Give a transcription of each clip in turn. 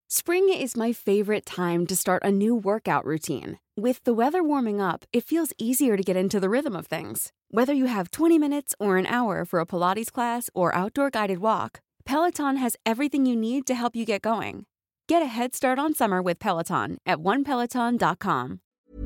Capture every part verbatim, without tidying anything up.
Spring is my favorite time to start a new workout routine. With the weather warming up, it feels easier to get into the rhythm of things. Whether you have twenty minutes or an hour for a Pilates class or outdoor guided walk, Peloton has everything you need to help you get going. Get a head start on summer with Peloton at one peloton dot com.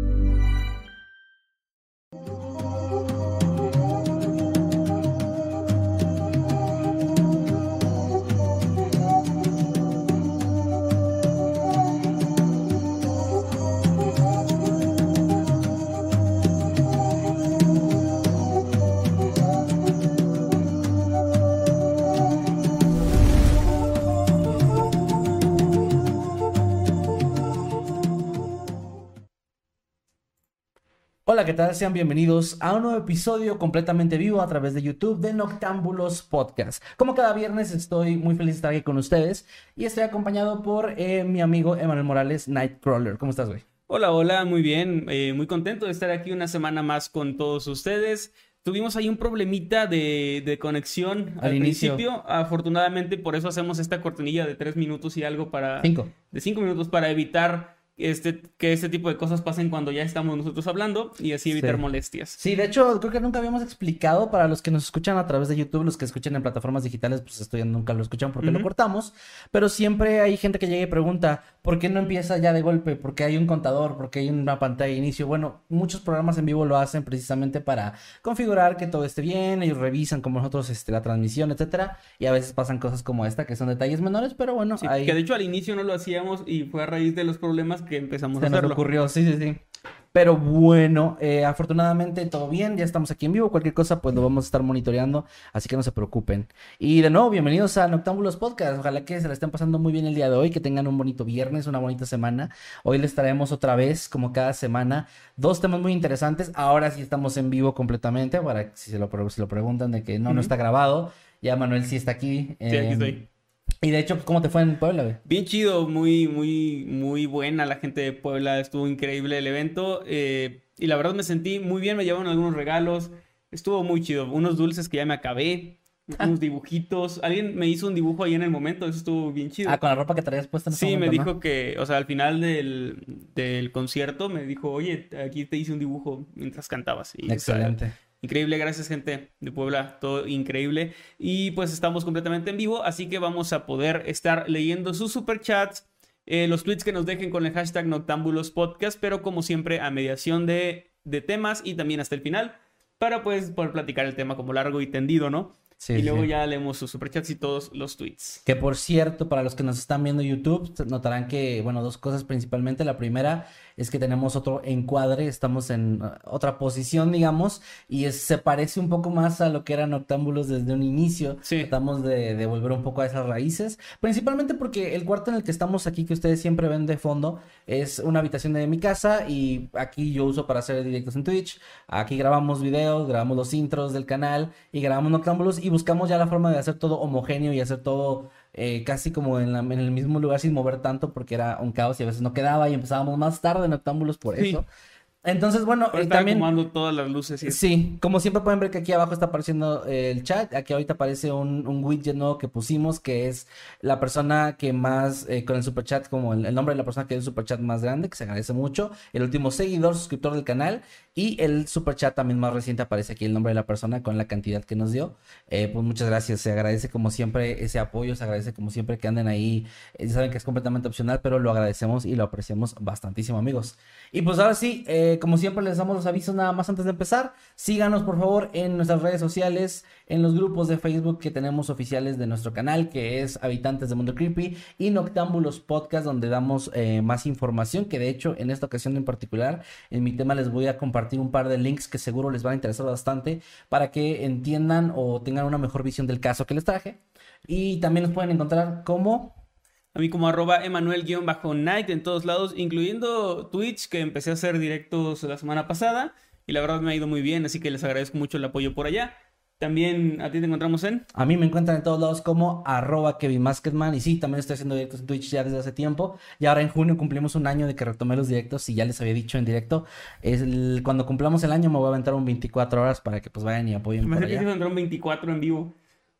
Hola, ¿qué tal? Sean bienvenidos a un nuevo episodio completamente vivo a través de YouTube de Noctámbulos Podcast. Como cada viernes estoy muy feliz de estar aquí con ustedes y estoy acompañado por eh, mi amigo Emanuel Morales, Nightcrawler. ¿Cómo estás, güey? Hola, hola, muy bien. Eh, muy contento de estar aquí una semana más con todos ustedes. Tuvimos ahí un problemita de, de conexión al, al principio. Afortunadamente, por eso hacemos esta cortinilla de tres minutos y algo para... Cinco. De cinco minutos para evitar... Este, que este tipo de cosas pasen cuando ya estamos nosotros hablando y así evitar sí. molestias. Sí, de hecho, creo que nunca habíamos explicado para los que nos escuchan a través de YouTube, los que escuchan en plataformas digitales, pues esto ya nunca lo escuchan porque uh-huh. lo cortamos, pero siempre hay gente que llega y pregunta, ¿por qué no empieza ya de golpe? ¿Por qué hay un contador? ¿Por qué hay una pantalla de inicio? Bueno, muchos programas en vivo lo hacen precisamente para configurar que todo esté bien, ellos revisan como nosotros este, la transmisión, etcétera, y a veces pasan cosas como esta, que son detalles menores, pero bueno. Sí, hay... que de hecho al inicio no lo hacíamos y fue a raíz de los problemas que empezamos a hacerlo. Ocurrió, sí, sí, sí. Pero bueno, eh, afortunadamente todo bien, ya estamos aquí en vivo, cualquier cosa pues lo vamos a estar monitoreando, así que no se preocupen. Y de nuevo, bienvenidos a Noctámbulos Podcast, ojalá que se la estén pasando muy bien el día de hoy, que tengan un bonito viernes, una bonita semana. Hoy les traemos otra vez, como cada semana, dos temas muy interesantes. Ahora sí estamos en vivo completamente, para que si se lo, si lo preguntan de que no, uh-huh. no está grabado, ya Manuel sí está aquí. Eh, sí, aquí estoy. Y de hecho, ¿cómo te fue en Puebla, güey? Bien chido, muy, muy, muy buena la gente de Puebla, estuvo increíble el evento eh, y la verdad me sentí muy bien, me llevaron algunos regalos, estuvo muy chido, unos dulces que ya me acabé, unos dibujitos, alguien me hizo un dibujo ahí en el momento, eso estuvo bien chido. Ah, con la ropa que traías puesta en ese Sí, momento, me dijo ¿no? que, o sea, al final del, del concierto me dijo, oye, aquí te hice un dibujo mientras cantabas. Y, excelente. O sea, increíble, gracias gente de Puebla, todo increíble. Y pues estamos completamente en vivo, así que vamos a poder estar leyendo sus superchats, eh, los tweets que nos dejen con el hashtag Noctámbulos Podcast, pero como siempre a mediación de, de temas y también hasta el final, para pues poder platicar el tema como largo y tendido, ¿no? Sí, y luego sí. ya leemos sus superchats y todos los tweets. Que por cierto, para los que nos están viendo en YouTube, notarán que, bueno, dos cosas principalmente. La primera es que tenemos otro encuadre, estamos en otra posición, digamos, y es, se parece un poco más a lo que eran Noctámbulos desde un inicio. Sí. Tratamos de, de volver un poco a esas raíces, principalmente porque el cuarto en el que estamos aquí, que ustedes siempre ven de fondo, es una habitación de mi casa y aquí yo uso para hacer directos en Twitch. Aquí grabamos videos, grabamos los intros del canal y grabamos Noctámbulos y buscamos ya la forma de hacer todo homogéneo y hacer todo eh, casi como en, la, en el mismo lugar sin mover tanto porque era un caos y a veces no quedaba y empezábamos más tarde en Noctámbulos por sí. eso. Entonces, bueno, eh, también acomodando todas las luces. Y sí, como siempre pueden ver que aquí abajo está apareciendo eh, el chat. Aquí ahorita aparece un, un widget nuevo que pusimos, que es la persona que más, eh, con el superchat, como el, el nombre de la persona que dio el superchat más grande, que se agradece mucho. El último seguidor, suscriptor del canal. Y el superchat también más reciente aparece aquí el nombre de la persona con la cantidad que nos dio. Eh, pues muchas gracias, se agradece como siempre ese apoyo, se agradece como siempre que anden ahí. Eh, saben que es completamente opcional, pero lo agradecemos y lo apreciamos bastantísimo, amigos. Y pues ahora sí, eh, como siempre les damos los avisos nada más antes de empezar. Síganos por favor en nuestras redes sociales, en los grupos de Facebook que tenemos oficiales de nuestro canal, que es Habitantes de Mundo Creepy y Noctámbulos Podcast, donde damos eh, más información, que de hecho en esta ocasión en particular, en mi tema les voy a compartir un par de links que seguro les van a interesar bastante para que entiendan o tengan una mejor visión del caso que les traje. Y también nos pueden encontrar como... A mí como arroba Emanuel-Night en todos lados, incluyendo Twitch, que empecé a hacer directos la semana pasada. Y la verdad me ha ido muy bien, así que les agradezco mucho el apoyo por allá. También, ¿a ti te encontramos en? A mí me encuentran en todos lados como arroba Kevin Masketman. Y sí, también estoy haciendo directos en Twitch ya desde hace tiempo. Y ahora en junio cumplimos un año de que retomé los directos. Y ya les había dicho en directo, es el, cuando cumplamos el año me voy a aventar un veinticuatro horas para que pues vayan y apoyen me por allá. Me un veinticuatro en vivo.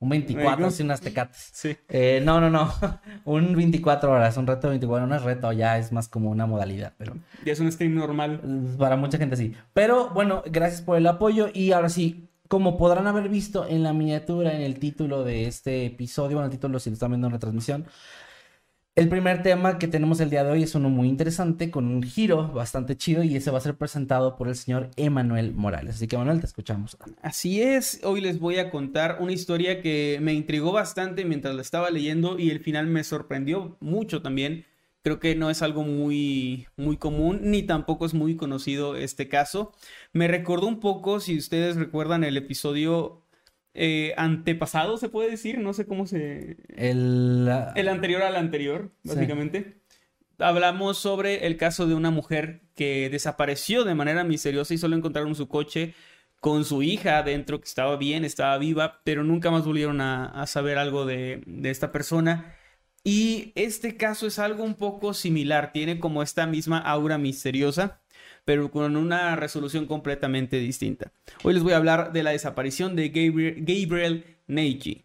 un veinticuatro, Ay, no. así unas tecates. Sí. Eh, no, no, no, un veinticuatro horas, un reto de veinticuatro, no es reto, ya es más como una modalidad, pero Ya es un stream normal. para mucha gente sí. Pero bueno, gracias por el apoyo y ahora sí, como podrán haber visto en la miniatura, en el título de este episodio, en el título si lo están viendo en la transmisión, el primer tema que tenemos el día de hoy es uno muy interesante, con un giro bastante chido, y ese va a ser presentado por el señor Emanuel Morales. Así que, Manuel, te escuchamos. Así es, hoy les voy a contar una historia que me intrigó bastante mientras la estaba leyendo y el final me sorprendió mucho también. Creo que no es algo muy, muy común, ni tampoco es muy conocido este caso. Me recordó un poco, si ustedes recuerdan el episodio eh, antepasado, se puede decir, no sé cómo se... El... uh, El anterior al anterior, básicamente. Sí. Hablamos sobre el caso de una mujer que desapareció de manera misteriosa y solo encontraron su coche con su hija dentro, que estaba bien, estaba viva, pero nunca más volvieron a, a saber algo de, de esta persona. Y este caso es algo un poco similar, tiene como esta misma aura misteriosa, pero con una resolución completamente distinta. Hoy les voy a hablar de la desaparición de Gabriel, Gabriel Nagy.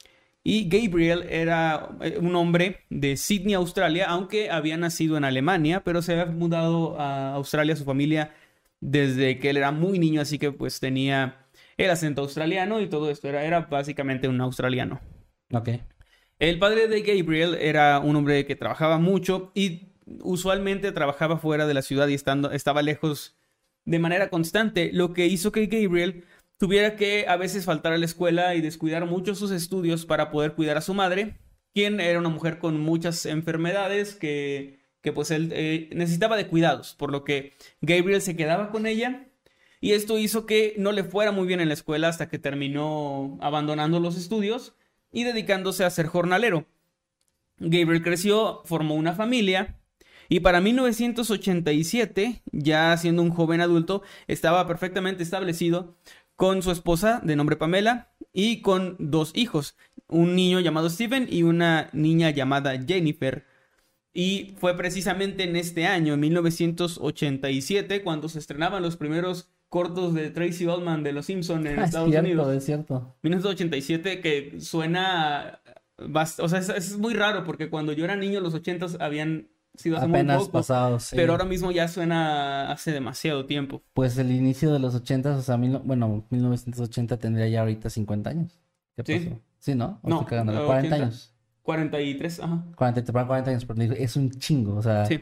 Y Gabriel era un hombre de Sydney, Australia, aunque había nacido en Alemania, pero se había mudado a Australia, su familia, desde que él era muy niño, así que pues tenía el acento australiano y todo esto, era, era básicamente un australiano. Ok. El padre de Gabriel era un hombre que trabajaba mucho y usualmente trabajaba fuera de la ciudad y estando, estaba lejos de manera constante, lo que hizo que Gabriel tuviera que a veces faltar a la escuela y descuidar mucho sus estudios para poder cuidar a su madre, quien era una mujer con muchas enfermedades que, que pues él eh, necesitaba de cuidados, por lo que Gabriel se quedaba con ella y esto hizo que no le fuera muy bien en la escuela hasta que terminó abandonando los estudios y dedicándose a ser jornalero. Gabriel creció, formó una familia y para mil novecientos ochenta y siete, ya siendo un joven adulto, estaba perfectamente establecido con su esposa de nombre Pamela y con dos hijos, un niño llamado Stephen y una niña llamada Jennifer. Y fue precisamente en este año, en mil novecientos ochenta y siete, cuando se estrenaban los primeros cortos de Tracy Ullman de Los Simpson en Ah, Estados es cierto, Unidos. Es cierto. mil novecientos ochenta y siete, que suena... Bast- o sea, es, es muy raro porque cuando yo era niño, los ochentas habían sido hace Apenas muy poco, pasado, sí. pero ahora mismo ya suena hace demasiado tiempo. Pues el inicio de los ochentas, o sea, mil, bueno, mil novecientos ochenta tendría ya ahorita cincuenta años. ¿Qué Sí. pasó? Sí, ¿no? ¿O No, estoy cagándola? ochenta. cuarenta años. cuarenta y tres, ajá. cuarenta, cuarenta años, pero digo, es un chingo, o sea. Sí,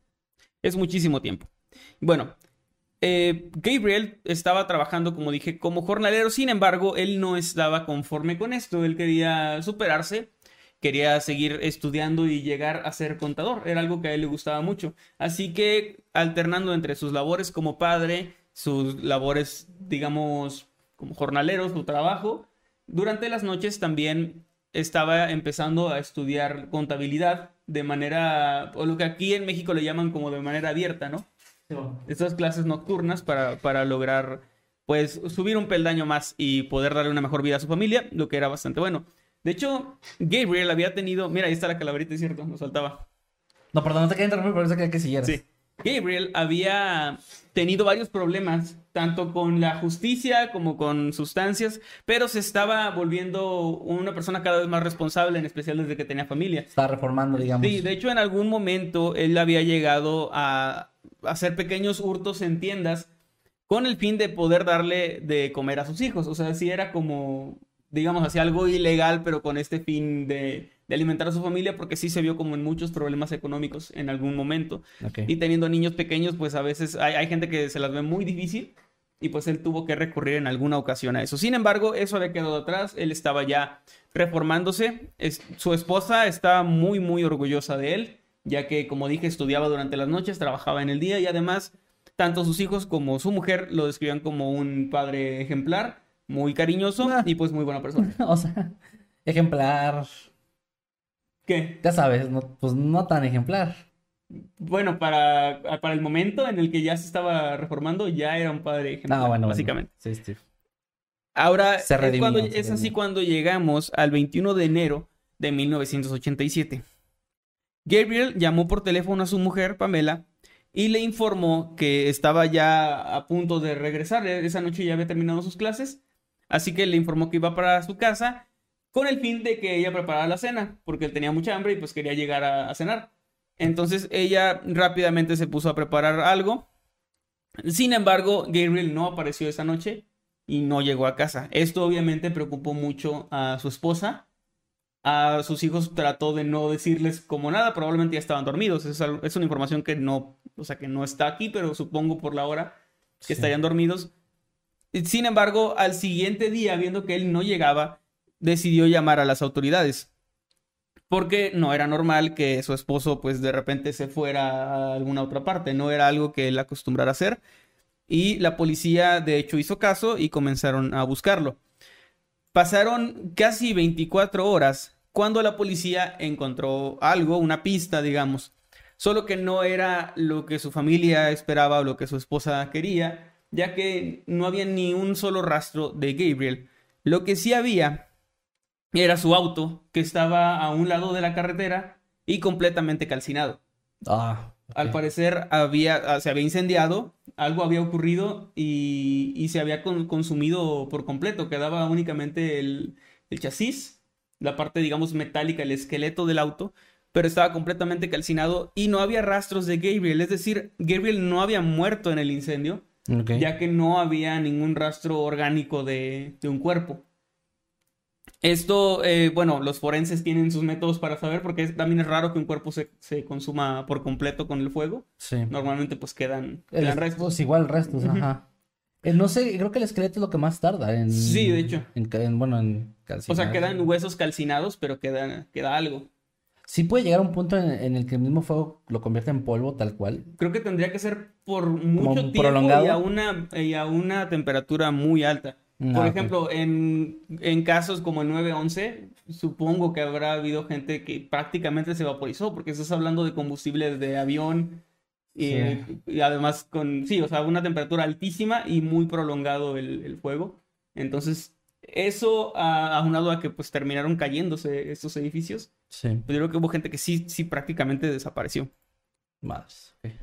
es muchísimo tiempo. Bueno, eh, Gabriel estaba trabajando, como dije, como jornalero. Sin embargo, él no estaba conforme con esto. Él quería superarse, quería seguir estudiando y llegar a ser contador. Era algo que a él le gustaba mucho. Así que, alternando entre sus labores como padre, sus labores, digamos, como jornalero, su trabajo, durante las noches también estaba empezando a estudiar contabilidad de manera, o lo que aquí en México le llaman como de manera abierta, ¿no? Estas clases nocturnas para, para lograr, pues, subir un peldaño más y poder darle una mejor vida a su familia, lo que era bastante bueno. De hecho, Gabriel había tenido... Mira, ahí está la calaverita, es cierto, nos faltaba. No, perdón, no te quería interrumpir, pero eso quería que siguieras. Sí. Gabriel había tenido varios problemas, tanto con la justicia como con sustancias, pero se estaba volviendo una persona cada vez más responsable, en especial desde que tenía familia. Estaba reformando, digamos. Sí, de hecho, en algún momento él había llegado a hacer pequeños hurtos en tiendas con el fin de poder darle de comer a sus hijos. O sea, sí era como, digamos, hacía algo ilegal, pero con este fin de, de alimentar a su familia, porque sí se vio como en muchos problemas económicos en algún momento. Okay. Y teniendo niños pequeños, pues a veces hay, hay gente que se las ve muy difícil y pues él tuvo que recurrir en alguna ocasión a eso. Sin embargo, eso había quedado atrás, él estaba ya reformándose. Es, su esposa estaba muy, muy orgullosa de él, ya que, como dije, estudiaba durante las noches, trabajaba en el día y además, tanto sus hijos como su mujer lo describían como un padre ejemplar, muy cariñoso Ah. y pues muy buena persona. O sea, ejemplar. ¿Qué? Ya sabes, no, pues no tan ejemplar. Bueno, para, para el momento en el que ya se estaba reformando, ya era un padre ejemplar, No, bueno, básicamente. Bueno. Sí, sí. Ahora, Se es, redimió, cuando, se es así redimió. cuando llegamos al veintiuno de enero de mil novecientos ochenta y siete. Gabriel llamó por teléfono a su mujer, Pamela, y le informó que estaba ya a punto de regresar. Esa noche ya había terminado sus clases, así que le informó que iba para su casa con el fin de que ella preparara la cena, porque él tenía mucha hambre y pues quería llegar a, a cenar. Entonces ella rápidamente se puso a preparar algo. Sin embargo, Gabriel no apareció esa noche y no llegó a casa. Esto obviamente preocupó mucho a su esposa. A sus hijos trató de no decirles como nada, probablemente ya estaban dormidos. Es, algo, es una información que no, o sea, que no está aquí, pero supongo por la hora que sí. estarían dormidos. Sin embargo, al siguiente día, viendo que él no llegaba, decidió llamar a las autoridades. Porque no era normal que su esposo, pues, de repente se fuera a alguna otra parte. No era algo que él acostumbrara a hacer. Y la policía, de hecho, hizo caso y comenzaron a buscarlo. Pasaron casi veinticuatro horas cuando la policía encontró algo, una pista, digamos. Solo que no era lo que su familia esperaba o lo que su esposa quería, ya que no había ni un solo rastro de Gabriel. Lo que sí había era su auto, que estaba a un lado de la carretera y completamente calcinado. Ah, okay. Al parecer había, se había incendiado, algo había ocurrido y, y se había con, consumido por completo. Quedaba únicamente el, el chasis, la parte, digamos, metálica, el esqueleto del auto, pero estaba completamente calcinado y no había rastros de Gabriel. Es decir, Gabriel no había muerto en el incendio, okay. ya que no había ningún rastro orgánico de, de un cuerpo. Esto, eh, bueno, los forenses tienen sus métodos para saber, porque es, también es raro que un cuerpo se, se consuma por completo con el fuego. Sí. Normalmente, pues, quedan, el, quedan restos. Pues igual restos, uh-huh. ajá. Eh, no sé, creo que el esqueleto es lo que más tarda en... Sí, de hecho. En, en, bueno, en calcinar. O sea, quedan huesos calcinados, pero queda, queda algo. Sí puede llegar a un punto en, en el que el mismo fuego lo convierte en polvo, tal cual. Creo que tendría que ser por mucho tiempo prolongado. y a una, y a una temperatura muy alta. No, Por ejemplo, okay. en, en casos como el nueve once, supongo que habrá habido gente que prácticamente se vaporizó, porque estás hablando de combustibles de avión, y, sí. y además con, sí, o sea, una temperatura altísima y muy prolongado el, el fuego. Entonces, eso aunado a que pues terminaron cayéndose estos edificios, sí. pues yo creo que hubo gente que sí, sí prácticamente desapareció. Más, okay.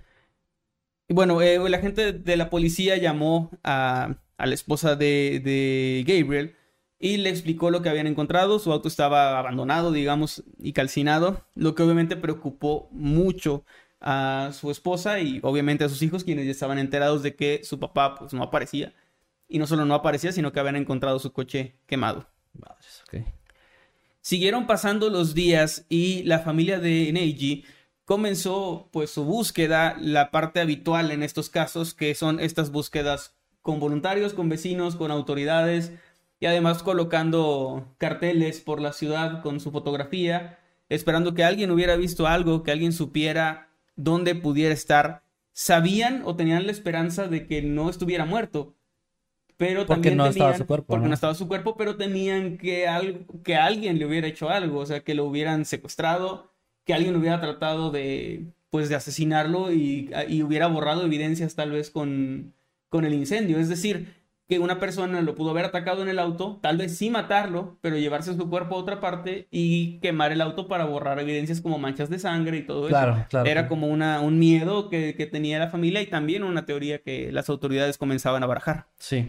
Y bueno, eh, la gente de la policía llamó a... a la esposa de, de Gabriel y le explicó lo que habían encontrado. Su auto estaba abandonado, digamos, y calcinado, lo que obviamente preocupó mucho a su esposa y obviamente a sus hijos, quienes ya estaban enterados de que su papá pues no aparecía. Y no solo no aparecía, sino que habían encontrado su coche quemado. Madres, okay. Siguieron pasando los días y la familia de Neji comenzó pues su búsqueda, la parte habitual en estos casos, que son estas búsquedas con voluntarios, con vecinos, con autoridades y además colocando carteles por la ciudad con su fotografía, esperando que alguien hubiera visto algo, que alguien supiera dónde pudiera estar. Sabían o tenían la esperanza de que no estuviera muerto, pero porque también no tenían, estaba su cuerpo, porque ¿no? no estaba su cuerpo, pero tenían que, algo, que alguien le hubiera hecho algo, o sea, que lo hubieran secuestrado, que alguien hubiera tratado de, pues, de asesinarlo y, y hubiera borrado evidencias tal vez con... con el incendio. Es decir, que una persona lo pudo haber atacado en el auto, tal vez sí matarlo, pero llevarse su cuerpo a otra parte y quemar el auto para borrar evidencias como manchas de sangre y todo claro, eso. Claro, Era claro. como una, un miedo que, que tenía la familia y también una teoría que las autoridades comenzaban a barajar. Sí.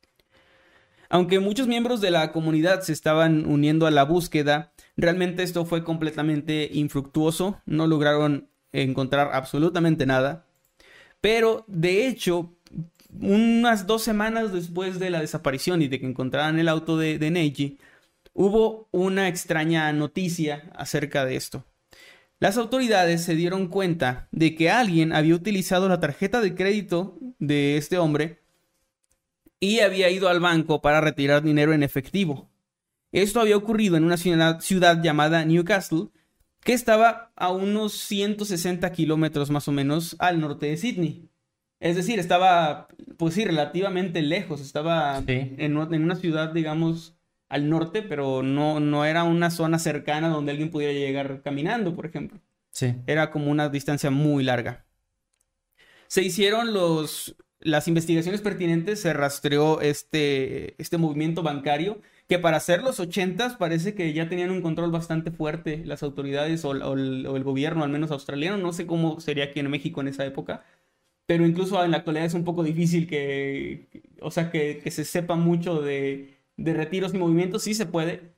Aunque muchos miembros de la comunidad se estaban uniendo a la búsqueda, realmente esto fue completamente infructuoso. No lograron encontrar absolutamente nada. Pero, de hecho, unas dos semanas después de la desaparición y de que encontraran el auto de, de Neji, hubo una extraña noticia acerca de esto. Las autoridades se dieron cuenta de que alguien había utilizado la tarjeta de crédito de este hombre y había ido al banco para retirar dinero en efectivo. Esto había ocurrido en una ciudad, ciudad llamada Newcastle, que estaba a unos ciento sesenta kilómetros más o menos al norte de Sydney. Es decir, estaba, pues sí, relativamente lejos. Estaba sí. en, en una ciudad, digamos, al norte, pero no, no era una zona cercana donde alguien pudiera llegar caminando, por ejemplo. Sí. Era como una distancia muy larga. Se hicieron los, las investigaciones pertinentes, se rastreó este, este movimiento bancario, que para ser los ochentas parece que ya tenían un control bastante fuerte las autoridades o, o, el, o el gobierno, al menos australiano. No sé cómo sería aquí en México en esa época. Pero incluso en la actualidad es un poco difícil que, o sea, que, que se sepa mucho de, de retiros y movimientos. Sí se puede,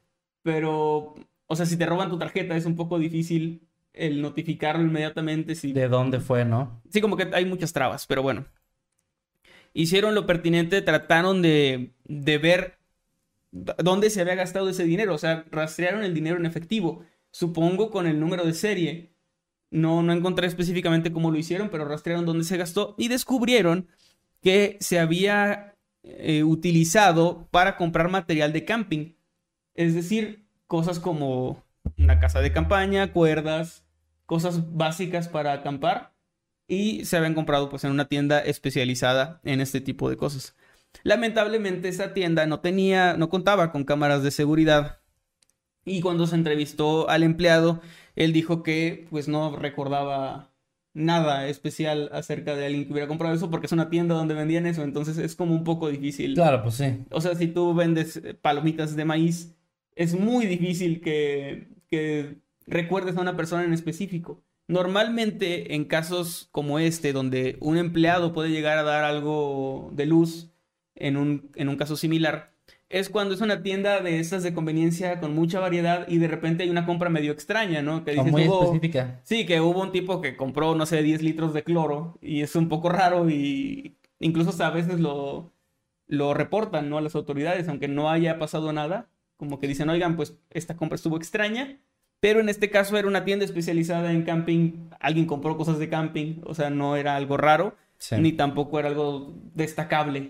pero, o sea, si te roban tu tarjeta es un poco difícil el notificarlo inmediatamente. Si... ¿De dónde fue, no? Sí, como que hay muchas trabas, pero bueno. Hicieron lo pertinente, trataron de, de ver dónde se había gastado ese dinero, o sea, rastrearon el dinero en efectivo, supongo con el número de serie. No, no encontré específicamente cómo lo hicieron, pero rastrearon dónde se gastó y descubrieron que se había eh, utilizado para comprar material de camping. Es decir, cosas como una casa de campaña, cuerdas, cosas básicas para acampar. Y se habían comprado pues en una tienda especializada en este tipo de cosas. Lamentablemente esa tienda no tenía, no contaba con cámaras de seguridad. Y cuando se entrevistó al empleado, él dijo que pues no recordaba nada especial acerca de alguien que hubiera comprado eso porque es una tienda donde vendían eso, entonces es como un poco difícil. Claro, pues sí. O sea, si tú vendes palomitas de maíz, es muy difícil que, que recuerdes a una persona en específico. Normalmente en casos como este, donde un empleado puede llegar a dar algo de luz en un, en un caso similar, es cuando es una tienda de esas de conveniencia con mucha variedad y de repente hay una compra medio extraña, ¿no? Que dices, muy hubo, específica. Sí, que hubo un tipo que compró, no sé, diez litros de cloro y es un poco raro y incluso hasta a veces lo, lo reportan, ¿no? A las autoridades, aunque no haya pasado nada, como que dicen, oigan, pues esta compra estuvo extraña. Pero en este caso era una tienda especializada en camping. Alguien compró cosas de camping. O sea, no era algo raro. Sí. Ni tampoco era algo destacable.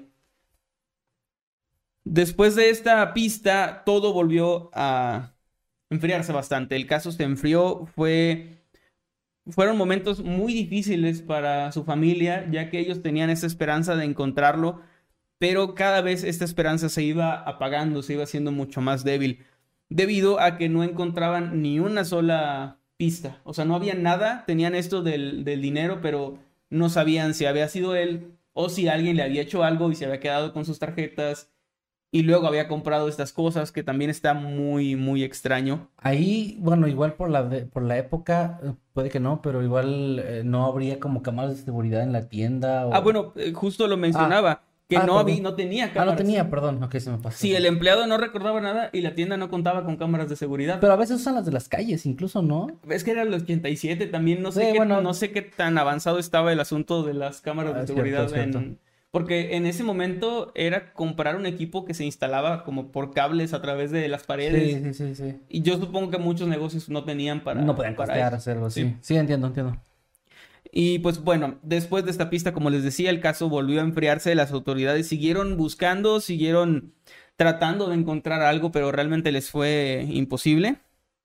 Después de esta pista, todo volvió a enfriarse bastante. El caso se enfrió. Fue... Fueron momentos muy difíciles para su familia, ya que ellos tenían esa esperanza de encontrarlo. Pero cada vez esta esperanza se iba apagando, se iba haciendo mucho más débil. Debido a que no encontraban ni una sola pista. O sea, no había nada. Tenían esto del, del dinero, pero no sabían si había sido él o si alguien le había hecho algo y se había quedado con sus tarjetas y luego había comprado estas cosas, que también está muy, muy extraño. Ahí, bueno, igual por la, de, por la época, puede que no, pero igual eh, no habría como cámaras de seguridad en la tienda. O... Ah, bueno, eh, justo lo mencionaba. Ah. Que ah, no, había, no tenía cámaras. Ah, no tenía, perdón. Ok, se me pasó. Sí, el empleado no recordaba nada y la tienda no contaba con cámaras de seguridad. Pero a veces usan las de las calles, incluso, ¿no? Es que era el ochenta y siete también. No sé, sí, qué, bueno... no sé qué tan avanzado estaba el asunto de las cámaras ah, de seguridad. Cierto, cierto. En... Porque en ese momento era comprar un equipo que se instalaba como por cables a través de las paredes. Sí, sí, sí. sí. Y yo supongo que muchos negocios no tenían para... No podían costear hacerlo, sí. sí. Sí, entiendo, entiendo. Y pues bueno, después de esta pista, como les decía, el caso volvió a enfriarse. Las autoridades siguieron buscando, siguieron tratando de encontrar algo, pero realmente les fue imposible.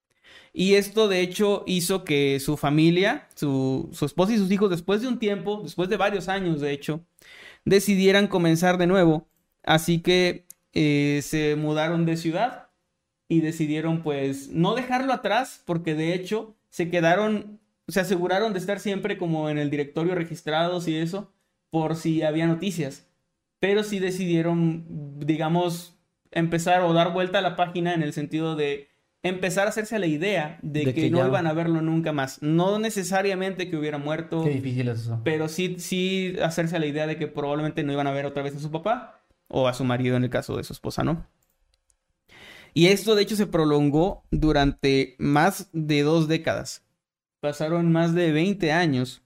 Y esto de hecho hizo que su familia, su, su esposa y sus hijos, después de un tiempo, después de varios años de hecho, decidieran comenzar de nuevo. Así que eh, se mudaron de ciudad y decidieron pues no dejarlo atrás, porque de hecho se quedaron... Se aseguraron de estar siempre como en el directorio registrados y eso, por si había noticias. Pero sí decidieron, digamos, empezar o dar vuelta a la página en el sentido de empezar a hacerse a la idea de, de que, que no ya... iban a verlo nunca más. No necesariamente que hubiera muerto. Qué difícil es eso. Pero sí, sí hacerse a la idea de que probablemente no iban a ver otra vez a su papá o a su marido en el caso de su esposa, ¿no? Y esto de hecho se prolongó durante más de dos décadas. Pasaron más de veinte años.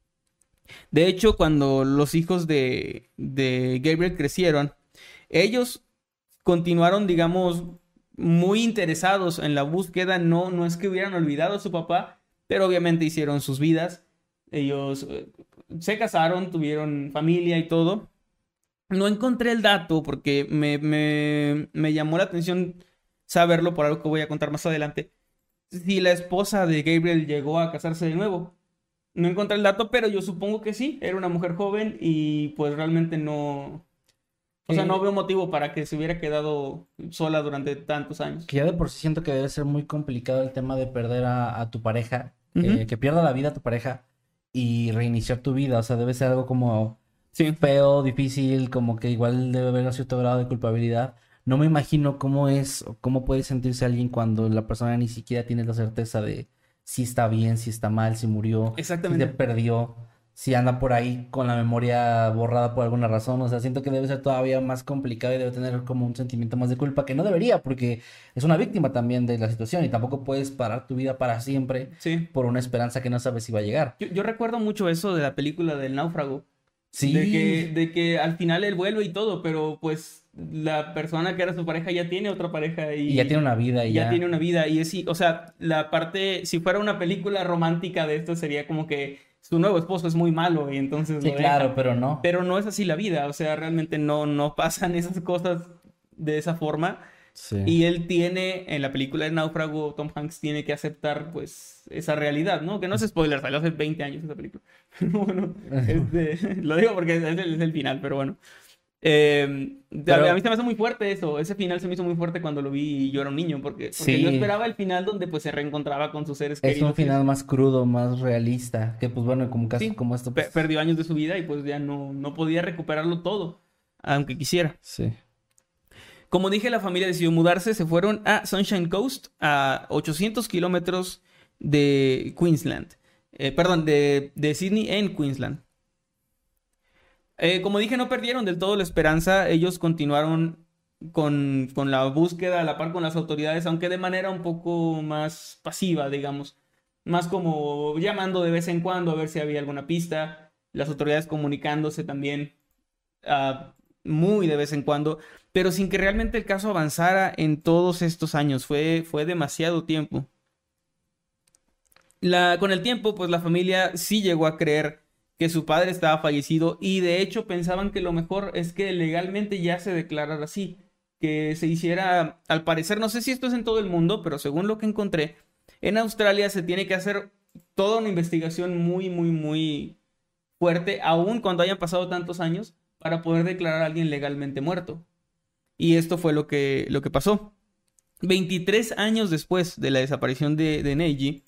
De hecho, cuando los hijos de, de Gabriel crecieron, ellos continuaron, digamos, muy interesados en la búsqueda. No, no es que hubieran olvidado a su papá, pero obviamente hicieron sus vidas. Ellos eh, se casaron, tuvieron familia y todo. No encontré el dato porque me, me, me llamó la atención saberlo por algo que voy a contar más adelante. Si la esposa de Gabriel llegó a casarse de nuevo. No encontré el dato, pero yo supongo que sí. Era una mujer joven y pues realmente no... O sea, no veo motivo para que se hubiera quedado sola durante tantos años. Que ya de por sí siento que debe ser muy complicado el tema de perder a, a tu pareja. Uh-huh. eh, que pierda la vida a tu pareja y reiniciar tu vida. O sea, debe ser algo como sí. feo, difícil, como que igual debe haber un cierto grado de culpabilidad. No me imagino cómo es o cómo puede sentirse alguien cuando la persona ni siquiera tiene la certeza de si está bien, si está mal, si murió, Exactamente. si se perdió. si anda por ahí con la memoria borrada por alguna razón. O sea, siento que debe ser todavía más complicado y debe tener como un sentimiento más de culpa, que no debería, porque es una víctima también de la situación y tampoco puedes parar tu vida para siempre Sí. por una esperanza que no sabes si va a llegar. Yo, yo recuerdo mucho eso de la película del náufrago. Sí. De que, de que al final él vuelve y todo, pero pues la persona que era su pareja ya tiene otra pareja y, Y ya tiene una vida y ya ya. tiene una vida. Y es, o sea, la parte, si fuera una película romántica de esto, sería como que su nuevo esposo es muy malo y entonces Sí, lo claro, deja. pero no. Pero no es así la vida, o sea, realmente no, no pasan esas cosas de esa forma. Sí. Y él tiene, en la película de Náufrago, Tom Hanks tiene que aceptar, pues, esa realidad, ¿no? Que no es spoiler, salió hace veinte años esa película. Bueno, este, lo digo porque es el, es el final, pero bueno. Eh, Pero- a mí se me hace muy fuerte eso. Ese final se me hizo muy fuerte cuando lo vi y yo era un niño, porque, porque Sí. yo esperaba el final donde, pues, se reencontraba con sus seres Es queridos. un final más crudo, más realista, que pues bueno, como casos Sí, como esto, pe- pues... perdió años de su vida y, pues, ya no, no podía recuperarlo todo, aunque quisiera. Sí. Como dije, la familia decidió mudarse, se fueron a Sunshine Coast, a ochocientos kilómetros de Queensland. Eh, perdón, de, de Sydney en Queensland. Eh, como dije, no perdieron del todo la esperanza. Ellos continuaron con, con la búsqueda a la par con las autoridades, aunque de manera un poco más pasiva, digamos. Más como llamando de vez en cuando a ver si había alguna pista. Las autoridades comunicándose también uh, muy de vez en cuando, pero sin que realmente el caso avanzara en todos estos años. Fue, fue demasiado tiempo. La, con el tiempo, pues la familia sí llegó a creer que su padre estaba fallecido y de hecho pensaban que lo mejor es que legalmente ya se declarara así, que se hiciera, al parecer, no sé si esto es en todo el mundo, pero según lo que encontré, en Australia se tiene que hacer toda una investigación muy, muy, muy fuerte, aun cuando hayan pasado tantos años, para poder declarar a alguien legalmente muerto. Y esto fue lo que, lo que pasó. veintitrés años después de la desaparición de, de Neji,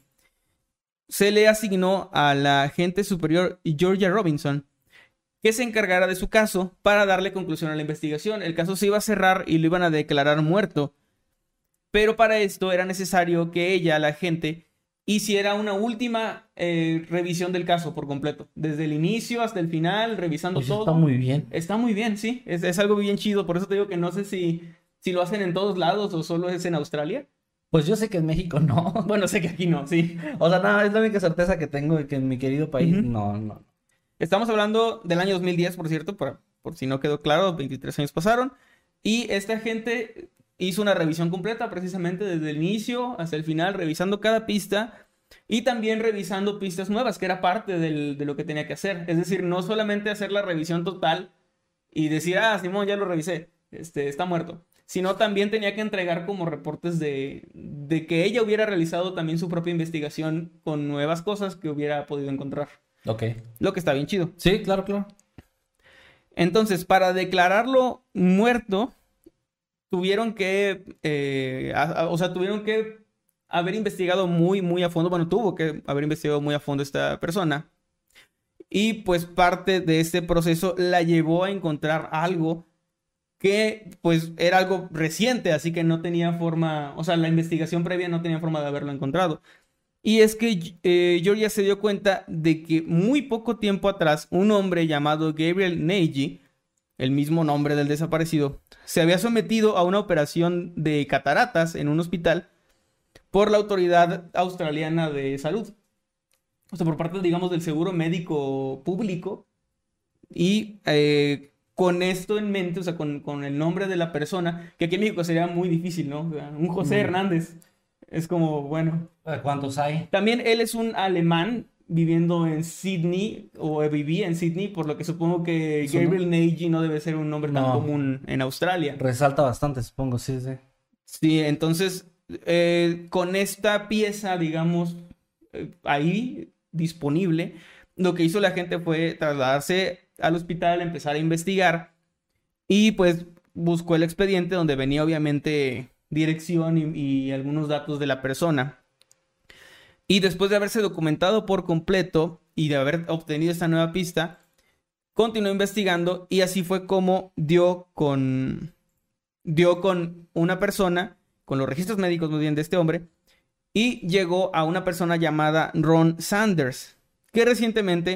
se le asignó a la agente superior Georgia Robinson que se encargara de su caso para darle conclusión a la investigación. El caso se iba a cerrar y lo iban a declarar muerto, pero para esto era necesario que ella, la agente, hiciera una última eh, revisión del caso por completo, desde el inicio hasta el final, revisando Pues todo. está muy bien. Está muy bien, sí, es, es algo bien chido, por eso te digo que no sé si, si lo hacen en todos lados o solo es en Australia. Pues yo sé que en México no. Bueno, sé que aquí no, sí. O sea, no, es la única certeza que tengo de que en mi querido país, Ujú. no, no. Estamos hablando del año dos mil diez, por cierto, por, por si no quedó claro, veintitrés años pasaron. Y esta gente hizo una revisión completa, precisamente desde el inicio hasta el final, revisando cada pista y también revisando pistas nuevas, que era parte del, de lo que tenía que hacer. Es decir, no solamente hacer la revisión total y decir, ah, Simón, ya lo revisé, este, está muerto, sino también tenía que entregar como reportes de, de que ella hubiera realizado también su propia investigación con nuevas cosas que hubiera podido encontrar. Ok. Lo que está bien chido. Sí, claro, claro. Entonces, para declararlo muerto, tuvieron que, eh, a- a- o sea, tuvieron que haber investigado muy, muy a fondo. Bueno, tuvo que haber investigado muy a fondo esta persona. Y pues parte de este proceso la llevó a encontrar algo que pues era algo reciente, así que no tenía forma, o sea, la investigación previa no tenía forma de haberlo encontrado. Y es que eh, Georgia se dio cuenta de que muy poco tiempo atrás un hombre llamado Gabriel Neji, el mismo nombre del desaparecido, se había sometido a una operación de cataratas en un hospital por la autoridad australiana de salud. O sea, por parte, digamos, del seguro médico público. Y eh, con esto en mente, o sea, con, con el nombre de la persona, que aquí en México sería muy difícil, ¿no? O sea, un José Mm. Hernández. Es como, bueno. ¿Cuántos hay? También él es un alemán viviendo en Sydney, o vivía en Sydney, por lo que supongo que Eso Gabriel Neji no debe ser un nombre tan No. común en Australia. Resalta bastante, supongo, sí, sí. Sí, entonces, eh, con esta pieza, digamos, eh, ahí disponible, lo que hizo la gente fue trasladarse al hospital, empezar a investigar y pues buscó el expediente donde venía obviamente dirección y, y algunos datos de la persona. Y después de haberse documentado por completo y de haber obtenido esta nueva pista, continuó investigando y así fue como dio con, dio con una persona, con los registros médicos muy bien de este hombre, y llegó a una persona llamada Ron Sanders, que recientemente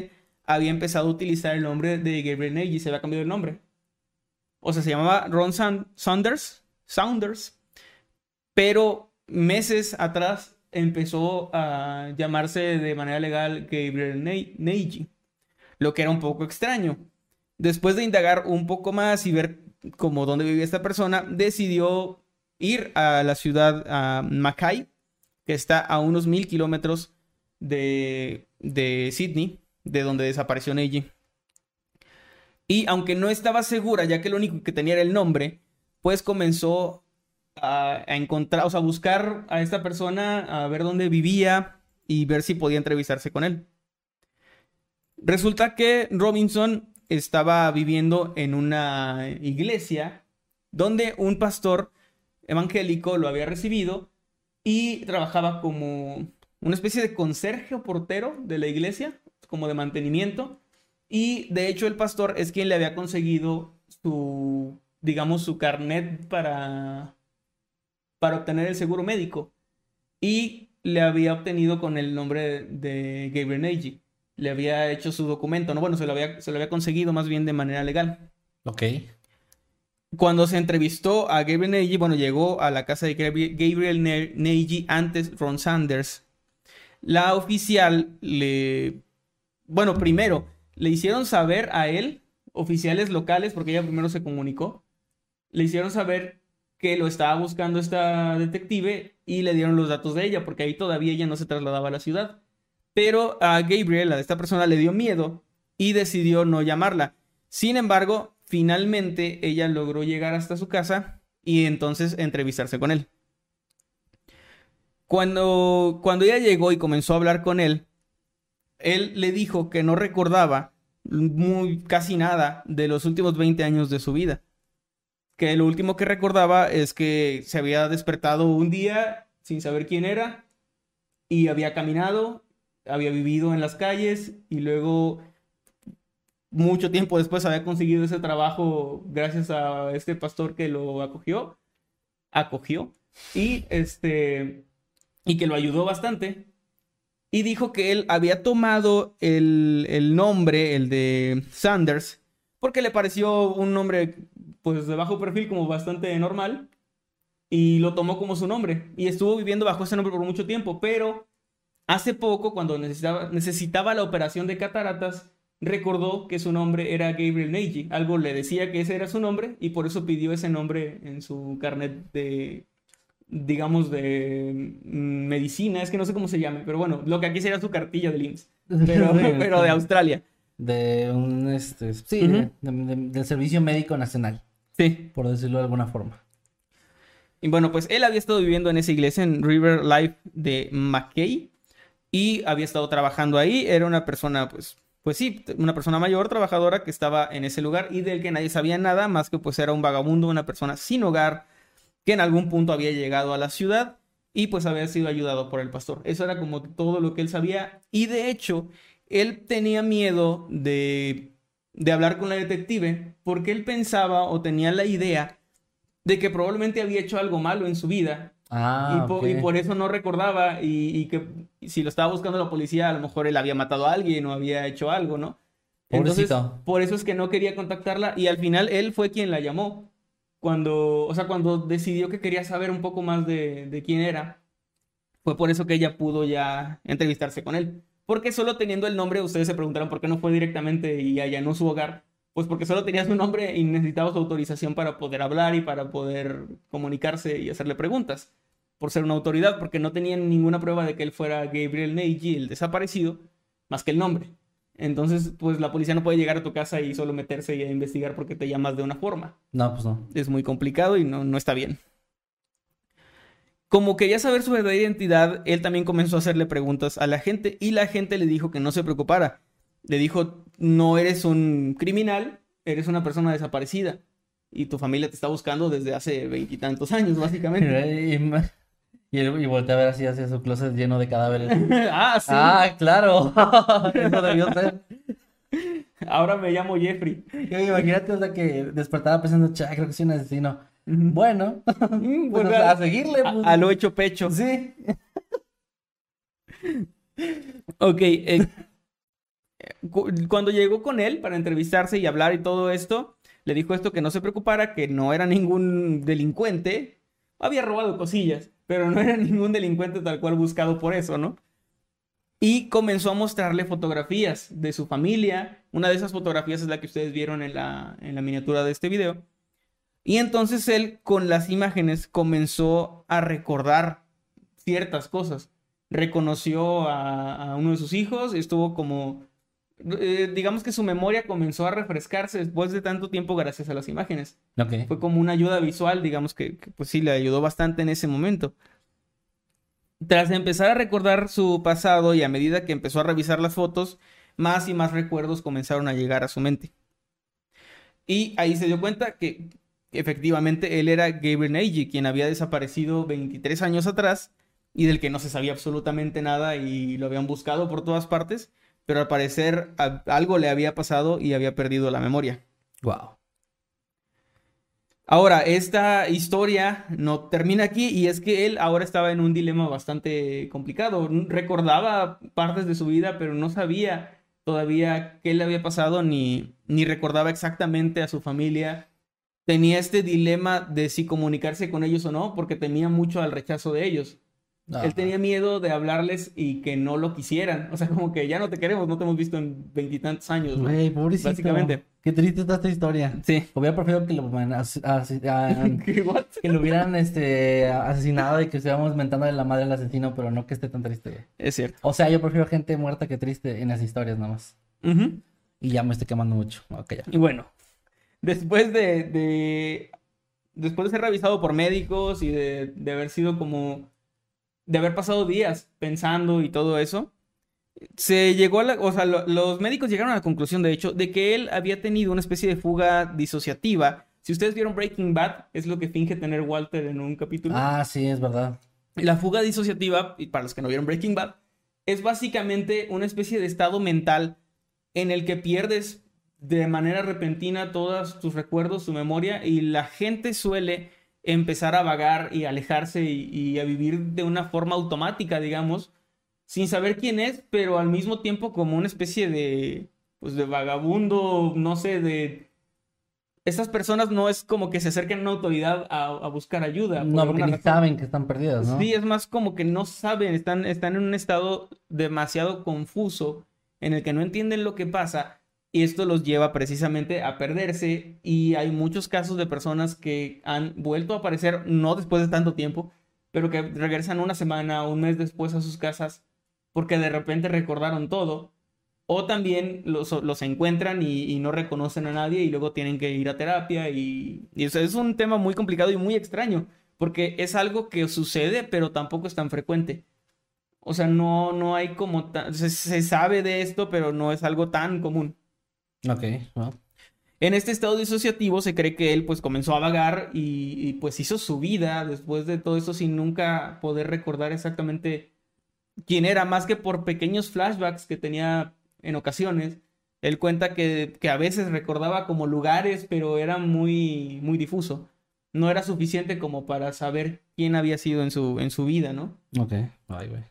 había empezado a utilizar el nombre de Gabriel Nagy, se había cambiado el nombre. O sea, se llamaba Ron Saunders, Saunders, pero meses atrás empezó a llamarse de manera legal Gabriel Nagy, lo que era un poco extraño. Después de indagar un poco más y ver cómo dónde vivía esta persona, decidió ir a la ciudad a Mackay, que está a unos mil kilómetros de, de Sydney, de donde desapareció Nagy. Y aunque no estaba segura, ya que lo único que tenía era el nombre, pues comenzó a, a encontrar, o sea, a buscar a esta persona, a ver dónde vivía y ver si podía entrevistarse con él. Resulta que Robinson estaba viviendo en una iglesia donde un pastor evangélico lo había recibido y trabajaba como una especie de conserje o portero de la iglesia, como de mantenimiento. Y de hecho el pastor es quien le había conseguido su, digamos, su carnet para, para obtener el seguro médico. Y le había obtenido con el nombre de Gabriel Nagy. Le había hecho su documento, ¿no? Bueno, se lo había, se lo había conseguido más bien de manera legal. Ok. Cuando se entrevistó a Gabriel Nagy, bueno, llegó a la casa de Gabriel Nagy antes Ron Saunders. La oficial le... Bueno, primero, le hicieron saber a él, oficiales locales, porque ella primero se comunicó, le hicieron saber que lo estaba buscando esta detective y le dieron los datos de ella, porque ahí todavía ella no se trasladaba a la ciudad. Pero a Gabriel, a esta persona, le dio miedo y decidió no llamarla. Sin embargo, finalmente ella logró llegar hasta su casa y entonces entrevistarse con él. Cuando, cuando ella llegó y comenzó a hablar con él, él le dijo que no recordaba muy, casi nada de los últimos veinte años de su vida. Que lo último que recordaba es que se había despertado un día sin saber quién era y había caminado, había vivido en las calles y luego mucho tiempo después había conseguido ese trabajo gracias a este pastor que lo acogió, acogió y, este, y que lo ayudó bastante. Y dijo que él había tomado el, el nombre, el de Saunders, porque le pareció un nombre pues de bajo perfil, como bastante normal, y lo tomó como su nombre. Y estuvo viviendo bajo ese nombre por mucho tiempo, pero hace poco, cuando necesitaba, necesitaba la operación de cataratas, recordó que su nombre era Gabriel Nagy. Algo le decía que ese era su nombre, y por eso pidió ese nombre en su carnet de... digamos, de medicina, es que no sé cómo se llame, pero bueno, lo que aquí sería su cartilla del I M S S, pero, pero de Australia. De un, este, sí, Uh-huh. de, de, de, del Servicio Médico Nacional. Sí. Por decirlo de alguna forma. Y bueno, pues él había estado viviendo en esa iglesia, en River Life de Mackay, y había estado trabajando ahí. Era una persona, pues, pues sí, una persona mayor, trabajadora, que estaba en ese lugar y del que nadie sabía nada, más que pues era un vagabundo, una persona sin hogar, que en algún punto había llegado a la ciudad y pues había sido ayudado por el pastor. Eso era como todo lo que él sabía. Y de hecho, él tenía miedo de, de hablar con la detective porque él pensaba o tenía la idea de que probablemente había hecho algo malo en su vida. Ah, y, po okay. y por eso no recordaba y, y que si lo estaba buscando la policía, a lo mejor él había matado a alguien o había hecho algo, ¿no? Entonces, Pobrecito. por eso es que no quería contactarla y al final él fue quien la llamó. Cuando, o sea, cuando decidió que quería saber un poco más de, de quién era, fue por eso que ella pudo ya entrevistarse con él. Porque solo teniendo el nombre, ustedes se preguntaron por qué no fue directamente y allanó su hogar. Pues porque solo tenía su nombre y necesitaba su autorización para poder hablar y para poder comunicarse y hacerle preguntas. Por ser una autoridad, porque no tenían ninguna prueba de que él fuera Gabriel Nagy, el desaparecido, más que el nombre. Entonces, pues la policía no puede llegar a tu casa y solo meterse y a investigar porque te llamas de una forma. No, pues no. Es muy complicado y no, no está bien. Como quería saber su verdadera identidad, él también comenzó a hacerle preguntas a la gente y la gente le dijo que no se preocupara. Le dijo, no eres un criminal, eres una persona desaparecida y tu familia te está buscando desde hace veintitantos años, básicamente. Y, y, y volteé a ver así hacia su closet lleno de cadáveres. Ah, sí. Ah, claro. Eso debió ser. Ahora me llamo Jeffrey. Imagínate, o sea, que despertaba pensando, cha, creo que soy un asesino. Uh-huh. Bueno, Mm, pues, pues, a, a, a seguirle. Pues. A, a lo hecho pecho. Sí. Ok. Eh, cu- cuando llegó con él para entrevistarse y hablar y todo esto, le dijo esto, que no se preocupara, que no era ningún delincuente. Había robado cosillas, pero no era ningún delincuente tal cual buscado por eso, ¿no? Y comenzó a mostrarle fotografías de su familia. Una de esas fotografías es la que ustedes vieron en la, en la miniatura de este video. Y entonces él, con las imágenes, comenzó a recordar ciertas cosas. Reconoció a, a uno de sus hijos, estuvo como... eh, digamos que su memoria comenzó a refrescarse después de tanto tiempo gracias a las imágenes. Ok. Fue como una ayuda visual, digamos que, que pues sí, le ayudó bastante en ese momento. Tras empezar a recordar su pasado y a medida que empezó a revisar las fotos, más y más recuerdos comenzaron a llegar a su mente. Y ahí se dio cuenta que efectivamente él era Gabriel Nagy, quien había desaparecido veintitrés años atrás y del que no se sabía absolutamente nada y lo habían buscado por todas partes, pero al parecer a- algo le había pasado y había perdido la memoria. Wow. Ahora, esta historia no termina aquí y es que él ahora estaba en un dilema bastante complicado. Recordaba partes de su vida, pero no sabía todavía qué le había pasado ni, ni recordaba exactamente a su familia. Tenía este dilema de si comunicarse con ellos o no, porque temía mucho al rechazo de ellos. Ajá. Él tenía miedo de hablarles y que no lo quisieran. O sea, como que ya no te queremos, no te hemos visto en veintitantos años, ¿no? Güey, pobrecito. Básicamente. Qué triste está esta historia. Sí. Hubiera preferido que lo, man- as- as- ah, ¿Qué, what? que lo hubieran este, asesinado y que estuviéramos mentándole la madre al asesino, pero no que esté tan triste, güey. Es cierto. O sea, yo prefiero gente muerta que triste en las historias nada más. Ujú. Y ya me estoy quemando mucho. Ok, ya. Y bueno, después de, de- después de ser revisado por médicos y de, de haber sido como, de haber pasado días pensando y todo eso, se llegó a la, o sea, lo- los médicos llegaron a la conclusión, de hecho, de que él había tenido una especie de fuga disociativa. Si ustedes vieron Breaking Bad, es lo que finge tener Walter en un capítulo. Ah, sí, es verdad. La fuga disociativa, y para los que no vieron Breaking Bad, es básicamente una especie de estado mental en el que pierdes de manera repentina todos tus recuerdos, tu memoria, y la gente suele empezar a vagar y alejarse y, y a vivir de una forma automática, digamos, sin saber quién es, pero al mismo tiempo como una especie de, pues de vagabundo, no sé, de... Estas personas no es como que se acerquen a una autoridad a, a buscar ayuda. por No, porque alguna ni razón. saben que están perdidos, ¿no? Sí, es más como que no saben, están, están en un estado demasiado confuso en el que no entienden lo que pasa y esto los lleva precisamente a perderse y hay muchos casos de personas que han vuelto a aparecer, no después de tanto tiempo, pero que regresan una semana o un mes después a sus casas porque de repente recordaron todo o también los, los encuentran y, y no reconocen a nadie y luego tienen que ir a terapia y, y eso es un tema muy complicado y muy extraño. Porque es algo que sucede, pero tampoco es tan frecuente. O sea, no, no hay como... tan- se, se sabe de esto, pero no es algo tan común. Ok, well. En este estado disociativo se cree que él pues comenzó a vagar y, y, pues hizo su vida después de todo eso sin nunca poder recordar exactamente quién era, más que por pequeños flashbacks que tenía en ocasiones. Él cuenta que, que a veces recordaba como lugares, pero era muy, muy difuso. No era suficiente como para saber quién había sido en su, en su vida, ¿no? Ok. Ay, güey.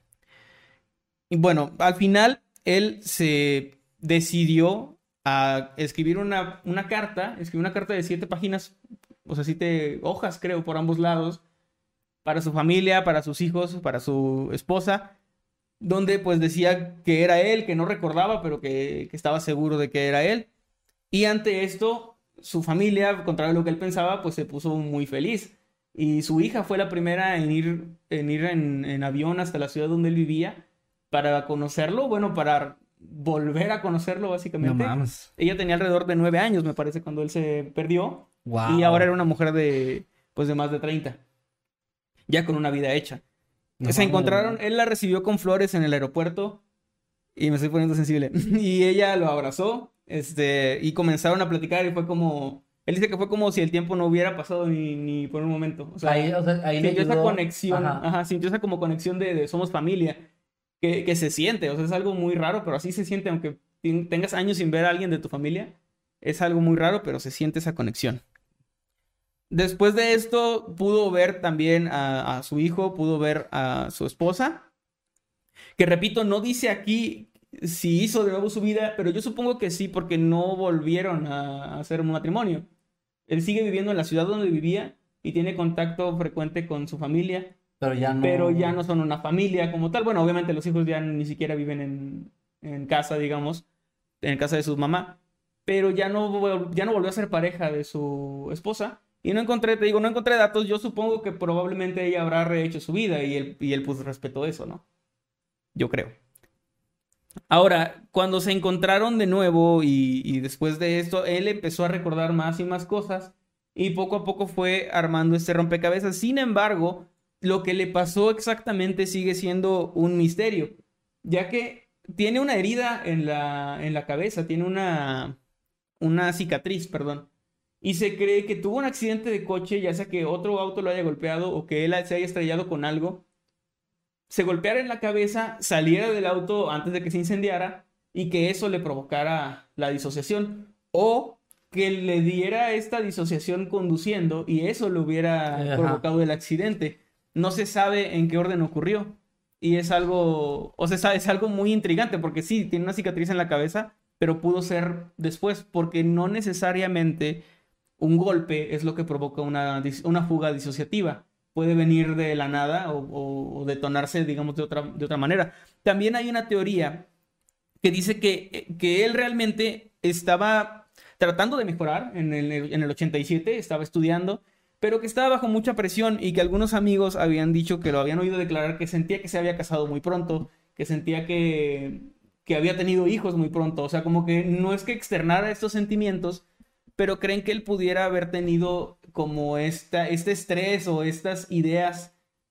Y bueno, al final él se decidió a escribir una, una carta, escribió una carta de siete páginas, o sea, siete hojas, creo, por ambos lados, para su familia, para sus hijos, para su esposa, donde pues decía que era él, que no recordaba, pero que, que estaba seguro de que era él. Y ante esto, su familia, contrario a lo que él pensaba, pues se puso muy feliz. Y su hija fue la primera en ir en, ir en, en avión hasta la ciudad donde él vivía para conocerlo, bueno, para volver a conocerlo No básicamente. mames. Ella tenía alrededor de nueve años, me parece, cuando él se perdió. Wow. Y ahora era una mujer de, pues, de más de treinta. Ya con una vida hecha. No Se mames, encontraron, güey. él la recibió con flores en el aeropuerto. Y me estoy poniendo sensible. Y ella lo abrazó. Este, y comenzaron a platicar y fue como... Él dice que fue como si el tiempo no hubiera pasado ni, ni por un momento. O sea, Ahí, o sea, ahí le sintió esa ayudó. conexión. Ajá. Ajá, sintió esa como conexión de, de somos familia. Que, que se siente. O sea, es algo muy raro, pero así se siente. Aunque ten- tengas años sin ver a alguien de tu familia. Es algo muy raro, pero se siente esa conexión. Después de esto, pudo ver también a, a su hijo, pudo ver a su esposa. Que repito, no dice aquí si hizo de nuevo su vida, pero yo supongo que sí, porque no volvieron a hacer un matrimonio. Él sigue viviendo en la ciudad donde vivía y tiene contacto frecuente con su familia, Pero ya no. pero ya no son una familia como tal. Bueno, obviamente los hijos ya ni siquiera viven en, en casa, digamos, en casa de su mamá, pero ya no, vol- ya no volvió a ser pareja de su esposa. Y no encontré, te digo, no encontré datos. Yo supongo que probablemente ella habrá rehecho su vida y él, y él pues respetó eso, ¿no? Yo creo. Ahora, cuando se encontraron de nuevo y, y después de esto, él empezó a recordar más y más cosas y poco a poco fue armando este rompecabezas. Sin embargo, lo que le pasó exactamente sigue siendo un misterio, ya que tiene una herida en la, en la cabeza, tiene una, una cicatriz, perdón, y se cree que tuvo un accidente de coche, ya sea que otro auto lo haya golpeado o que él se haya estrellado con algo, se golpeara en la cabeza, saliera del auto antes de que se incendiara y que eso le provocara la disociación o que le diera esta disociación conduciendo y eso le hubiera Ajá. provocado el accidente. No se sabe en qué orden ocurrió y es algo, o sea, es algo muy intrigante porque sí, tiene una cicatriz en la cabeza, pero pudo ser después porque no necesariamente un golpe es lo que provoca una, dis- una fuga disociativa. Puede venir de la nada o, o- o detonarse, digamos, de otra, de otra manera. También hay una teoría que dice que, que él realmente estaba tratando de mejorar en el, en el ochenta y siete, estaba estudiando, pero que estaba bajo mucha presión y que algunos amigos habían dicho que lo habían oído declarar que sentía que se había casado muy pronto, que sentía que, que había tenido hijos muy pronto. O sea, como que no es que externara estos sentimientos, pero creen que él pudiera haber tenido como esta, este estrés o estas ideas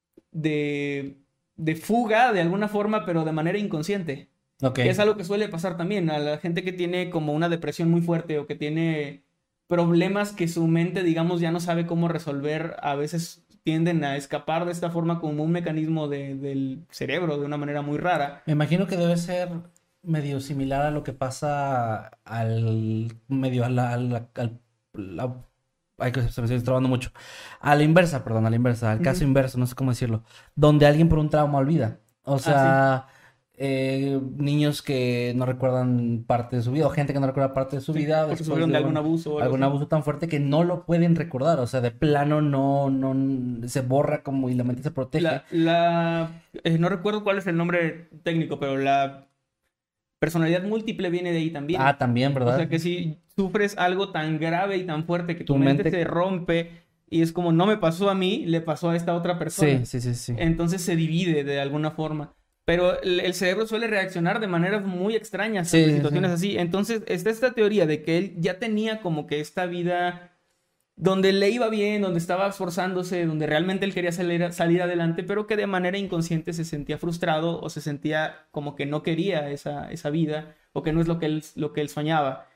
de, de fuga de alguna forma, pero de manera inconsciente. Ok. Que es algo que suele pasar también a la gente que tiene como una depresión muy fuerte o que tiene problemas que su mente, digamos, ya no sabe cómo resolver. A veces tienden a escapar de esta forma como un mecanismo de- del cerebro de una manera muy rara. Me imagino que debe ser medio similar a lo que pasa al medio a la, a la- al, la- ay, que se me estoy trabando mucho. A la inversa, perdón, a la inversa, al caso Ujú. inverso, no sé cómo decirlo, donde alguien por un trauma olvida. O sea, eh, niños que no recuerdan parte de su vida, o gente que no recuerda parte de su Sí, vida porque después sufrieron de de un- algún abuso o algo algún así. abuso tan fuerte que no lo pueden recordar. O sea, de plano no, no se borra como y la mente se protege. La, la, eh, no recuerdo cuál es el nombre técnico, pero la personalidad múltiple viene de ahí también. Ah, también, O ¿verdad? sea que si sufres algo tan grave y tan fuerte que tu, Tu mente, mente- se rompe y es como no me pasó a mí, le pasó a esta otra persona. Sí, sí, sí, sí. Entonces se divide de alguna forma. Pero el, el cerebro suele reaccionar de maneras muy extrañas Sí, ante sí, situaciones sí. así. Entonces está esta teoría de que él ya tenía como que esta vida donde le iba bien, donde estaba esforzándose, donde realmente él quería salir, salir adelante, pero que de manera inconsciente se sentía frustrado o se sentía como que no quería esa, esa vida o que no es lo que él, lo que él soñaba.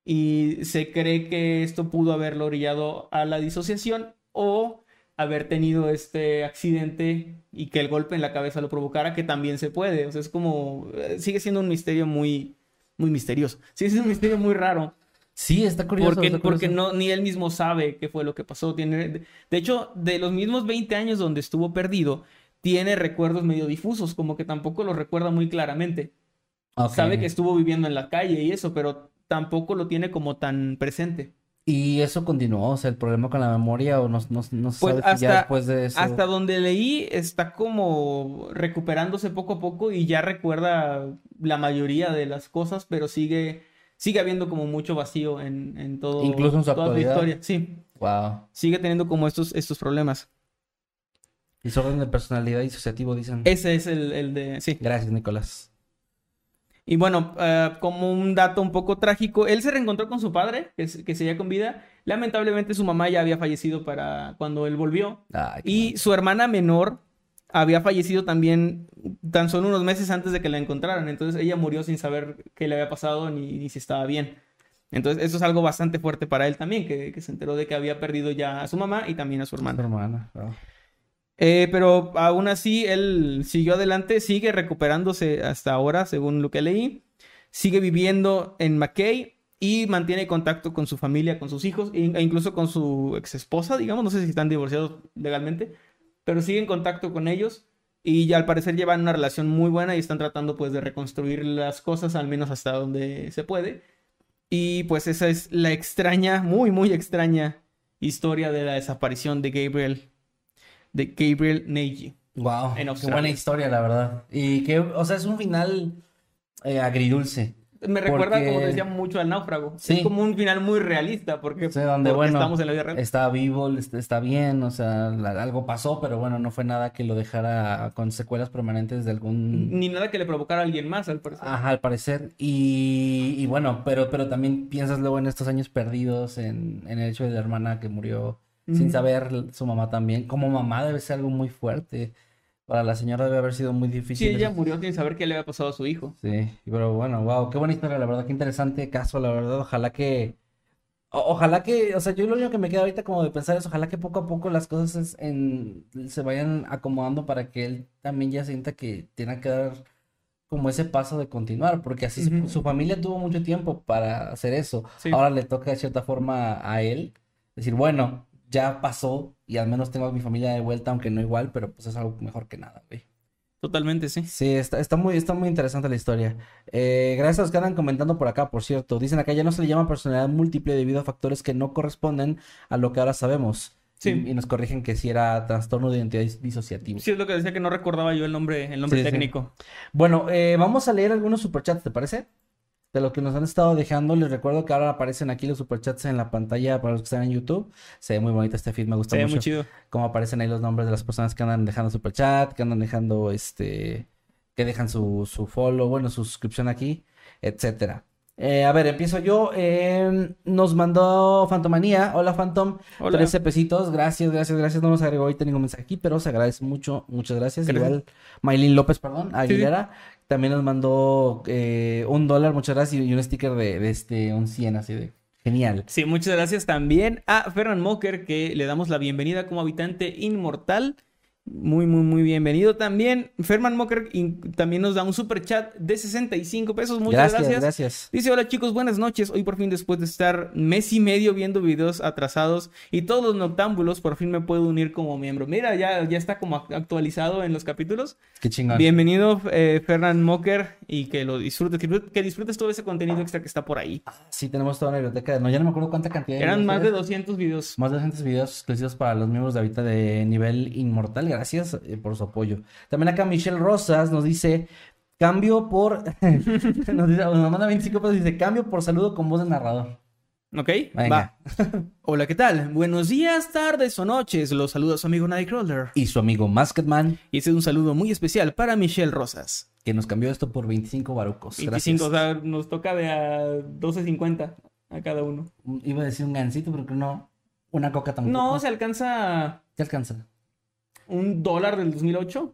Y se cree que esto pudo haberlo orillado a la disociación o haber tenido este accidente y que el golpe en la cabeza lo provocara, que también se puede. O sea, es como, eh, sigue siendo un misterio muy, muy misterioso. Sigue siendo un misterio muy raro. Sí, está curioso, Porque, está curioso. porque no, ni él mismo sabe qué fue lo que pasó. Tiene, de de hecho, de los mismos veinte años donde estuvo perdido, tiene recuerdos medio difusos, como que tampoco los recuerda muy claramente. Ok. Sabe que estuvo viviendo en la calle y eso, pero tampoco lo tiene como tan presente. ¿Y eso continuó? O sea, el problema con la memoria o no, no, no se Pues sabe si ya hasta, después de eso. hasta donde leí está como recuperándose poco a poco y ya recuerda la mayoría de las cosas, pero sigue, sigue habiendo como mucho vacío en, en todo, Incluso en su toda su actualidad. historia. Sí, Wow. sigue teniendo como estos, estos problemas. Desorden de personalidad disociativo, dicen. Ese es el, el de... Sí. Gracias, Nicolás. Y bueno, eh, como un dato un poco trágico, él se reencontró con su padre, que, se- que seguía con vida. Lamentablemente su mamá ya había fallecido para cuando él volvió. Ay, qué Y su hermana menor había fallecido también tan solo unos meses antes de que la encontraran. Entonces ella murió sin saber qué le había pasado ni, ni si estaba bien. Entonces eso es algo bastante fuerte para él también, que, que se enteró de que había perdido ya a su mamá y también a su mal. hermana. Hermana. Wow. Eh, pero aún así, él siguió adelante, sigue recuperándose hasta ahora, según lo que leí. Sigue viviendo en McKay y mantiene contacto con su familia, con sus hijos e e incluso con su ex esposa, digamos. No sé si están divorciados legalmente, pero sigue en contacto con ellos Y al parecer llevan una relación muy buena y están tratando pues de reconstruir las cosas, al menos hasta donde se puede. Y pues esa es la extraña, muy muy extraña historia de la desaparición de Gabriel, de Gabriel Nagy. Wow, En qué Australia. buena historia, la verdad. Y que, o sea, es un final eh, agridulce. Me recuerda, Porque- como te decía, mucho al Náufrago. Sí. Es como un final muy realista porque, O sea, donde, porque bueno, estamos en la vida real. está vivo, está, está bien, o sea, la- algo pasó, pero bueno, no fue nada que lo dejara con secuelas permanentes de algún... Ni nada que le provocara a alguien más, al parecer. Ajá, al parecer. Y, y bueno, pero, pero también piensas luego en estos años perdidos, en, en el hecho de la hermana que murió sin Ujú. saber, su mamá también. Como mamá debe ser algo muy fuerte. Para la señora debe haber sido muy Sí, difícil. ella eso. murió sin saber qué le había pasado a su hijo. Sí, pero bueno, wow, qué buena historia, la verdad, qué interesante caso, la verdad, ojalá que, o- ojalá que, o sea, yo lo único que me queda ahorita como de pensar es, ojalá que poco a poco las cosas es- en, se vayan acomodando para que él también ya sienta que tiene que dar como ese paso de continuar, porque así su- Ujú. su, familia tuvo mucho tiempo para hacer eso, Sí. ahora le toca de cierta forma a él, decir, bueno, ya pasó y al menos tengo a mi familia de vuelta, aunque no igual, pero pues es algo mejor que nada, güey. Totalmente, sí. Sí, está, está muy, está muy interesante la historia. Eh, gracias a los que andan comentando por acá, por cierto. Dicen acá ya no se le llama personalidad múltiple debido a factores que no corresponden a lo que ahora sabemos. Sí. Y, y nos corrigen que sí era trastorno de identidad dis- disociativo. Sí, es lo que decía que no recordaba yo el nombre, el nombre Sí, sí. técnico. Bueno, eh, vamos a leer algunos superchats, ¿te parece? De lo que nos han estado dejando. Les recuerdo que ahora aparecen aquí los superchats en la pantalla para los que están en YouTube. Se ve muy bonito este feed, me gusta Se ve mucho. muy chido. Cómo aparecen ahí los nombres de las personas que andan dejando super chat, que andan dejando este, que dejan su, su follow, bueno, su suscripción aquí, etcétera. Eh, a ver, empiezo yo. Eh, nos mandó Fantomanía. Hola, Phantom. Hola. trece pesitos. Gracias, gracias, gracias. No nos agregó ahorita ningún mensaje aquí, pero se agradece mucho. Muchas gracias. Gracias. Igual, Maylin López, perdón, Aguilera. También nos mandó eh, un dólar, muchas gracias, y un sticker de, de este, un cien, así de genial. Sí, muchas gracias también a Ferran Mocker, que le damos la bienvenida como habitante inmortal. Muy, muy, muy bienvenido también. Ferman Mocker in- también nos da un super chat de sesenta y cinco pesos. Muchas Gracias, gracias. gracias. Dice, hola chicos, buenas noches. Hoy por fin, después de estar mes y medio viendo videos atrasados y todos los noctámbulos, por fin me puedo unir como miembro. Mira, ya, ya está como ac- actualizado en los capítulos. Qué chingón. Bienvenido, eh, Ferran Mocker, y que lo disfrutes, que, que disfrutes todo ese contenido extra que está por ahí. Sí, tenemos toda una biblioteca. de- No, ya no me acuerdo cuánta cantidad. Eran videos más de es. doscientos videos. Más de doscientos videos exclusivos para los miembros de ahorita de nivel inmortal. Gracias eh, por su apoyo. También acá Michelle Rosas nos dice, cambio por... nos, dice, nos manda veinticinco pesos y dice, cambio por saludo con voz de narrador. ¿Ok? Venga. Va. Hola, ¿qué tal? Buenos días, tardes o noches. Los saluda su amigo Nightcrawler. Y su amigo Masketman, Y este es un saludo muy especial para Michelle Rosas. que nos cambió esto por veinticinco barucos. veinticinco, Gracias. o sea, nos toca de a doce cincuenta a cada uno. Iba a decir un gancito, pero que no. Una coca tampoco. No, se alcanza ¿Qué alcanza? un dólar del dos mil ocho.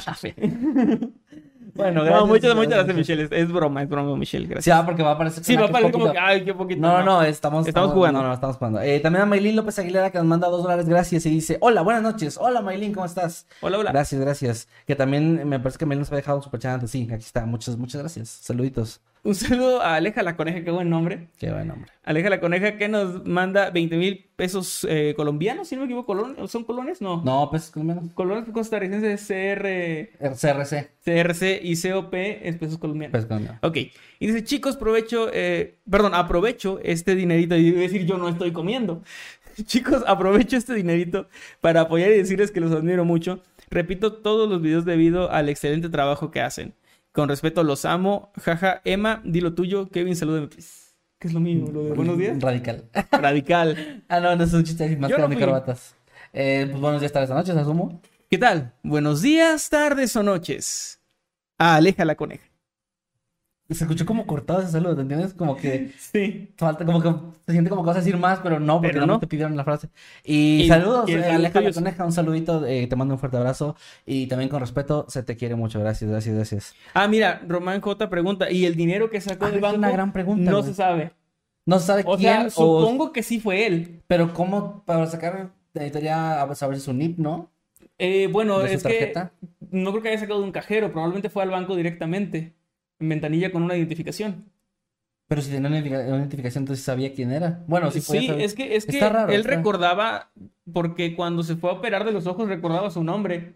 Bueno, No, muchas, muchas gracias, Michelle. Es, es broma, es broma, Michelle. Sí, Gracias. ah, porque va a aparecer. Sí, va a qué parecer como poquito. que, ay, qué poquito. No, no, no, estamos, Estamos jugando. No, no, estamos jugando. Eh, también a Maylin López Aguilera que nos manda dos dólares, gracias, y dice, hola, buenas noches. Hola, Maylin, ¿cómo estás? Hola, hola. Gracias, gracias. Que también me parece que Maylin nos había dejado un superchat antes. Sí, aquí está. Muchas, muchas gracias. Saluditos. Un saludo a Aleja la Coneja, qué buen nombre. Qué buen hombre. Aleja la Coneja que nos manda veinte mil pesos eh, colombianos, si no me equivoco. ¿colon- ¿Son colones? No. No, pues, colombianos. Colones costarricenses C R, C R C. C R C y C O P es pesos colombianos. Pues, colombiano. Ok. Y dice, chicos, provecho, eh, perdón, aprovecho este dinerito. Y iba a decir, yo no estoy comiendo. Chicos, aprovecho este dinerito para apoyar y decirles que los admiro mucho. Repito todos los videos debido al excelente trabajo que hacen. Con respeto, los amo. Jaja, Emma, di lo tuyo. Kevin, salúdame. please. ¿Qué es lo mío? ¿Lo de buenos días? Radical. Radical. Ah, no, no es un chiste así, más Yo que no de fui. corbatas. Eh, pues buenos días, tardes, noches, asumo. ¿Qué tal? Buenos días, tardes o noches. Ah, Aleja la Coneja. Se escuchó como cortado ese saludo, ¿te entiendes? Como que Sí. falta, como que se siente como que vas a decir más, pero no, porque Pero no no. te pidieron la frase. Y, Y- saludos, y el eh, saludo Aleja la tuyo, sí. Coneja, un saludito, eh, te mando un fuerte abrazo. Y también con respeto, se te quiere mucho. Gracias, gracias, gracias. Ah, mira, Román J pregunta, ¿y el dinero que sacó Ah, del es banco? una gran pregunta, No güey. se sabe. No se sabe O quién, sea, o- supongo que sí fue él. pero cómo, para sacar, necesitaría a saber su N I P, ¿no? Eh, bueno, De su es que tarjeta. no creo que haya sacado de un cajero, probablemente fue al banco directamente, en ventanilla con una identificación. Pero si tenía una identifica- una identificación, entonces sabía quién era. Bueno, sí, Sí, podía saber. es que, es que Está raro, él está- recordaba, porque cuando se fue a operar de los ojos recordaba su nombre.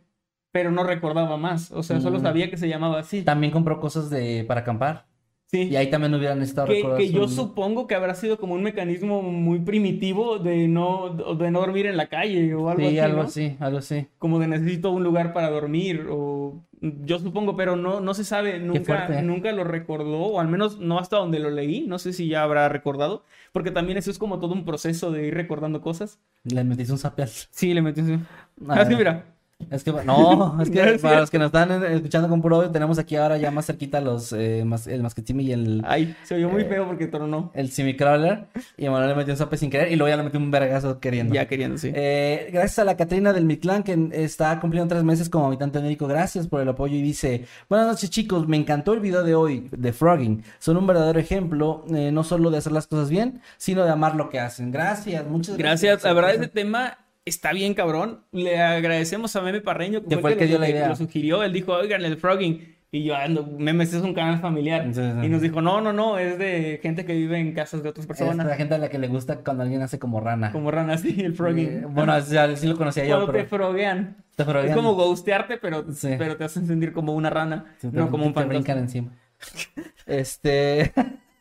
pero no recordaba más. O sea, solo Mm. sabía que se llamaba así. También compró cosas de para acampar. Sí. Y ahí también hubieran estado Que, recordar que su- yo supongo que habrá sido como un mecanismo muy primitivo de no, de no dormir en la calle o algo Sí, así, algo ¿no? así, algo así. Como de necesito un lugar para dormir o yo supongo, pero no, no se sabe, nunca, fuerte. nunca lo recordó, o al menos no hasta donde lo leí, no sé si ya habrá recordado, porque también eso es como todo un proceso de ir recordando cosas. Le metiste un zape al... Sí, le metí así. A Es que ver. mira, Es que, no, es que Ya sé. para los que nos están eh, escuchando con puro audio, tenemos aquí ahora ya más cerquita los, eh, mas- el Masquetimi y el, ay, se oyó muy Eh, feo porque tronó. el Simicrawler. Y Emanuel le metió un zape sin querer y luego ya le metió un vergazo queriendo. Ya queriendo, sí. Eh, gracias a la Catrina del Mictlán, que está cumpliendo tres meses como habitante médico. Gracias por el apoyo. Y dice: buenas noches, chicos. Me encantó el video de hoy de Frogging. Son un verdadero ejemplo, eh, no solo de hacer las cosas bien, sino de amar lo que hacen. Gracias, muchas gracias. Gracias, la verdad ese tema está bien cabrón. Le agradecemos a Meme Parreño, Que fue el que lo dio la suge- idea. lo sugirió. Él dijo, oigan, el frogging. Y yo, ando, Memes es un canal familiar. Sí, sí. Y nos dijo, no, no, no, es de gente que vive en casas de otras Es personas. la gente a la que le gusta cuando alguien hace como rana. Como ranas, sí, el frogging. Eh, bueno, ya, sí lo conocía yo, Cuando pero... te froguean. te Es froguean. como ghostearte, pero, Sí. pero te hacen sentir como una rana, Sí, te- no como un te brincan fantasma. encima. Este...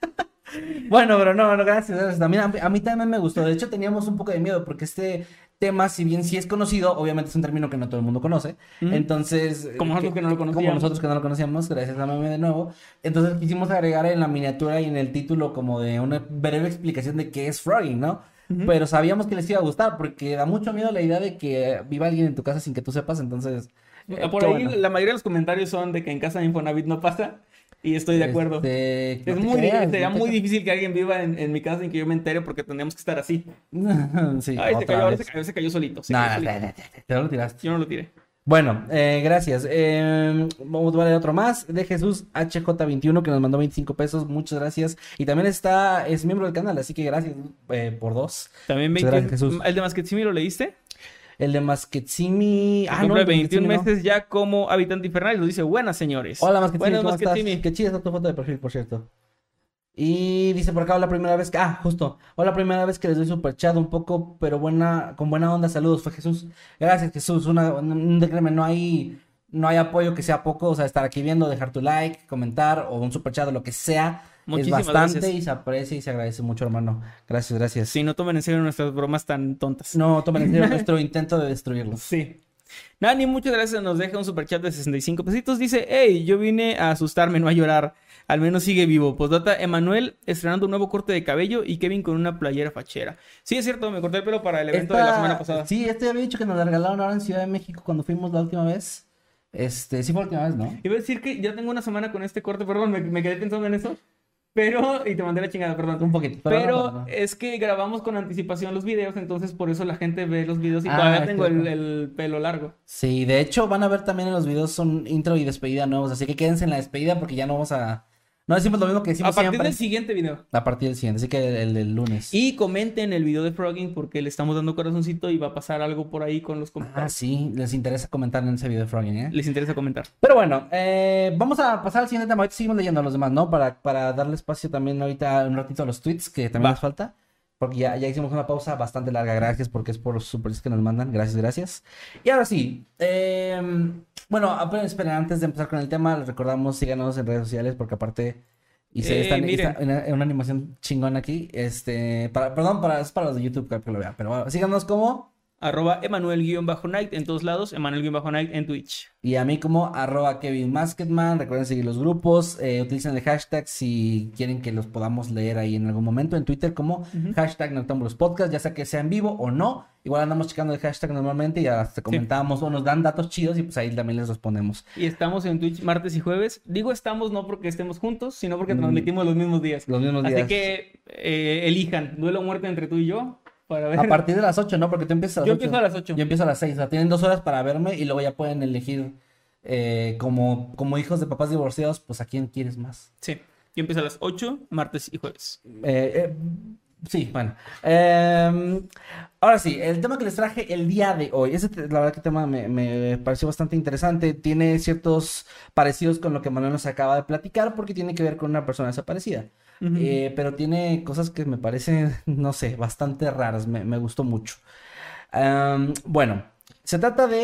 Bueno, pero no, no, gracias, gracias. También a, mí- a mí también me gustó. De hecho, teníamos un poco de miedo porque este tema, si bien sí es conocido, obviamente es un término que no todo el mundo conoce. Ujú. Entonces... Como nosotros que no lo Como conocíamos. nosotros que no lo conocíamos, gracias a Meme de nuevo. Entonces quisimos agregar en la miniatura y en el título como de una breve explicación de qué es frogging, ¿no? Ujú. Pero sabíamos que les iba a gustar porque da mucho miedo la idea de que viva alguien en tu casa sin que tú sepas, entonces... eh, Por qué ahí bueno. la mayoría de los comentarios son de que en casa de Infonavit no pasa. Y estoy de acuerdo. Este, Es no te muy, creas, sería no te muy cre- difícil que alguien viva en, en mi casa sin que yo me entere porque tendríamos que estar así. Sí, Ay, se otra cayó, ahora vez. se cayó, se cayó solito. se No, cayó no, solito. no, no, no, te lo tiraste. Yo no lo tiré. Bueno, eh, gracias. Eh, vamos a ver otro más de Jesús H J veintiuno que nos mandó veinticinco pesos. Muchas gracias. Y también está, es miembro del canal, así que gracias eh, por dos. También Muchas veinte gracias, Jesús. ¿El de Masquetsimi lo leíste? El de Masquetsimi. Ah, Ah, no, cumple el de veintiún Masquetsimi no. meses ya como habitante infernal y nos dice, buenas señores. Hola, Masquetsimi, Buenas, ¿cómo Masquetsimi. estás? Qué chida está tu foto de perfil, por cierto. Y dice por acá, la primera vez que... Ah, justo. Hola, primera vez que les doy super chat un poco, pero buena, con buena onda. Saludos, fue Jesús. Gracias, Jesús. Una, un, créeme, no hay, no hay apoyo que sea poco. O sea, estar aquí viendo, dejar tu like, comentar o un super chat o lo que sea. Muchísimas es bastante gracias. y se aprecia y se agradece mucho, hermano. Gracias, gracias. Sí, no tomen en serio nuestras bromas tan tontas. No, tomen en serio nuestro intento de destruirlo. Sí. Nani, muchas gracias. Nos deja un superchat de sesenta y cinco pesitos. Dice, hey, yo vine a asustarme, no a llorar. Al menos sigue vivo. Postdata, Emanuel estrenando un nuevo corte de cabello y Kevin con una playera fachera. Sí, es cierto, me corté el pelo para el evento de la Esta- semana pasada. Sí, este había dicho que nos la regalaron ahora en Ciudad de México cuando fuimos la última vez. Este, sí fue la última vez, ¿no? Iba a decir que ya tengo una semana con este corte, perdón, me, me quedé pensando en eso. Pero, y te mandé la chingada, perdón. Un poquito. Pero no, no, no. es que grabamos con anticipación los videos, entonces por eso la gente ve los videos y Ah, todavía es tengo el, cierto. el pelo largo. Sí, de hecho van a ver también en los videos son intro y despedida nuevos, así que quédense en la despedida porque ya no vamos a... No decimos lo mismo que decimos A partir siempre. del siguiente video. A partir del siguiente, así que el del lunes. Y comenten el video de Frogging porque le estamos dando corazoncito y va a pasar algo por ahí con los Ah, comentarios. sí, les interesa comentar en ese video de Frogging, ¿eh? Les interesa comentar. Pero bueno, eh, vamos a pasar al siguiente tema. Ahorita seguimos leyendo a los demás, ¿no? Para, para darle espacio también ahorita un ratito a los tweets, que también Va. nos falta. Porque ya, ya hicimos una pausa bastante larga. Gracias, porque es por los supers que nos mandan. Gracias, gracias. Y ahora sí. eh, bueno, apenas, esperen, antes de empezar con el tema, les recordamos, síganos en redes sociales, porque aparte hice Eh, esta, miren. esta- una, una animación chingona aquí. Este, para, perdón, para, es para los de YouTube que, que lo vean. Pero bueno, síganos como... Arroba Emanuel-Night en todos lados, Emanuel-Night en Twitch. Y a mí como arroba Kevin Masketman. Recuerden seguir los grupos. Eh, utilicen el hashtag si quieren que los podamos leer ahí en algún momento. En Twitter como Ujú. hashtag Noctámbulos Podcast. Ya sea que sea en vivo o no. Igual andamos checando el hashtag normalmente y ya te comentamos o nos dan datos chidos y pues ahí también les respondemos. Y estamos en Twitch martes y jueves. Digo estamos no porque estemos juntos, sino porque Mm. transmitimos los mismos días. Los mismos días. Así que eh, elijan, duelo o muerte entre tú y yo. Para ver. A partir de las ocho, ¿no? Porque tú empiezas a las Yo ocho. empiezo a las ocho. Yo empiezo a las seis. O sea, tienen dos horas para verme y luego ya pueden elegir eh, como, como hijos de papás divorciados, pues a quién quieres más. Sí, yo empiezo a las ocho, martes y jueves. Eh, eh, sí, bueno. Eh, ahora sí, el tema que les traje el día de hoy. Ese, te- la verdad que tema me, me pareció bastante interesante. Tiene ciertos parecidos con lo que Manuel nos acaba de platicar porque tiene que ver con una persona desaparecida. Ujú. Eh, pero tiene cosas que me parecen, no sé, bastante raras. Me, me gustó mucho. Am, bueno, se trata de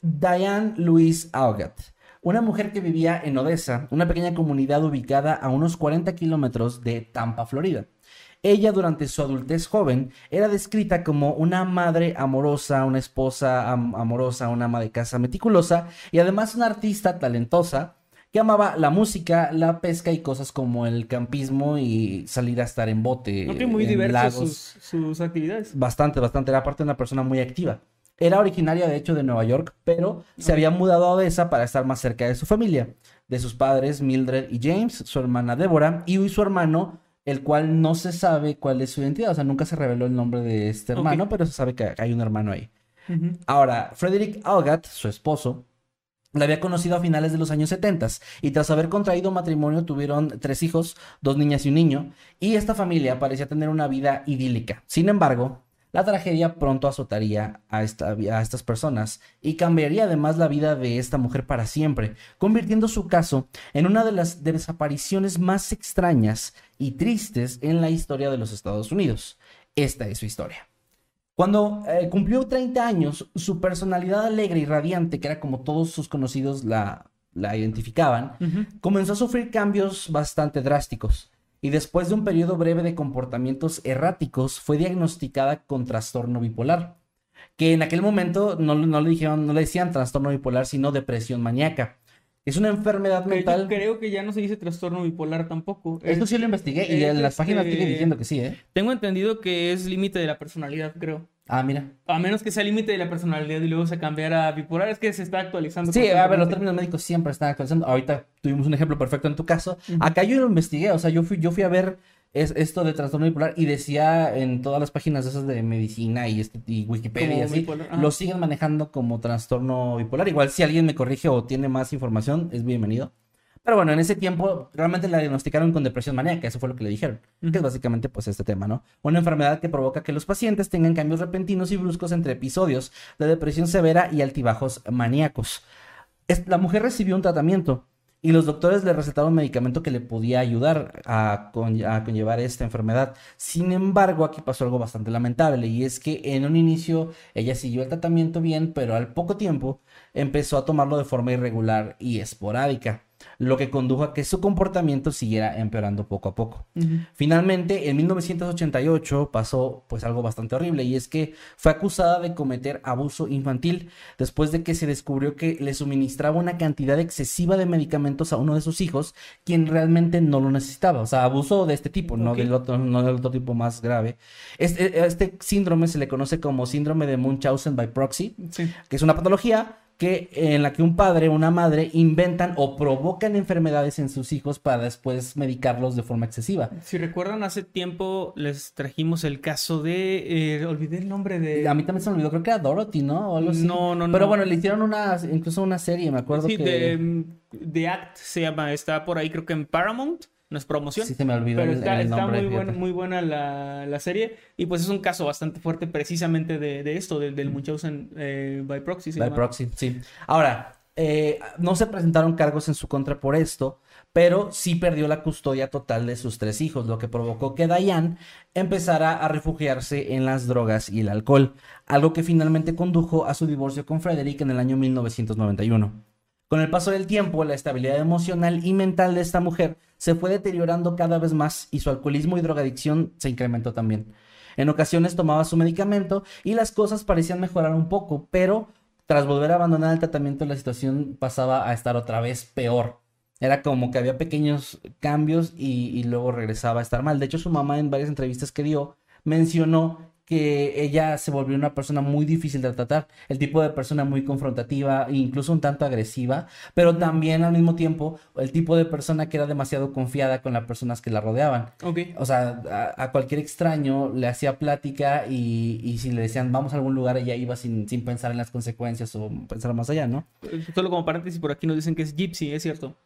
Diane Louise Augat, una mujer que vivía en Odessa, una pequeña comunidad ubicada a unos cuarenta kilómetros de Tampa, Florida. Ella, durante su adultez joven, era descrita como una madre amorosa, una esposa am- amorosa, una ama de casa meticulosa y además una artista talentosa que amaba la música, la pesca y cosas como el campismo y salir a estar en bote, Ok, muy en diversas lagos. sus, sus actividades. Bastante, bastante. Era parte de una persona muy activa. Era originaria, de hecho, de Nueva York, pero se había mudado a Odessa para estar más cerca de su familia, de sus padres Mildred y James, su hermana Deborah y su hermano, el cual no se sabe cuál es su identidad. O sea, nunca se reveló el nombre de este hermano, Ok. pero se sabe que hay un hermano ahí. Ujú. Ahora, Frederick Augat, su esposo, la había conocido a finales de los años setenta y tras haber contraído matrimonio tuvieron tres hijos, dos niñas y un niño, y esta familia parecía tener una vida idílica. Sin embargo, la tragedia pronto azotaría a, esta, a estas personas y cambiaría además la vida de esta mujer para siempre, convirtiendo su caso en una de las desapariciones más extrañas y tristes en la historia de los Estados Unidos. Esta es su historia. Cuando eh, cumplió treinta años, su personalidad alegre y radiante, que era como todos sus conocidos la, la identificaban, Ujú. comenzó a sufrir cambios bastante drásticos. Y después de un periodo breve de comportamientos erráticos, fue diagnosticada con trastorno bipolar. Que en aquel momento no, no le dijeron, no le decían trastorno bipolar, sino depresión maníaca. Es una enfermedad Que yo mental. creo que ya no se dice trastorno bipolar tampoco. Esto Es- sí lo investigué y es en las páginas este- sigue diciendo que sí, ¿eh? Tengo entendido que es límite de la personalidad, creo. Ah, mira. A menos que sea límite de la personalidad y luego se cambiara a bipolar. Es que se está actualizando. Sí, a ver, los constantemente. términos médicos siempre están actualizando. Ahorita tuvimos un ejemplo perfecto en tu caso. Ujú. Acá yo lo investigué, o sea, yo fui, yo fui a ver es, esto de trastorno bipolar y decía en todas las páginas esas de medicina y, este, y Wikipedia Como y así, bipolar, ajá. lo siguen manejando como trastorno bipolar. Igual si alguien me corrige o tiene más información, es bienvenido. Pero bueno, en ese tiempo realmente la diagnosticaron con depresión maníaca, eso fue lo que le dijeron, que es Ujú. básicamente pues este tema, ¿no? Una enfermedad que provoca que los pacientes tengan cambios repentinos y bruscos entre episodios de depresión severa y altibajos maníacos. Es- la mujer recibió un tratamiento y los doctores le recetaron un medicamento que le podía ayudar a, con- a conllevar esta enfermedad. Sin embargo, aquí pasó algo bastante lamentable y es que en un inicio ella siguió el tratamiento bien, pero al poco tiempo empezó a tomarlo de forma irregular y esporádica, lo que condujo a que su comportamiento siguiera empeorando poco a poco. Ujú. Finalmente, en mil novecientos ochenta y ocho pasó pues algo bastante horrible y es que fue acusada de cometer abuso infantil después de que se descubrió que le suministraba una cantidad excesiva de medicamentos a uno de sus hijos, quien realmente no lo necesitaba. O sea, abuso de este tipo, no Ok. del otro, no del otro tipo más grave. Este, este síndrome se le conoce como síndrome de Munchausen by proxy, Sí. que es una patología que, en la que un padre o una madre inventan o provocan enfermedades en sus hijos para después medicarlos de forma excesiva. Si recuerdan, hace tiempo les trajimos el caso de... eh, olvidé el nombre de... A mí también se me olvidó, creo que era Dorothy, ¿no? O algo así. No, no, Pero no. bueno, le hicieron una, incluso una serie, me acuerdo Sí, que... de, mm, The Act se llama. Está por ahí, creo que en Paramount. No es promoción. Sí, se me olvidó Pero el, está, el está nombre, muy, fíjate. buena, muy buena la, la serie. Y pues es un caso bastante fuerte precisamente de, de esto, del, del Munchausen eh, by proxy. se By llama. proxy, sí. Ahora, eh, no se presentaron cargos en su contra por esto, pero sí perdió la custodia total de sus tres hijos, lo que provocó que Diane empezara a refugiarse en las drogas y el alcohol, algo que finalmente condujo a su divorcio con Frederick en el año mil novecientos noventa y uno. Con el paso del tiempo, la estabilidad emocional y mental de esta mujer se fue deteriorando cada vez más y su alcoholismo y drogadicción se incrementó también. En ocasiones tomaba su medicamento y las cosas parecían mejorar un poco, pero tras volver a abandonar el tratamiento, la situación pasaba a estar otra vez peor. Era como que había pequeños cambios y, y luego regresaba a estar mal. De hecho, su mamá en varias entrevistas que dio mencionó que ella se volvió una persona muy difícil de tratar, el tipo de persona muy confrontativa e incluso un tanto agresiva, pero también al mismo tiempo el tipo de persona que era demasiado confiada con las personas que la rodeaban. Ok. O sea, a, a cualquier extraño le hacía plática y, y si le decían vamos a algún lugar, ella iba sin, sin pensar en las consecuencias o pensar más allá, ¿no? Solo como paréntesis, por aquí nos dicen que es Gypsy, es cierto.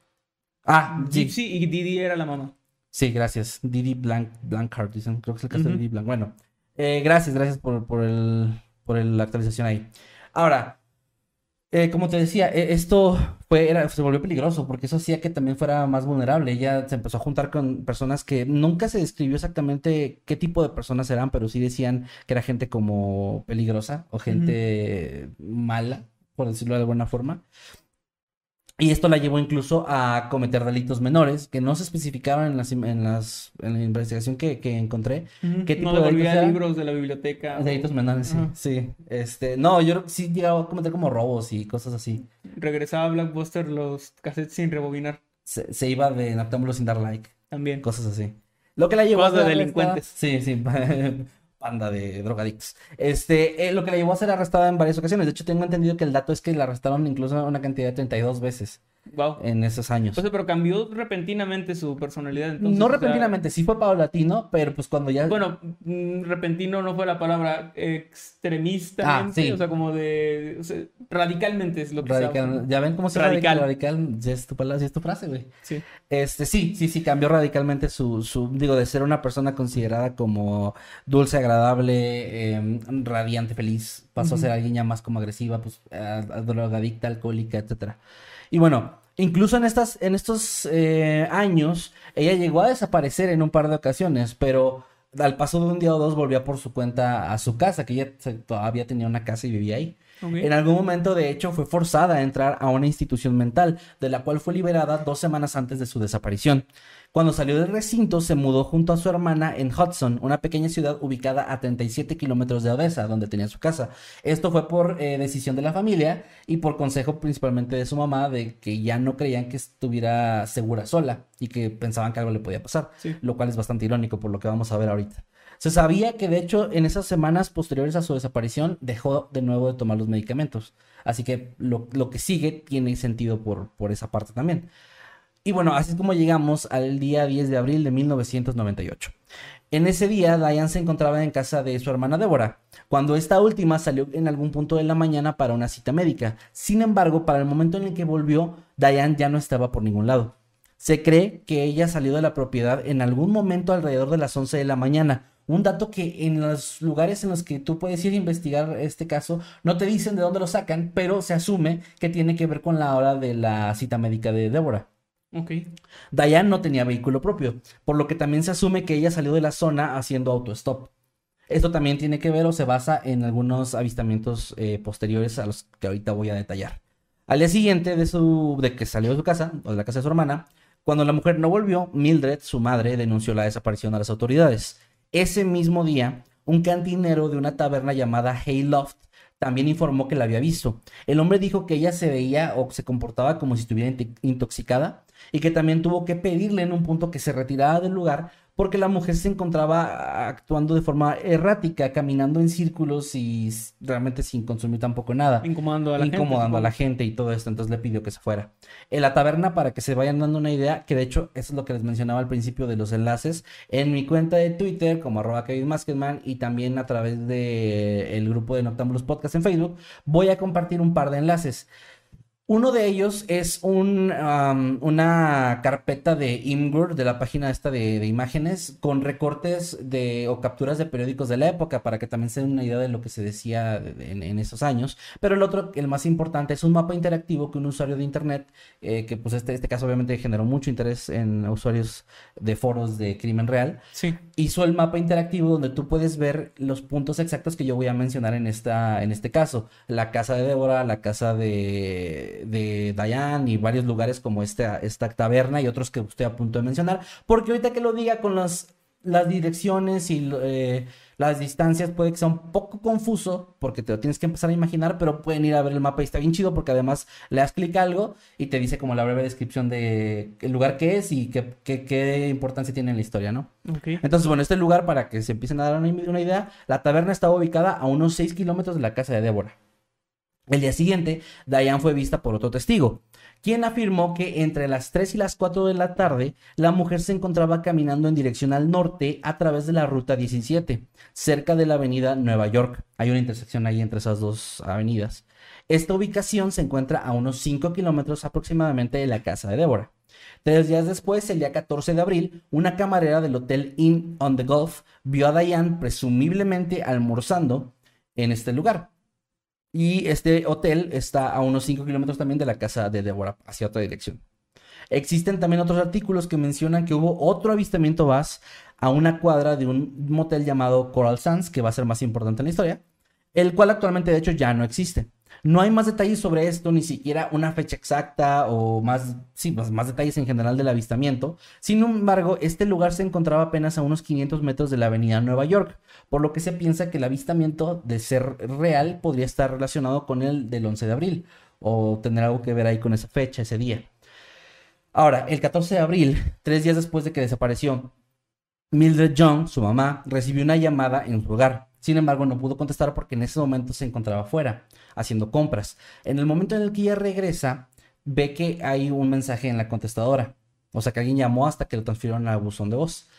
Ah, sí. Gypsy y Didi era la mamá. Sí, gracias. Didi Blanc, Blancard, dicen. Creo que es el caso Ujú. de Didi Blanc. Bueno, eh, gracias, gracias por, por, el, por el- la actualización ahí. Ahora, eh, como te decía, eh, esto fue, era, se volvió peligroso porque eso hacía que también fuera más vulnerable. Ella se empezó a juntar con personas que nunca se describió exactamente qué tipo de personas eran, pero sí decían que era gente como peligrosa o gente mala, por decirlo de alguna forma. Y esto la llevó incluso a cometer delitos menores que no se especificaban en, las, en, las, en la investigación que, que encontré. Uh-huh. ¿Qué tipo no devolvía de libros de la biblioteca. Delitos o... menores, uh-huh. sí, sí. Este, no, yo sí llegaba a cometer como robos y cosas así. Regresaba a Blockbuster los cassettes sin rebobinar. Se, se iba de Noctámbulos sin dar like. También. Cosas así. Lo que la llevó Cosas a de ser delincuentes. arrestada... Sí, sí. Banda de drogadictos. Este, eh, lo que la llevó a ser arrestada en varias ocasiones. De hecho, tengo entendido que el dato es que la arrestaron incluso una cantidad de treinta y dos veces. Wow. En esos años. O sea, pero cambió repentinamente su personalidad. Entonces, no o sea... repentinamente, sí fue paulatino, pero pues cuando ya... Bueno, repentino no fue la palabra, extremistamente, ah, sí. o sea, como de... O sea, radicalmente es lo que Radical. se llama. Ya ven cómo se radical. radical. Radical, ya es tu palabra, ya es tu frase, güey. Sí. Este, sí, sí, sí, cambió radicalmente su, su, digo, de ser una persona considerada como dulce, agradable, eh, radiante, feliz, pasó uh-huh. a ser alguien ya más como agresiva, pues, a, a drogadicta, alcohólica, etcétera. Y bueno... Incluso en, estas, en estos eh, años, ella llegó a desaparecer en un par de ocasiones, pero al paso de un día o dos volvía por su cuenta a su casa, que ella todavía tenía una casa y vivía ahí. Okay. En algún momento, de hecho, fue forzada a entrar a una institución mental, de la cual fue liberada dos semanas antes de su desaparición. Cuando salió del recinto, se mudó junto a su hermana en Hudson, una pequeña ciudad ubicada a treinta y siete kilómetros de Odessa, donde tenía su casa. Esto fue por eh, decisión de la familia y por consejo principalmente de su mamá, de que ya no creían que estuviera segura sola y que pensaban que algo le podía pasar, sí. Lo cual es bastante irónico por lo que vamos a ver ahorita. Se sabía que, de hecho, en esas semanas posteriores a su desaparición, dejó de nuevo de tomar los medicamentos. Así que lo, lo que sigue tiene sentido por, por esa parte también. Y bueno, así es como llegamos al día diez de abril de mil novecientos noventa y ocho. En ese día, Diane se encontraba en casa de su hermana Deborah, cuando esta última salió en algún punto de la mañana para una cita médica. Sin embargo, para el momento en el que volvió, Diane ya no estaba por ningún lado. Se cree que ella salió de la propiedad en algún momento alrededor de las once de la mañana. Un dato que en los lugares en los que tú puedes ir a investigar este caso no te dicen de dónde lo sacan, pero se asume que tiene que ver con la hora de la cita médica de Deborah. Okay. Diane no tenía vehículo propio, por lo que también se asume que ella salió de la zona haciendo autostop. Esto también tiene que ver o se basa en algunos avistamientos eh, posteriores a los que ahorita voy a detallar. Al día siguiente de, su, de que salió de su casa, o de la casa de su hermana, cuando la mujer no volvió, Mildred, su madre, denunció la desaparición a las autoridades. Ese mismo día, un cantinero de una taberna llamada Hayloft también informó que la había visto. El hombre dijo que ella se veía o se comportaba como si estuviera intoxicada y que también tuvo que pedirle en un punto que se retirara del lugar porque la mujer se encontraba actuando de forma errática, caminando en círculos y realmente sin consumir tampoco nada. Incomodando a la Incomodando gente. a la gente y todo esto, entonces le pidió que se fuera. En la taberna, para que se vayan dando una idea, que de hecho eso es lo que les mencionaba al principio de los enlaces, en mi cuenta de Twitter como arroba Kevin Maskedman y también a través del grupo de Noctámbulos Podcast en Facebook, voy a compartir un par de enlaces. Uno de ellos es un, um, una carpeta de Imgur, de la página esta de, de imágenes, con recortes de, o capturas de periódicos de la época, para que también se den una idea de lo que se decía en, en esos años. Pero el otro, el más importante, es un mapa interactivo que un usuario de internet, eh, que pues este, este caso obviamente generó mucho interés en usuarios de foros de crimen real, sí. Hizo el mapa interactivo donde tú puedes ver los puntos exactos que yo voy a mencionar en, esta, en este caso. La casa de Deborah, la casa de... de Diane y varios lugares como esta, esta taberna y otros que estoy a punto de mencionar, porque ahorita que lo diga con las, las direcciones y eh, las distancias puede que sea un poco confuso porque te lo tienes que empezar a imaginar, pero pueden ir a ver el mapa y está bien chido porque además le das clic a algo y te dice como la breve descripción de el lugar que es y qué, qué, qué importancia tiene en la historia, ¿no? Okay. Entonces, bueno, este lugar, para que se empiecen a dar una, una idea, la taberna estaba ubicada a unos seis kilómetros de la casa de Deborah. El día siguiente, Diane fue vista por otro testigo, quien afirmó que entre las tres y las cuatro de la tarde, la mujer se encontraba caminando en dirección al norte a través de la ruta diecisiete, cerca de la avenida Nueva York. Hay una intersección ahí entre esas dos avenidas. Esta ubicación se encuentra a unos cinco kilómetros aproximadamente de la casa de Deborah. Tres días después, el día catorce de abril, una camarera del Hotel Inn on the Gulf vio a Diane presumiblemente almorzando en este lugar. Y este hotel está a unos cinco kilómetros también de la casa de Deborah, hacia otra dirección. Existen también otros artículos que mencionan que hubo otro avistamiento más a una cuadra de un motel llamado Coral Sands, que va a ser más importante en la historia, el cual actualmente de hecho ya no existe. No hay más detalles sobre esto, ni siquiera una fecha exacta o más, sí, más, más detalles en general del avistamiento. Sin embargo, este lugar se encontraba apenas a unos quinientos metros de la avenida Nueva York, por lo que se piensa que el avistamiento, de ser real, podría estar relacionado con el del once de abril o tener algo que ver ahí con esa fecha, ese día. Ahora, el catorce de abril, tres días después de que desapareció, Mildred Young, su mamá, recibió una llamada en su hogar. Sin embargo, no pudo contestar porque en ese momento se encontraba fuera, haciendo compras. En el momento en el que ella regresa, ve que hay un mensaje en la contestadora. O sea, que alguien llamó hasta que lo transfirieron al buzón de voz.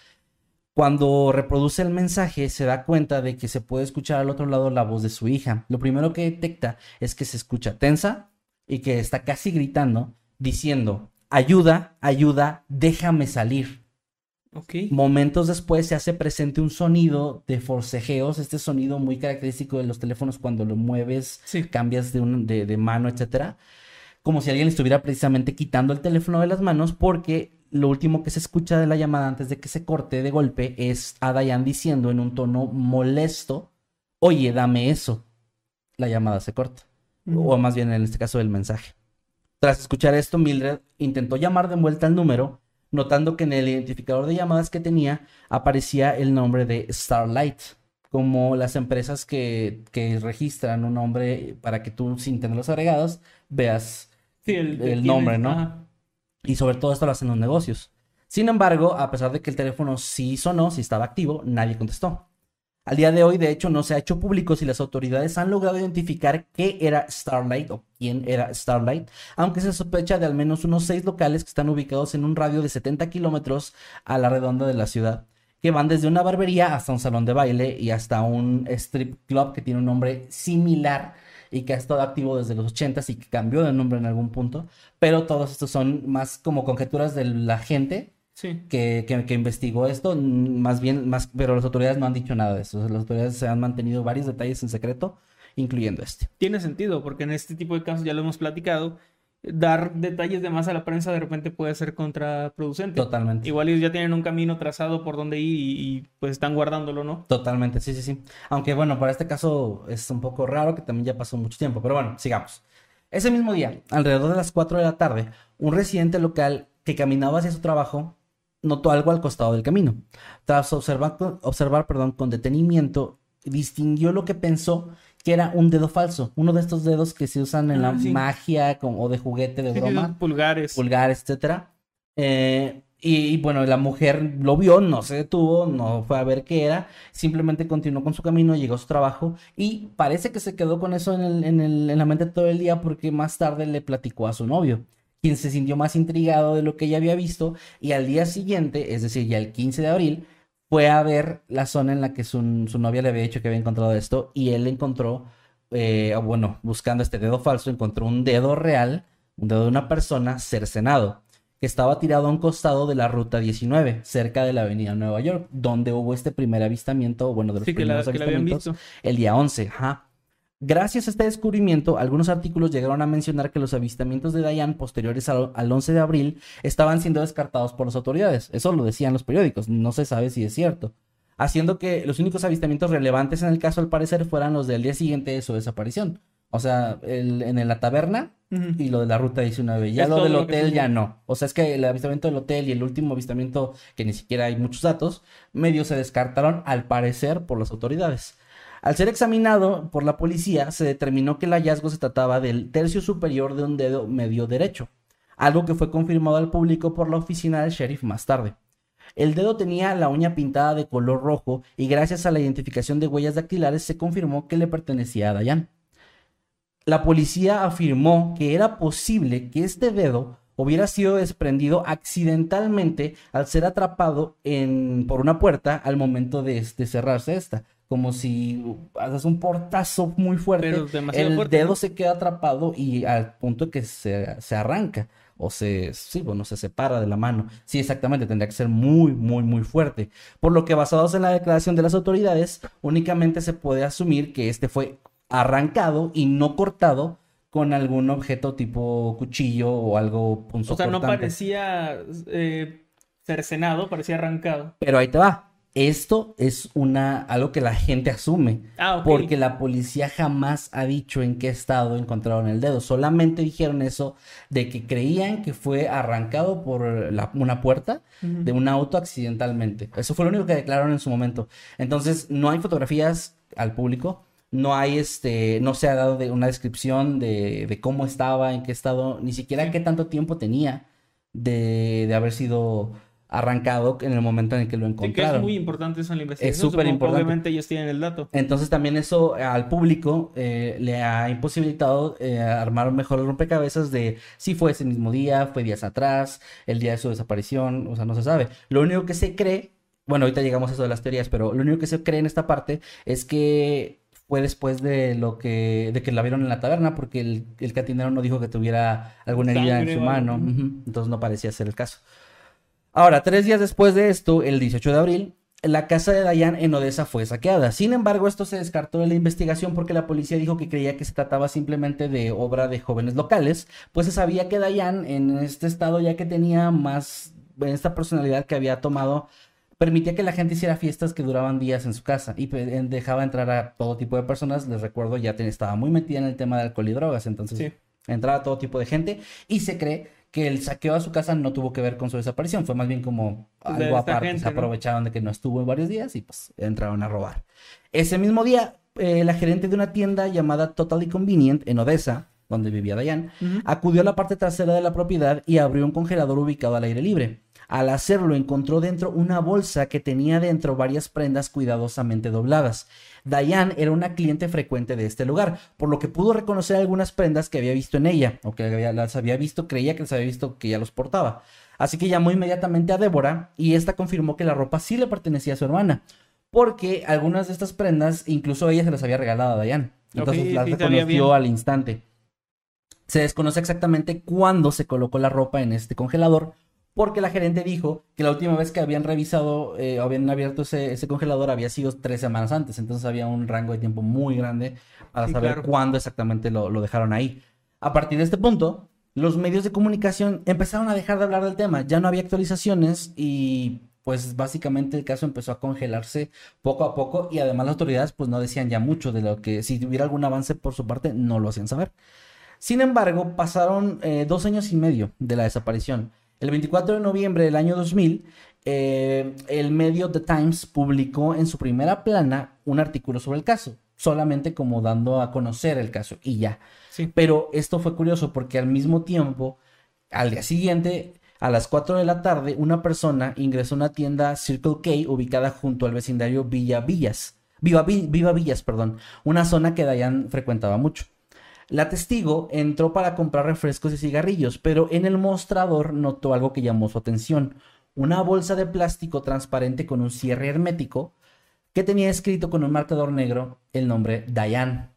Cuando reproduce el mensaje, se da cuenta de que se puede escuchar al otro lado la voz de su hija. Lo primero que detecta es que se escucha tensa y que está casi gritando, diciendo: ayuda, ayuda, déjame salir. Okay. Momentos después se hace presente un sonido de forcejeos, este sonido muy característico de los teléfonos cuando lo mueves, sí. cambias de, un, de, de mano, etcétera. Como si alguien le estuviera precisamente quitando el teléfono de las manos, porque lo último que se escucha de la llamada antes de que se corte de golpe es a Diane diciendo en un tono molesto: oye, dame eso. La llamada se corta, mm. o más bien en este caso el mensaje. Tras escuchar esto, Mildred intentó llamar de vuelta al número, notando que en el identificador de llamadas que tenía aparecía el nombre de Starlight, como las empresas que, que registran un nombre para que tú, sin tenerlos agregados, veas sí, el, el nombre, es, ¿no? Ajá. Y sobre todo esto lo hacen los negocios. Sin embargo, a pesar de que el teléfono sí sonó, sí estaba activo, nadie contestó. Al día de hoy, de hecho, no se ha hecho público si las autoridades han logrado identificar qué era Starlight o quién era Starlight, aunque se sospecha de al menos unos seis locales que están ubicados en un radio de setenta kilómetros a la redonda de la ciudad, que van desde una barbería hasta un salón de baile y hasta un strip club que tiene un nombre similar y que ha estado activo desde los ochentas y que cambió de nombre en algún punto, pero todos estos son más como conjeturas de la gente. Sí. Que, que, que investigó esto, más bien, más, pero las autoridades no han dicho nada de eso. Las autoridades se han mantenido varios detalles en secreto, incluyendo este. Tiene sentido, porque en este tipo de casos, ya lo hemos platicado, dar detalles de más a la prensa de repente puede ser contraproducente. Totalmente. Igual ellos ya tienen un camino trazado por donde ir y, y pues están guardándolo, ¿no? Totalmente, sí, sí, sí. Aunque bueno, para este caso es un poco raro, que también ya pasó mucho tiempo, pero bueno, sigamos. Ese mismo día, alrededor de las cuatro de la tarde, un residente local que caminaba hacia su trabajo notó algo al costado del camino. Tras observar, observar perdón, con detenimiento, distinguió lo que pensó que era un dedo falso. Uno de estos dedos que se usan en ah, la sí. magia como, o de juguete, de sí, broma. Sí, pulgares. Pulgares, etcétera. Eh, y, y bueno, la mujer lo vio, no se detuvo, no fue a ver qué era. Simplemente continuó con su camino, llegó a su trabajo y parece que se quedó con eso en, el, en, el, en la mente todo el día porque más tarde le platicó a su novio, quien se sintió más intrigado de lo que ella había visto, y al día siguiente, es decir, ya el quince de abril, fue a ver la zona en la que su, su novia le había dicho que había encontrado esto, y él encontró, eh, bueno, buscando este dedo falso, encontró un dedo real, un dedo de una persona cercenado, que estaba tirado a un costado de la ruta diecinueve, cerca de la avenida Nueva York, donde hubo este primer avistamiento, bueno, de los sí, primeros que la, avistamientos, que la el día once, ajá. Gracias a este descubrimiento, algunos artículos llegaron a mencionar que los avistamientos de Diane posteriores al, al once de abril estaban siendo descartados por las autoridades. Eso lo decían los periódicos, no se sabe si es cierto. Haciendo que los únicos avistamientos relevantes en el caso, al parecer, fueran los del día siguiente de su desaparición. O sea, el, en la taberna uh-huh. y lo de la ruta diecinueve. Ya es lo del hotel lo ya no. O sea, es que el avistamiento del hotel y el último avistamiento, que ni siquiera hay muchos datos, medio se descartaron, al parecer, por las autoridades. Al ser examinado por la policía, se determinó que el hallazgo se trataba del tercio superior de un dedo medio derecho, algo que fue confirmado al público por la oficina del sheriff más tarde. El dedo tenía la uña pintada de color rojo y gracias a la identificación de huellas dactilares se confirmó que le pertenecía a Diane. La policía afirmó que era posible que este dedo hubiera sido desprendido accidentalmente al ser atrapado en, por una puerta al momento de, de cerrarse esta. Como si haces un portazo muy fuerte, el fuerte, dedo ¿no? se queda atrapado y al punto que se, se arranca o se, sí, bueno, se separa de la mano. Sí, exactamente, tendría que ser muy, muy, muy fuerte. Por lo que, basados en la declaración de las autoridades, únicamente se puede asumir que este fue arrancado y no cortado con algún objeto tipo cuchillo o algo punzocortante. O sea, no parecía eh, cercenado, parecía arrancado. Pero ahí te va. Esto es una algo que la gente asume, Ah, ok. porque la policía jamás ha dicho en qué estado encontraron el dedo. Solamente dijeron eso de que creían que fue arrancado por la- una puerta Ujú. de un auto accidentalmente. Eso fue lo único que declararon en su momento. Entonces, no hay fotografías al público, no hay este, no se ha dado de una descripción de, de cómo estaba, en qué estado, ni siquiera Sí. qué tanto tiempo tenía de, de haber sido arrancado en el momento en el que lo Sí, que es encontraron. muy importante eso en la investigación. Es súper Supongo que importante. obviamente ellos tienen el dato. Entonces también eso al público eh, le ha imposibilitado eh, armar mejor el rompecabezas de si fue ese mismo día, fue días atrás, el día de su desaparición, o sea, no se sabe. Lo único que se cree, bueno, ahorita llegamos a eso de las teorías, pero lo único que se cree en esta parte es que fue después de lo que, de que la vieron en la taberna, porque el, el cantinero no dijo que tuviera alguna herida en Sangre su o algo. mano, Ujú. ujú, entonces no parecía ser el caso. Ahora, tres días después de esto, el dieciocho de abril, la casa de Dayan en Odessa fue saqueada. Sin embargo, esto se descartó de la investigación porque la policía dijo que creía que se trataba simplemente de obra de jóvenes locales, pues se sabía que Dayan en este estado, ya que tenía más, esta personalidad que había tomado, permitía que la gente hiciera fiestas que duraban días en su casa y pe- en- dejaba entrar a todo tipo de personas. Les recuerdo, ya ten- estaba muy metida en el tema de alcohol y drogas, entonces Sí. entraba todo tipo de gente y se cree que el saqueo a su casa no tuvo que ver con su desaparición, fue más bien como Pues de algo esta aparte, gente, se ¿no? aprovecharon de que no estuvo en varios días y pues entraron a robar. Ese mismo día, eh, la gerente de una tienda llamada Totally Convenient en Odessa, donde vivía Dayan, Ujú. acudió a la parte trasera de la propiedad y abrió un congelador ubicado al aire libre. Al hacerlo, encontró dentro una bolsa que tenía dentro varias prendas cuidadosamente dobladas. Dayan era una cliente frecuente de este lugar, por lo que pudo reconocer algunas prendas que había visto en ella, o que había- las había visto, creía que las había visto que ella los portaba. Así que llamó inmediatamente a Débora y esta confirmó que la ropa sí le pertenecía a su hermana, porque algunas de estas prendas incluso ella se las había regalado a Dayan. Entonces Ok, las sí, sabía reconoció bien. al instante. Se desconoce exactamente cuándo se colocó la ropa en este congelador, porque la gerente dijo que la última vez que habían revisado, eh, habían abierto ese, ese congelador había sido tres semanas antes, entonces había un rango de tiempo muy grande para Sí, saber claro. cuándo exactamente lo, lo dejaron ahí. A partir de este punto, los medios de comunicación empezaron a dejar de hablar del tema, ya no había actualizaciones y pues básicamente el caso empezó a congelarse poco a poco y además las autoridades pues no decían ya mucho de lo que, si hubiera algún avance por su parte, no lo hacían saber. Sin embargo, pasaron eh, dos años y medio de la desaparición. El veinticuatro de noviembre del año dos mil, eh, el medio The Times publicó en su primera plana un artículo sobre el caso, solamente como dando a conocer el caso y ya. Sí. Pero esto fue curioso porque al mismo tiempo, al día siguiente, a las cuatro de la tarde, una persona ingresó a una tienda Circle K ubicada junto al vecindario Villa Villas. Viva, Vi- Viva Villas, perdón, una zona que Dayan frecuentaba mucho. La testigo entró para comprar refrescos y cigarrillos, pero en el mostrador notó algo que llamó su atención. Una bolsa de plástico transparente con un cierre hermético que tenía escrito con un marcador negro el nombre Dayan.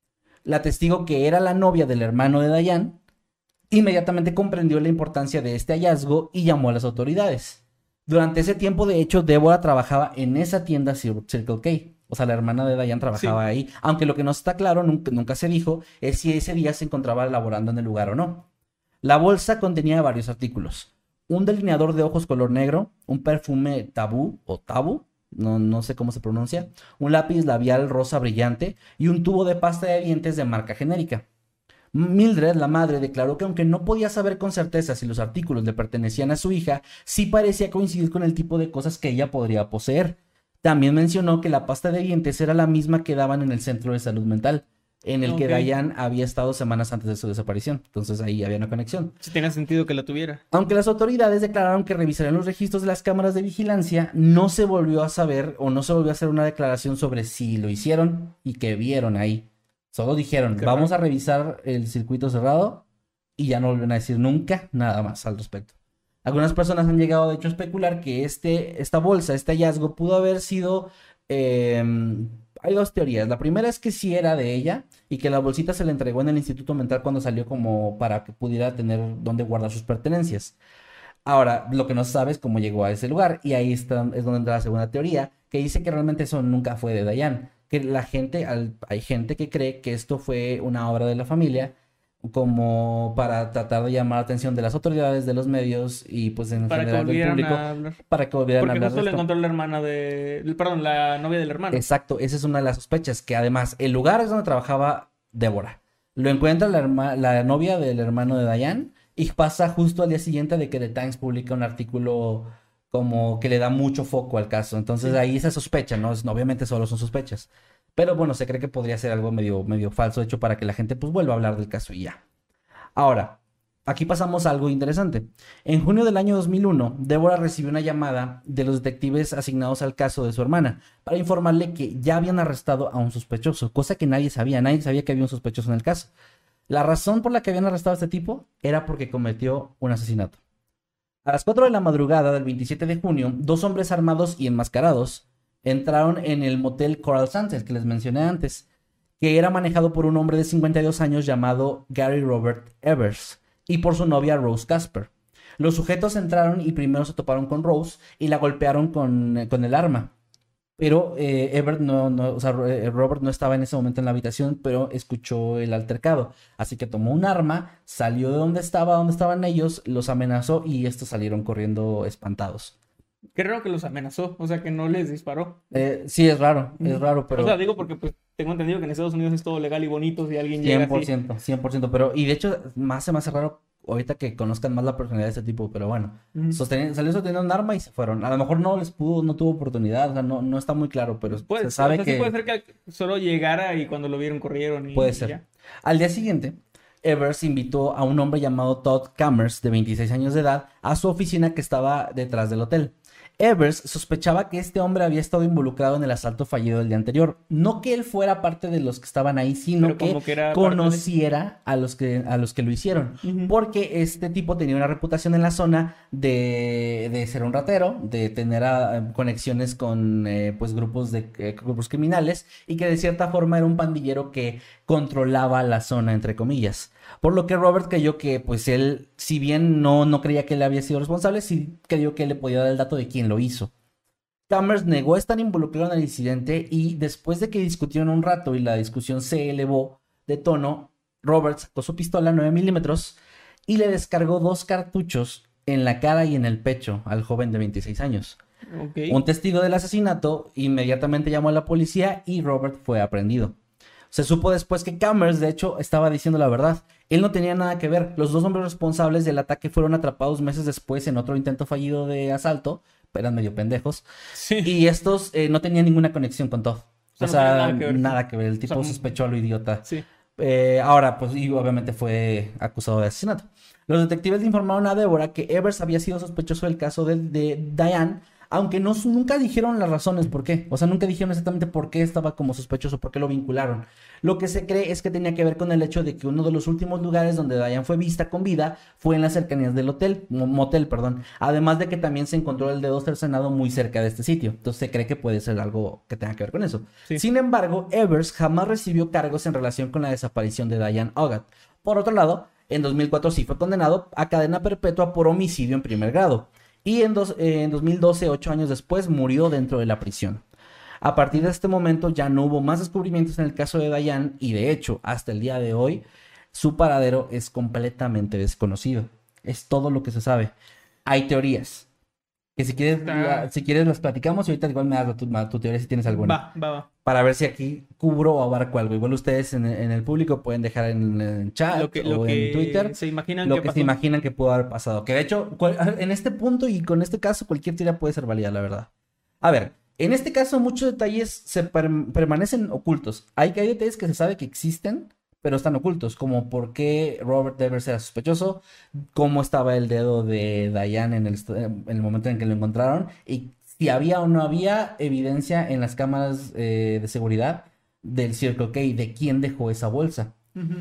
La testigo, que era la novia del hermano de Dayan, inmediatamente comprendió la importancia de este hallazgo y llamó a las autoridades. Durante ese tiempo, de hecho, Débora trabajaba en esa tienda Cir- Circle K. O sea, la hermana de Dayan trabajaba Sí. ahí. Aunque lo que no está claro, nunca, nunca se dijo, es si ese día se encontraba laborando en el lugar o no. La bolsa contenía varios artículos. Un delineador de ojos color negro, un perfume tabú o tabu, no, no sé cómo se pronuncia, un lápiz labial rosa brillante y un tubo de pasta de dientes de marca genérica. Mildred, la madre, declaró que aunque no podía saber con certeza si los artículos le pertenecían a su hija, sí parecía coincidir con el tipo de cosas que ella podría poseer. También mencionó que la pasta de dientes era la misma que daban en el centro de salud mental, en el que Ok. Dayan había estado semanas antes de su desaparición. Entonces ahí había una conexión. Sí tenía sentido que la tuviera. Aunque las autoridades declararon que revisarían los registros de las cámaras de vigilancia, no se volvió a saber o no se volvió a hacer una declaración sobre si lo hicieron y qué vieron ahí. Solo dijeron, Qué vamos raro. a revisar el circuito cerrado y ya no volvieron a decir nunca nada más al respecto. Algunas personas han llegado de hecho a especular que este, esta bolsa, este hallazgo pudo haber sido... eh, hay dos teorías. La primera es que sí era de ella y que la bolsita se le entregó en el Instituto Mental cuando salió como para que pudiera tener donde guardar sus pertenencias. Ahora, lo que no se sabe es cómo llegó a ese lugar y ahí está, es donde entra la segunda teoría, que dice que realmente eso nunca fue de Dayan, que la gente, al- hay gente que cree que esto fue una obra de la familia como para tratar de llamar la atención de las autoridades, de los medios y pues en Para que general del volvieran público a hablar. para que volvieran a Porque hablar justo de le esto. encontró la hermana de... Perdón, la novia del hermano. Exacto, esa es una de las sospechas, que además el lugar es donde trabajaba Débora. Lo encuentra la, herma- la novia del hermano de Diane y pasa justo al día siguiente de que The Times publica un artículo como que le da mucho foco al caso. Entonces Sí. ahí se sospecha, ¿no? Es- obviamente solo son sospechas. Pero bueno, se cree que podría ser algo medio, medio falso, hecho para que la gente pues vuelva a hablar del caso y ya. Ahora, aquí pasamos a algo interesante. En junio del año dos mil uno, Débora recibió una llamada de los detectives asignados al caso de su hermana para informarle que ya habían arrestado a un sospechoso, cosa que nadie sabía. Nadie sabía que había un sospechoso en el caso. La razón por la que habían arrestado a este tipo era porque cometió un asesinato. A las cuatro de la madrugada del veintisiete de junio, dos hombres armados y enmascarados entraron en el motel Coral Sands, el que les mencioné antes, que era manejado por un hombre de cincuenta y dos años llamado Gary Robert Evers y por su novia Rose Casper. Los sujetos entraron y primero se toparon con Rose y la golpearon con, con el arma. Pero eh, Ebert no, no, o sea, Robert no estaba en ese momento en la habitación, pero escuchó el altercado. Así que tomó un arma, salió de donde estaba, donde estaban ellos, los amenazó y estos salieron corriendo espantados. Qué raro que los amenazó, o sea, que no les disparó. Eh, sí, es raro, es Ujú. raro, pero... O sea, digo porque pues tengo entendido que en Estados Unidos es todo legal y bonito si alguien cien llega por así. ciento, cien por ciento, pero... Y de hecho, más se me hace raro ahorita que conozcan más la personalidad de este tipo, pero bueno. Ujú. Sosteni- salió sosteniendo un arma y se fueron. A lo mejor no les pudo, no tuvo oportunidad, o sea, no, no está muy claro, pero Puede se ser, sabe o sea, que... sí puede ser que solo llegara y cuando lo vieron corrieron y Puede y ser. ya. Al día siguiente, Evers invitó a un hombre llamado Todd Cammers, de veintiséis años de edad, a su oficina que estaba detrás del hotel. Evers sospechaba que este hombre había estado involucrado en el asalto fallido del día anterior. No que él fuera parte de los que estaban ahí, sino Pero que, como que era parte de- conociera a los que, a los que lo hicieron. Ujú. Porque este tipo tenía una reputación en la zona de, de ser un ratero, de tener ah, conexiones con eh, pues grupos de eh, grupos criminales y que de cierta forma era un pandillero que controlaba la zona, entre comillas. Por lo que Robert creyó que, pues él, si bien no, no creía que él había sido responsable, sí creyó que él le podía dar el dato de quién lo hizo. Cammers negó estar involucrado en el incidente y después de que discutieron un rato y la discusión se elevó de tono, Robert sacó su pistola nueve milímetros y le descargó dos cartuchos en la cara y en el pecho al joven de veintiséis años. Ok. Un testigo del asesinato inmediatamente llamó a la policía y Robert fue aprendido. Se supo después que Cammers, de hecho, estaba diciendo la verdad. Él no tenía nada que ver. Los dos hombres responsables del ataque fueron atrapados meses después en otro intento fallido de asalto. Eran medio pendejos. Sí. Y estos eh, no tenían ninguna conexión con Todd. O O sea, no sea, tenían nada que ver. nada que ver. El tipo O sea, sospechó a lo idiota. Sí. Eh, ahora, pues, y obviamente fue acusado de asesinato. Los detectives le informaron a Débora que Evers había sido sospechoso del caso de, de Diane, aunque no, nunca dijeron las razones por qué. O sea, nunca dijeron exactamente por qué estaba como sospechoso, por qué lo vincularon. Lo que se cree es que tenía que ver con el hecho de que uno de los últimos lugares donde Diane fue vista con vida fue en las cercanías del hotel, motel, perdón. Además de que también se encontró el dedo cercenado muy cerca de este sitio. Entonces se cree que puede ser algo que tenga que ver con eso. Sí. Sin embargo, Evers jamás recibió cargos en relación con la desaparición de Diane Hoggett. Por otro lado, en dos mil cuatro sí fue condenado a cadena perpetua por homicidio en primer grado. Y en, dos, eh, en dos mil doce, ocho años después, murió dentro de la prisión. A partir de este momento ya no hubo más descubrimientos en el caso de Diane y de hecho, hasta el día de hoy, su paradero es completamente desconocido. Es todo lo que se sabe. Hay teorías. Que si quieres, Ah. la- si quieres las platicamos y ahorita igual me das tu, tu teoría si tienes alguna. Va, va, va. Para ver si aquí cubro o abarco algo. Igual ustedes en, en el público pueden dejar en el chat Lo que, lo o que en Twitter se imaginan lo que que pasó. se imaginan que pudo haber pasado. Que de hecho, cual- en este punto y con este caso, cualquier teoría puede ser válida, la verdad. A ver, en este caso muchos detalles se per- permanecen ocultos. Hay que hay detalles que se sabe que existen, pero están ocultos, como por qué Robert Evers era sospechoso, cómo estaba el dedo de Diane en el, est- en el momento en que lo encontraron y si había o no había evidencia en las cámaras eh, de seguridad del Circle K de quién dejó esa bolsa. Ujú.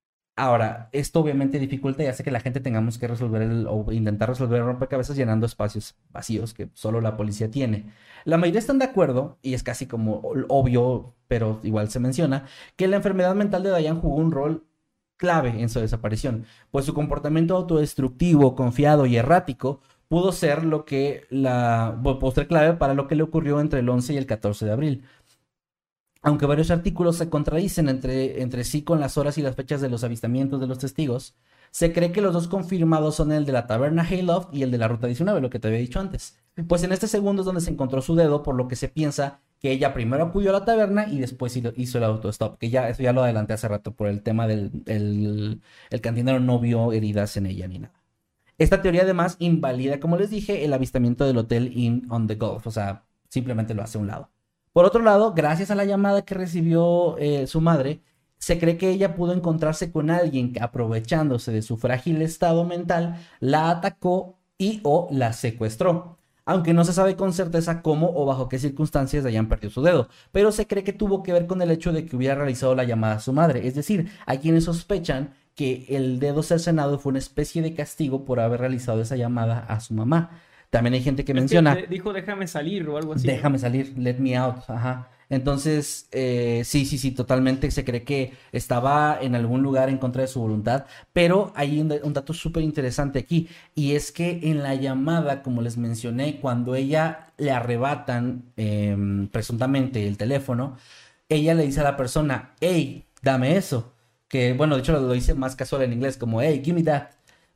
Ahora, esto obviamente dificulta y hace que la gente tengamos que resolver el, o intentar resolver el rompecabezas llenando espacios vacíos que solo la policía tiene. La mayoría están de acuerdo, y es casi como obvio, pero igual se menciona, que la enfermedad mental de Diane jugó un rol clave en su desaparición, pues su comportamiento autodestructivo, confiado y errático pudo ser lo que la, pudo ser clave para lo que le ocurrió entre el once y el catorce de abril. Aunque varios artículos se contradicen entre, entre sí con las horas y las fechas de los avistamientos de los testigos, se cree que los dos confirmados son el de la taberna Hayloft y el de la Ruta diecinueve, lo que te había dicho antes. Pues en este segundo es donde se encontró su dedo, por lo que se piensa que ella primero acudió a la taberna y después hizo el autostop, que ya eso ya lo adelanté hace rato por el tema del el, el cantinero no vio heridas en ella ni nada. Esta teoría además invalida, como les dije, el avistamiento del Hotel Inn on the Gulf, o sea, simplemente lo hace a un lado. Por otro lado, gracias a la llamada que recibió eh, su madre, se cree que ella pudo encontrarse con alguien que, aprovechándose de su frágil estado mental, la atacó y o la secuestró. Aunque no se sabe con certeza cómo o bajo qué circunstancias hayan perdido su dedo, pero se cree que tuvo que ver con el hecho de que hubiera realizado la llamada a su madre. Es decir, hay quienes sospechan que el dedo cercenado fue una especie de castigo por haber realizado esa llamada a su mamá. También hay gente que es menciona... Que dijo déjame salir o algo así. Déjame salir, let me out, ajá. Entonces, eh, sí, sí, sí, totalmente se cree que estaba en algún lugar en contra de su voluntad, pero hay un, un dato súper interesante aquí, y es que en la llamada, como les mencioné, cuando ella le arrebatan eh, presuntamente el teléfono, ella le dice a la persona, hey, dame eso, que bueno, de hecho lo, lo dice más casual en inglés, como, hey, give me that,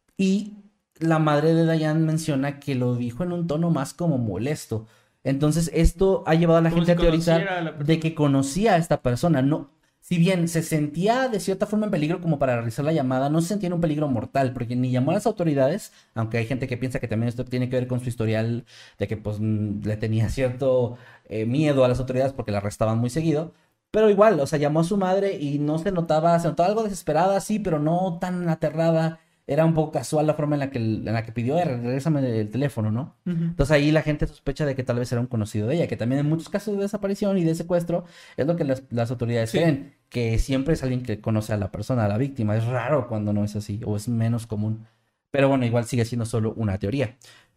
y la madre de Diane menciona que lo dijo en un tono más como molesto. Entonces esto ha llevado a la gente a teorizar a de que conocía a esta persona. No, si bien se sentía de cierta forma en peligro como para realizar la llamada, no se sentía en un peligro mortal, porque ni llamó a las autoridades, aunque hay gente que piensa que también esto tiene que ver con su historial de que pues le tenía cierto eh, miedo a las autoridades porque la arrestaban muy seguido. Pero igual, o sea, llamó a su madre y no se notaba, se notaba algo desesperada, sí, pero no tan aterrada. Era un poco casual la forma en la que, en la que pidió, regrésame el teléfono, ¿no? Uh-huh. Entonces ahí la gente sospecha de que tal vez era un conocido de ella, que también en muchos casos de desaparición y de secuestro es lo que las, las autoridades sí. creen, que siempre es alguien que conoce a la persona, a la víctima. Es raro cuando no es así, o es menos común. Pero bueno, igual sigue siendo solo una teoría.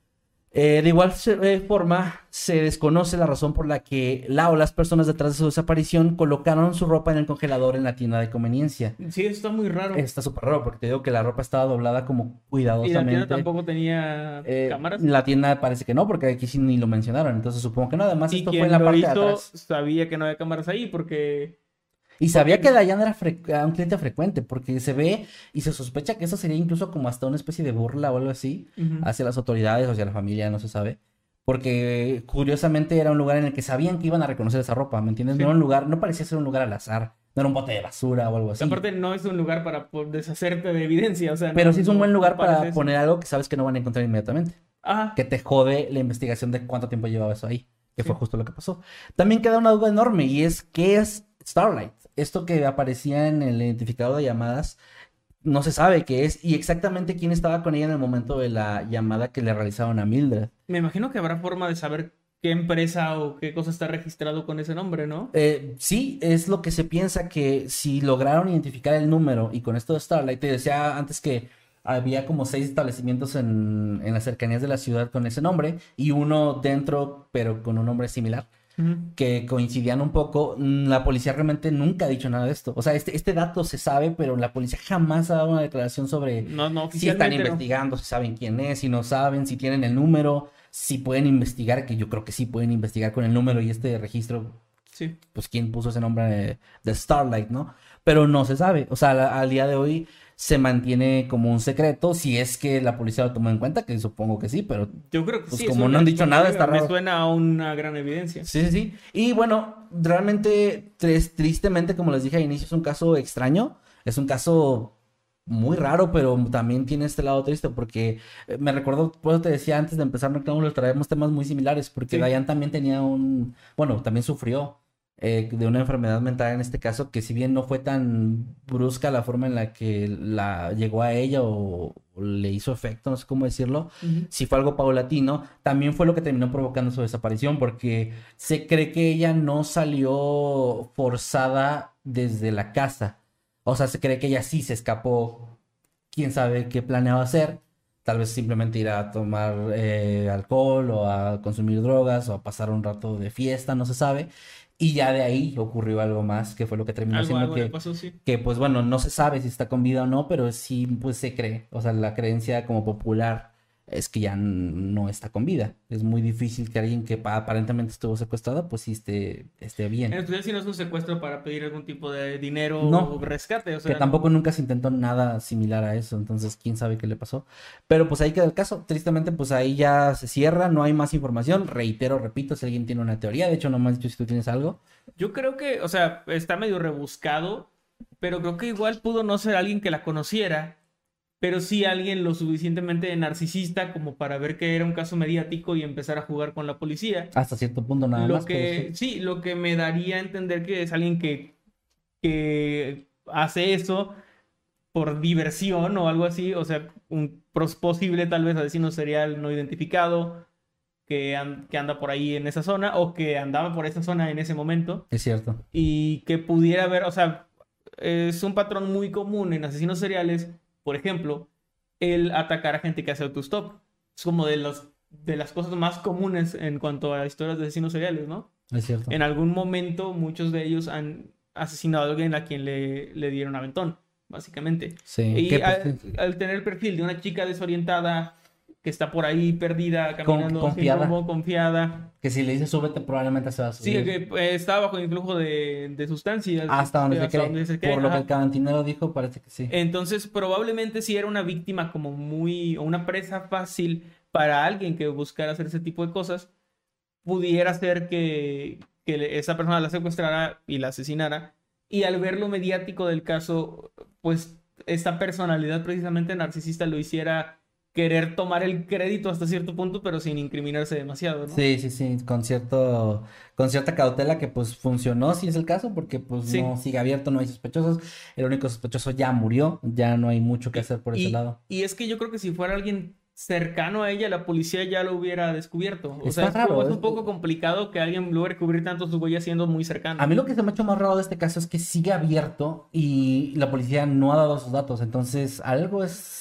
Eh, de igual eh, forma, se desconoce la razón por la que la o las personas detrás de su desaparición colocaron su ropa en el congelador en la tienda de conveniencia. Sí, eso está muy raro. Está súper raro porque te digo que la ropa estaba doblada como cuidadosamente. ¿Y la tienda tampoco tenía eh, cámaras? La tienda parece que no, porque aquí sí ni lo mencionaron, entonces supongo que no. Además, y esto quien fue en la lo parte hizo, de atrás. Sabía que no había cámaras ahí porque... Y sabía que Diane era fre- un cliente frecuente, porque se ve y se sospecha que eso sería incluso como hasta una especie de burla o algo así, uh-huh. hacia las autoridades o hacia la familia, no se sabe. Porque curiosamente era un lugar en el que sabían que iban a reconocer esa ropa, ¿me entiendes? Sí. No era un lugar, no parecía ser un lugar al azar, no era un bote de basura o algo así. Aparte no es un lugar para deshacerte de evidencia, o sea... Pero no, sí es un no, buen lugar no para eso. poner algo que sabes que no van a encontrar inmediatamente. Ajá. Que te jode la investigación de cuánto tiempo llevaba eso ahí, que sí. fue justo lo que pasó. También queda una duda enorme y es, ¿qué es Starlight? Esto que aparecía en el identificador de llamadas... No se sabe qué es y exactamente quién estaba con ella en el momento de la llamada que le realizaron a Mildred. Me imagino que habrá forma de saber qué empresa o qué cosa está registrado con ese nombre, ¿no? Eh, sí, es lo que se piensa, que si lograron identificar el número y con esto de Starlight, te decía antes que había como seis establecimientos en, en las cercanías de la ciudad con ese nombre y uno dentro pero con un nombre similar. Uh-huh. Que coincidían un poco. La policía realmente nunca ha dicho nada de esto. O sea, este, este dato se sabe, pero la policía jamás ha dado una declaración sobre no, no, si están investigando, no. si saben quién es, si no saben, si tienen el número, si pueden investigar, que yo creo que sí pueden investigar con el número y este registro. Sí. Pues quién puso ese nombre de, de Starlight, ¿no? Pero no se sabe. O sea, al, al día de hoy se mantiene como un secreto, si es que la policía lo tomó en cuenta, que supongo que sí, pero yo creo que pues sí, como no han dicho nada, está raro. Me suena a una gran evidencia. Sí, sí, sí. Y bueno, realmente, tristemente, como les dije al inicio, es un caso extraño, es un caso muy raro, pero también tiene este lado triste, porque me recuerdo, por eso te decía antes de empezar, no les traemos temas muy similares, porque sí. Diane también tenía un, bueno, también sufrió Eh, de una enfermedad mental en este caso, que si bien no fue tan brusca la forma en la que la llegó a ella o, o le hizo efecto, no sé cómo decirlo, uh-huh. si fue algo paulatino, también fue lo que terminó provocando su desaparición, porque se cree que ella no salió forzada desde la casa, o sea, se cree que ella sí se escapó, quién sabe qué planeaba hacer, tal vez simplemente ir a tomar eh, alcohol o a consumir drogas o a pasar un rato de fiesta, no se sabe. Y ya de ahí ocurrió algo más, que fue lo que terminó algo, siendo algo que, pasó, sí. que, pues bueno, no se sabe si está con vida o no, pero sí, pues se cree. O sea, la creencia como popular es que ya no está con vida. Es muy difícil que alguien que aparentemente estuvo secuestrado, pues sí esté, esté bien. En especial si no es un secuestro para pedir algún tipo de dinero no, o rescate. O sea, que tampoco nunca se intentó nada similar a eso, entonces quién sabe qué le pasó. Pero pues ahí queda el caso. Tristemente, pues ahí ya se cierra, no hay más información. Reitero, repito, si alguien tiene una teoría, de hecho no me has dicho si tú tienes algo. Yo creo que, o sea, está medio rebuscado, pero creo que igual pudo no ser alguien que la conociera, pero sí alguien lo suficientemente narcisista como para ver que era un caso mediático y empezar a jugar con la policía. Hasta cierto punto nada lo más. Que, pero sí. sí, lo que me daría a entender que es alguien que, que hace eso por diversión o algo así, o sea, un posible tal vez asesino serial no identificado que, and, que anda por ahí en esa zona o que andaba por esa zona en ese momento. Es cierto. Y que pudiera haber, o sea, es un patrón muy común en asesinos seriales, por ejemplo, el atacar a gente que hace autostop. Es como de, los, de las cosas más comunes en cuanto a historias de asesinos seriales, ¿no? Es cierto. En algún momento muchos de ellos han asesinado a alguien a quien le, le dieron aventón, básicamente. Sí. Y al, al tener el perfil de una chica desorientada que está por ahí perdida, caminando Con, confiada. sin rumbo, confiada. Que si le dices súbete, probablemente se va a subir. Sí, que eh, está bajo influjo de, de sustancias. Hasta donde, hasta se, cree. donde se cree. Por lo Ajá. que el cantinero dijo, parece que sí. Entonces, probablemente si era una víctima como muy, o una presa fácil para alguien que buscara hacer ese tipo de cosas, pudiera ser que, que esa persona la secuestrara y la asesinara. Y al ver lo mediático del caso, pues esta personalidad precisamente narcisista lo hiciera querer tomar el crédito hasta cierto punto, pero sin incriminarse demasiado, ¿no? Sí, sí, sí, con cierto, con cierta cautela que pues funcionó, si es el caso, porque pues sí. No sigue abierto, no hay sospechosos, el único sospechoso ya murió, ya no hay mucho que hacer por y, ese lado. Y es que yo creo que si fuera alguien cercano a ella, la policía ya lo hubiera descubierto. O Está sea, raro, es, es un poco complicado que alguien logre cubrir tanto sus huellas siendo muy cercano. A mí lo que se me ha hecho más raro de este caso es que sigue abierto y la policía no ha dado sus datos, entonces algo es...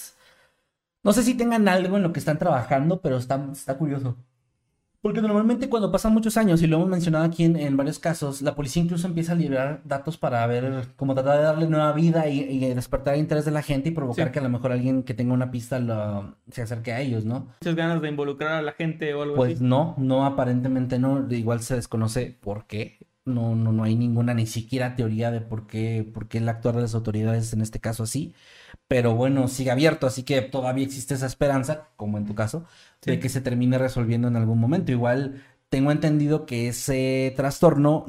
No sé si tengan algo en lo que están trabajando, pero está, está curioso. Porque normalmente cuando pasan muchos años, y lo hemos mencionado aquí en, en varios casos, la policía incluso empieza a liberar datos para ver, como tratar de darle nueva vida y, y despertar el interés de la gente y provocar sí. que a lo mejor alguien que tenga una pista lo, se acerque a ellos, ¿no? Muchas ganas de involucrar a la gente o algo pues así. Pues no, no, aparentemente no. Igual se desconoce por qué. No, no, no hay ninguna, ni siquiera teoría de por qué, por qué el actuar de las autoridades en este caso así. Pero bueno, sigue abierto, así que todavía existe esa esperanza, como en tu caso, sí. de que se termine resolviendo en algún momento. Igual tengo entendido que ese trastorno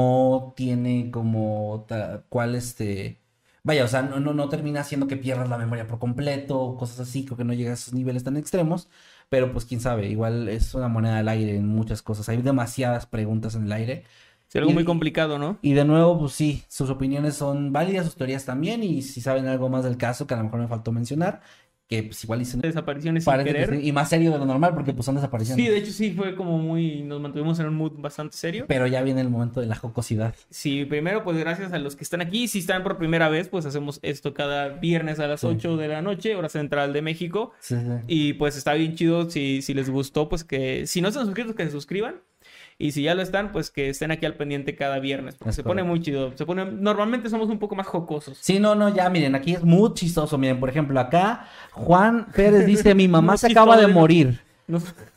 no tiene como ta, cual este... Vaya, o sea, no, no, no termina haciendo que pierdas la memoria por completo, cosas así, creo que no llega a esos niveles tan extremos. Pero pues quién sabe, igual es una moneda al aire en muchas cosas. Hay demasiadas preguntas en el aire. Es algo y, muy complicado, ¿no? Y de nuevo, pues sí, sus opiniones son válidas, sus teorías también, y si saben algo más del caso, que a lo mejor me faltó mencionar, que pues igual dicen... Desapariciones sin querer. Sí, y más serio de lo normal, porque pues son desapariciones. Sí, de hecho sí, fue como muy... Nos mantuvimos en un mood bastante serio. Pero ya viene el momento de la jocosidad. Sí, primero, pues gracias a los que están aquí. Si están por primera vez, pues hacemos esto cada viernes a las sí. ocho de la noche, hora central de México. Sí, sí. Y pues está bien chido, si, si les gustó, pues que... Si no están suscritos, que se suscriban. Y si ya lo están, pues que estén aquí al pendiente cada viernes. Porque es se correcto. Pone muy chido. Se pone... Normalmente somos un poco más jocosos. Sí, no, no, ya miren, aquí es muy chistoso. Miren, por ejemplo, acá Juan Pérez dice, mi mamá se acaba de morir. No,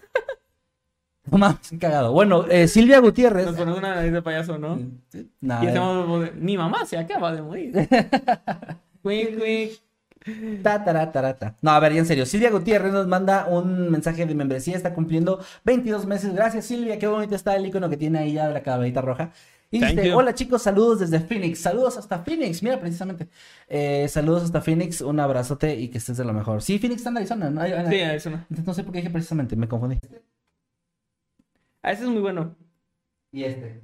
no mames, cagado. Bueno, eh, Silvia Gutiérrez. Nos ponemos una nariz de payaso, ¿no? Nah, y hacemos, mi mamá se acaba de morir. Quick, quick. Ta, ta, ta, ta. No, a ver, y en serio, Silvia Gutiérrez nos manda un mensaje de membresía, está cumpliendo veintidós meses. Gracias, Silvia, qué bonito está el icono que tiene ahí ya de la calaverita roja. Y Thank dice, you. Hola chicos, saludos desde Phoenix, saludos hasta Phoenix, mira precisamente, eh, saludos hasta Phoenix, un abrazote y que estés de lo mejor. Sí, Phoenix está en Arizona, ¿no? Sí, Arizona. Entonces no sé por qué dije precisamente, me confundí. Ah, ese es muy bueno. Y este.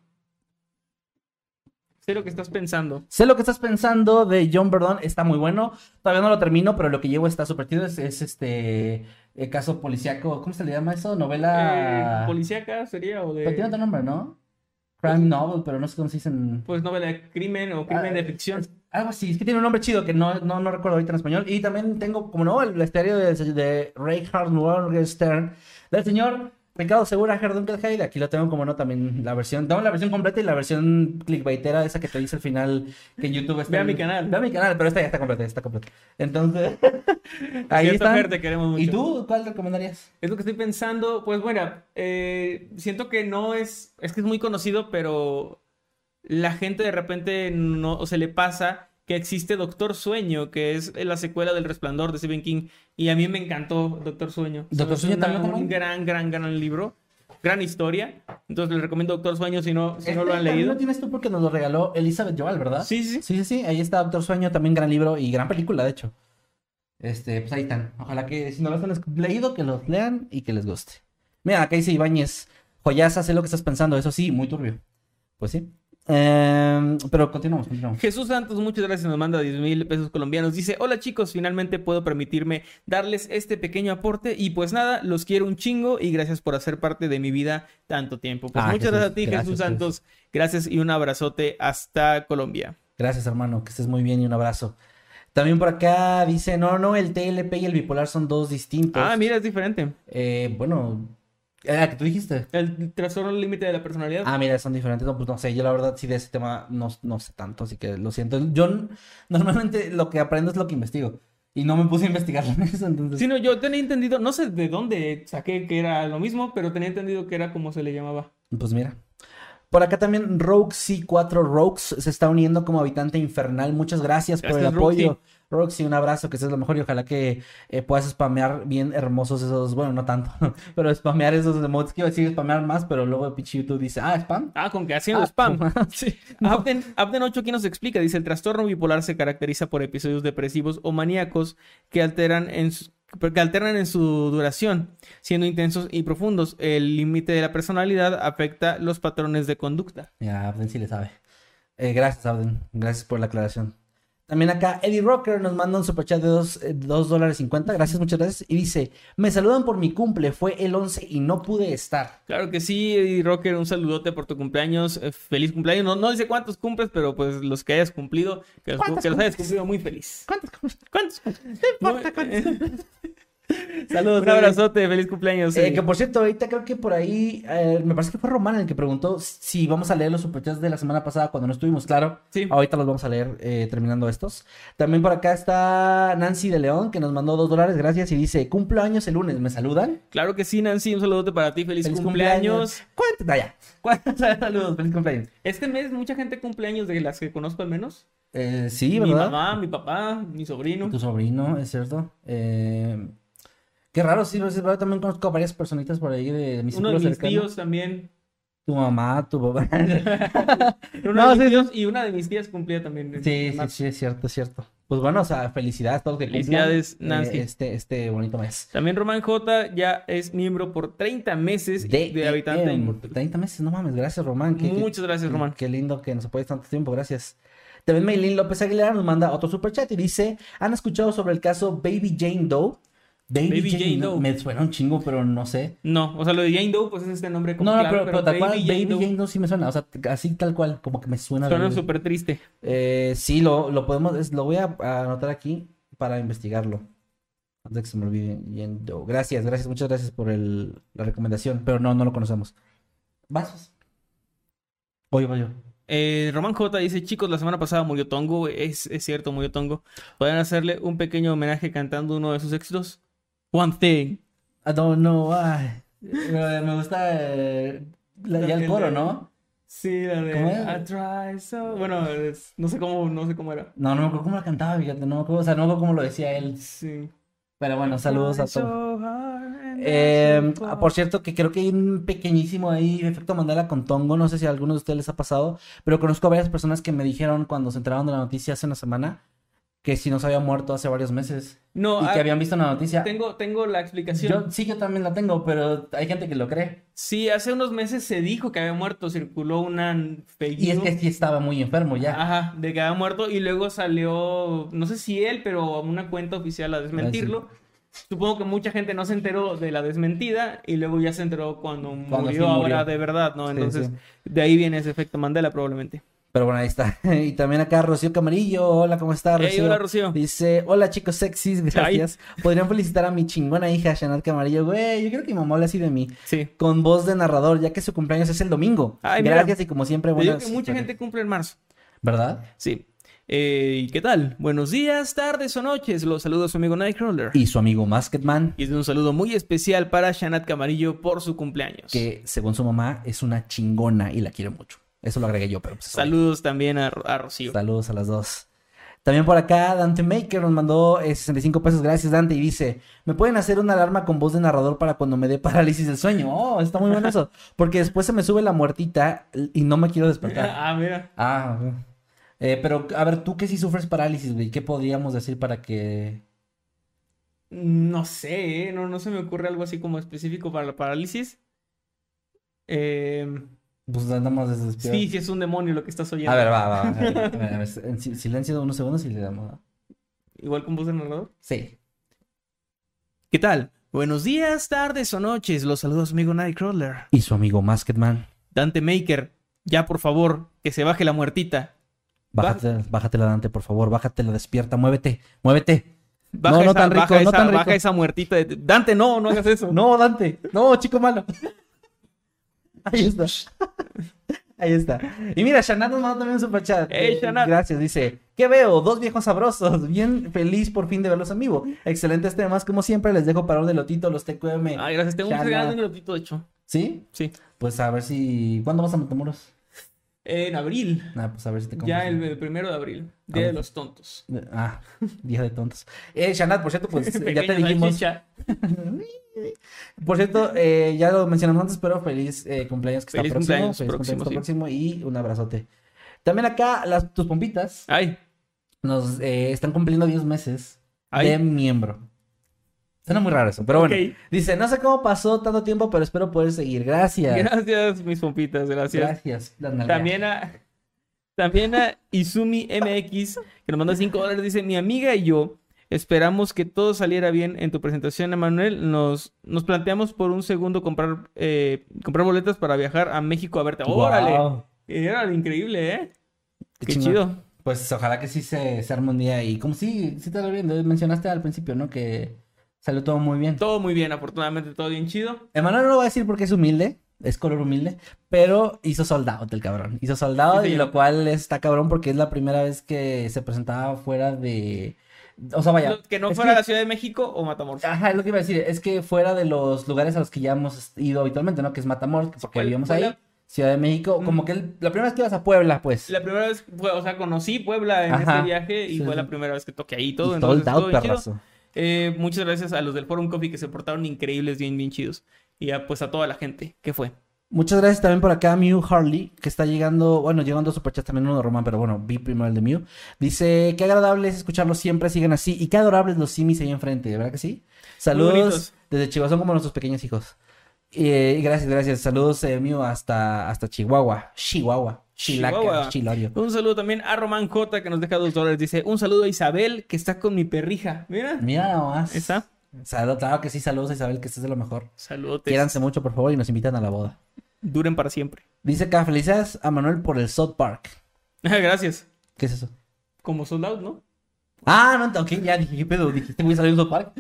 Sé lo que estás pensando. Sé lo que estás pensando de John Verdon, está muy bueno. Todavía no lo termino, pero lo que llevo está súper chido. Es, es este el caso policíaco. ¿Cómo se le llama eso? Novela. Eh, policíaca sería o de. Pero tiene otro nombre, ¿no? Crime novel, pero no sé cómo se dicen. Pues novela de crimen o crimen ah, de ficción. Es, algo así, es que tiene un nombre chido que no, no, no recuerdo ahorita en español. Y también tengo, como no, el estadio de, de Ray Hartwell Stern, del señor Ricardo Segura, Herdunkelheide, aquí lo tengo como no también la versión, tengo la versión completa y la versión clickbaitera, esa que te dice al final que en YouTube está. Ve a en- mi canal. Ve a mi canal, pero esta ya está completa, ya está completa. Entonces, ahí Cierto, está. Fer, te queremos mucho. ¿Y tú cuál recomendarías? Es lo que estoy pensando. Pues bueno, eh, siento que no es, es que es muy conocido, pero la gente de repente no, o se le pasa que existe Doctor Sueño, que es la secuela del Resplandor de Stephen King. Y a mí me encantó Doctor Sueño. Se me ¿Doctor hace Sueño una- también, un también? gran, gran, gran libro. Gran historia. Entonces les recomiendo Doctor Sueño si no, si no Este lo han también leído. lo tienes tú porque nos lo regaló Elizabeth Joal, ¿verdad? Sí, sí, sí. Sí, sí, sí, ahí está Doctor Sueño, también gran libro y gran película, de hecho. Este, pues ahí están. Ojalá que si no los han leído, que los lean y que les guste. Mira, acá dice Ibáñez, joyaza, sé lo que estás pensando, eso sí, muy turbio. Pues sí. Em, pero continuamos, continuamos. Jesús Santos, muchas gracias, nos manda diez mil pesos colombianos. Dice, hola chicos, finalmente puedo permitirme darles este pequeño aporte. Y pues nada, los quiero un chingo y gracias por hacer parte de mi vida tanto tiempo. Pues Ah, muchas Jesús, gracias a ti, gracias, Jesús Jesús. Santos. Gracias y un abrazote hasta Colombia. Gracias, hermano, que estés muy bien y un abrazo. También por acá dice, no, no, el T L P y el bipolar son dos distintos. Ah, mira, es diferente. Eh, bueno, era que tú dijiste. El trastorno límite de la personalidad. Ah, mira, son diferentes. No, pues no sé, yo la verdad sí de ese tema no, no sé tanto, así que lo siento. Yo n- normalmente lo que aprendo es lo que investigo. Y no me puse a investigar en eso, entonces. Sí, no, yo tenía entendido, no sé de dónde saqué que era lo mismo, pero tenía entendido que era como se le llamaba. Pues mira. Por acá también Roxy cuatro Rox se está uniendo como habitante infernal. Muchas gracias, por el Gracias, apoyo. Roxy. Roxy, un abrazo, que seas lo mejor y ojalá que eh, puedas spamear bien hermosos esos, bueno, no tanto, pero spamear esos emotes que iba a decir spamear más, pero luego el pinche YouTube dice, ah, spam. Ah, con que haciendo Ah, spam. sí. Abden, Abden ocho aquí nos explica, dice, el trastorno bipolar se caracteriza por episodios depresivos o maníacos que alteran en su, que alternan en su duración, siendo intensos y profundos. El límite de la personalidad afecta los patrones de conducta. Ya, Abden sí le sabe. Eh, gracias, Abden. Gracias por la aclaración. También acá Eddie Rocker nos manda un superchat de dos dólares cincuenta. Gracias, muchas gracias. Y dice, me saludan por mi cumple, fue el once y no pude estar. Claro que sí, Eddie Rocker, un saludote por tu cumpleaños. Eh, feliz cumpleaños. No, no dice cuántos cumples, pero pues los que hayas cumplido, que los, ¿Cuántos que los hayas cumples? cumplido muy feliz. ¿Cuántos? ¿Cuántos? No importa cuántos. Saludos. Un abrazote, feliz cumpleaños. Eh, Eddie. que por cierto, ahorita creo que por ahí, eh, me parece que fue Román el que preguntó si vamos a leer los superchats de la semana pasada cuando no estuvimos, claro. Sí. Ahorita los vamos a leer eh, terminando estos. También por acá está Nancy de León que nos mandó dos dólares, gracias, y dice, cumpleaños el lunes, ¿me saludan? Claro que sí, Nancy, un saludote para ti, feliz, Feliz cumpleaños. ¿Cuántos? Ah, ya. ¿Cuántos? Saludos, feliz cumpleaños. Este mes mucha gente cumpleaños de las que conozco al menos. Eh, sí, Mi ¿verdad? mamá, mi papá, mi sobrino. Tu sobrino, es cierto. Eh, qué raro, sí, no sé, pero también conozco a varias personitas por ahí de, de mi Uno círculo de mis cercano. tíos también. Tu mamá, tu papá. Uno No, de mis sí, tíos y una de mis tías cumplía también. en Sí, sí, marzo. sí, es cierto, es cierto. Pues bueno, o sea, felicidades a todos los que Felicidades, cumplan, Nancy. eh, este, este bonito mes. También Román J ya es miembro por treinta meses de, De, habitante. em, en- treinta meses, no mames, gracias, Román. Qué- qué- Muchas gracias, qué- Román. Qué lindo que nos apoyes tanto tiempo, gracias. También Maylin López Aguilar nos manda otro superchat y dice, ¿han escuchado sobre el caso Baby Jane Doe? Baby, Baby Jane, Jane Doe. Doe. Me suena un chingo, pero no sé. No, o sea, lo de Jane Doe, pues es este nombre como No, no, claro, pero, pero tal cual, Baby Baby Jane Doe Jane Doe sí me suena, o sea, así tal cual, como que me suena. suena de- súper triste. Eh, sí, lo, lo podemos, es- lo voy a, a anotar aquí para investigarlo. Antes de que se me olvide. Jane Doe. Gracias, gracias, muchas gracias por el, la recomendación, pero no, no lo conocemos. ¿Vas? Voy, voy yo. Eh, Román J dice, chicos, la semana pasada murió Tongo. Es, es cierto, murió Tongo. ¿Podrían hacerle un pequeño homenaje cantando uno de sus éxitos? One Thing. I don't know why. Eh, me gusta eh, la- ya el coro, ¿no? Sí, la de ¿Cómo era? I try so... Bueno, es- no sé cómo, no sé cómo era. No, no me acuerdo cómo la cantaba, fíjate, no me acuerdo, o sea, no me acuerdo cómo lo decía él. Sí. Pero bueno, saludos a Try todos. so hard and Eh, that's so ah, far. por cierto, que creo que hay un pequeñísimo ahí efecto Mandela con Tongo. No sé si a alguno de ustedes les ha pasado, pero conozco a varias personas que me dijeron cuando se enteraron de la noticia hace una semana que si no se había muerto hace varios meses No, y ah, que habían visto una noticia. tengo, tengo la explicación. Yo sí, yo también la tengo, pero hay gente que lo cree. Sí, hace unos meses se dijo que había muerto, circuló una fake Y es news. que sí estaba muy enfermo ya. Ajá, de que había muerto y luego salió, no sé si él, pero una cuenta oficial a desmentirlo. Supongo que mucha gente no se enteró de la desmentida y luego ya se enteró cuando, Cuando murió sí ahora murió. de verdad, ¿no? Sí, Entonces, sí. de ahí viene ese efecto Mandela probablemente. Pero bueno, ahí está. Y también acá Rocío Camarillo. Hola, ¿cómo está, Rocío? Hey, hola, Rocío. Dice, hola, chicos sexys, gracias. Podrían felicitar a mi chingona hija, Shanat Camarillo. Güey, yo creo que mi mamá habla así de mí. Sí. Con voz de narrador, ya que su cumpleaños es el domingo. Ay, mira. Gracias y como siempre, Te digo buenas... que mucha gente cumple en marzo. ¿Verdad? Sí. Eh, ¿y qué tal? Buenos días, tardes o noches. Los saluda su amigo Nightcrawler. Y su amigo Masketman. Y es un saludo muy especial para Shanat Camarillo por su cumpleaños. Que, según su mamá, es una chingona y la quiere mucho. Eso lo agregué yo, pero pues... Saludos también a, a Rocío. Saludos a las dos. También por acá, Dante Maker nos mandó eh, sesenta y cinco pesos. Gracias, Dante. Y dice, ¿me pueden hacer una alarma con voz de narrador para cuando me dé parálisis del sueño? Oh, está muy bueno eso. Porque después se me sube la muertita y no me quiero despertar. Ah, mira. Ah, eh, pero a ver, tú que sí sufres parálisis, güey, ¿qué podríamos decir para que...? No sé, ¿eh? no, no se me ocurre algo así como específico para la parálisis. Eh... Pues andamos desesperados. Sí, sí es un demonio lo que estás oyendo. A ver, va, va. A ver, a ver, a ver, en silencio de unos segundos y le damos, ¿no? Igual con voz de narrador. Sí. ¿Qué tal? Buenos días, tardes o noches. Los saludos amigo Nightcrawler. Y su amigo Masketman. Dante Maker, ya por favor, que se baje la muertita. Bájate, bájatela, Dante, por favor. Bájatela, despierta, muévete, muévete. Baja no, esa, no tan rico, baja no esa, tan rico. Baja esa muertita. De... Dante, no, no hagas eso. No, Dante. No, chico malo. Ahí está. Ahí está. Y mira, Shanat nos mandó también un superchat. Hey, Shanat. Gracias, dice. ¿Qué veo? Dos viejos sabrosos. Bien feliz por fin de verlos en vivo. Excelentes temas, como siempre. Les dejo para un delotito, los T Q M. Ay, gracias. Tengo muchas ganas de un elotito, de hecho. ¿Sí? Sí. Pues a ver si... ¿Cuándo vas a Matamoros? En abril. Ah, pues a ver si te compras. Ya el, el primero de abril. Día ver. de los tontos. Ah, día de tontos. Eh, Shanat, por cierto, pues ya te Pequeño dijimos... salchicha. Por cierto, eh, ya lo mencionamos antes, pero feliz eh, cumpleaños que Feliz está próximo. cumpleaños feliz próximo, cumpleaños sí. próximo y un abrazote. También acá, las, tus pompitas Ay. nos eh, están cumpliendo diez meses Ay. de miembro. Suena muy raro eso, pero bueno. Ok. Dice, no sé cómo pasó tanto tiempo, pero espero poder seguir. Gracias. Gracias, mis pompitas, gracias. Gracias. las nalgas. También a, también a Izumi M X, que nos manda cinco dólares, dice, mi amiga y yo esperamos que todo saliera bien en tu presentación, Emanuel. Nos, nos planteamos por un segundo comprar, eh, comprar boletas para viajar a México a verte. ¡Órale! Wow. Era increíble, ¿eh? Qué Qué chingón. chido. Pues ojalá que sí se, se arme un día. Y como sí, sí te lo bien. Mencionaste al principio, ¿no? Que salió todo muy bien. Todo muy bien, afortunadamente, todo bien chido. Emanuel no lo voy a decir porque es humilde, es color humilde, pero hizo sold out el cabrón. Hizo sold out Sí, y señor. lo cual está cabrón porque es la primera vez que se presentaba fuera de... O sea, vaya. Que no es fuera que- la Ciudad de México o Matamoros. Ajá, es lo que iba a decir. Es que fuera de los lugares a los que ya hemos ido habitualmente, ¿no? Que es Matamoros, porque Fue- vivíamos fue ahí. la- Ciudad de México. Mm. Como que el- la primera vez que ibas a Puebla, pues. La primera vez, fue, o sea, conocí Puebla en Ajá. ese viaje y Sí, fue sí. la primera vez que toqué ahí y Y todo. sold Entonces, out, todo bien chido. perrazo. Eh, muchas gracias a los del Forum Coffee que se portaron increíbles, bien, bien chidos. Y a, pues a toda la gente que fue. Muchas gracias también por acá a Mew Harley, que está llegando, bueno, llegando a superchat también uno de Román, pero bueno, vi primero el de Mew. Dice, qué agradable es escucharlos siempre, sigan así. Y qué adorables los simis ahí enfrente, ¿verdad que sí? Saludos bonitos. desde Chihuahua, son como nuestros pequeños hijos. Y eh, gracias, gracias. Saludos, eh, Mew, hasta, hasta Chihuahua. Chihuahua. Chilaca, Chihuahua. Chilario. Un saludo también a Román J que nos deja dos dólares. Dice, un saludo a Isabel que está con mi perrija. Mira. Mira nomás. ¿Está? Salud, claro que sí, saludos a Isabel, que estés de lo mejor. Saludos. Quiéranse mucho, por favor, y nos invitan a la boda. Duren para siempre. Dice acá, felicidades a Manuel por el South Park. Gracias. ¿Qué es eso? Como sold out, ¿no? Ah, no, ok, ya dije, ¿qué pedo? Dijiste, voy a salir en South Park.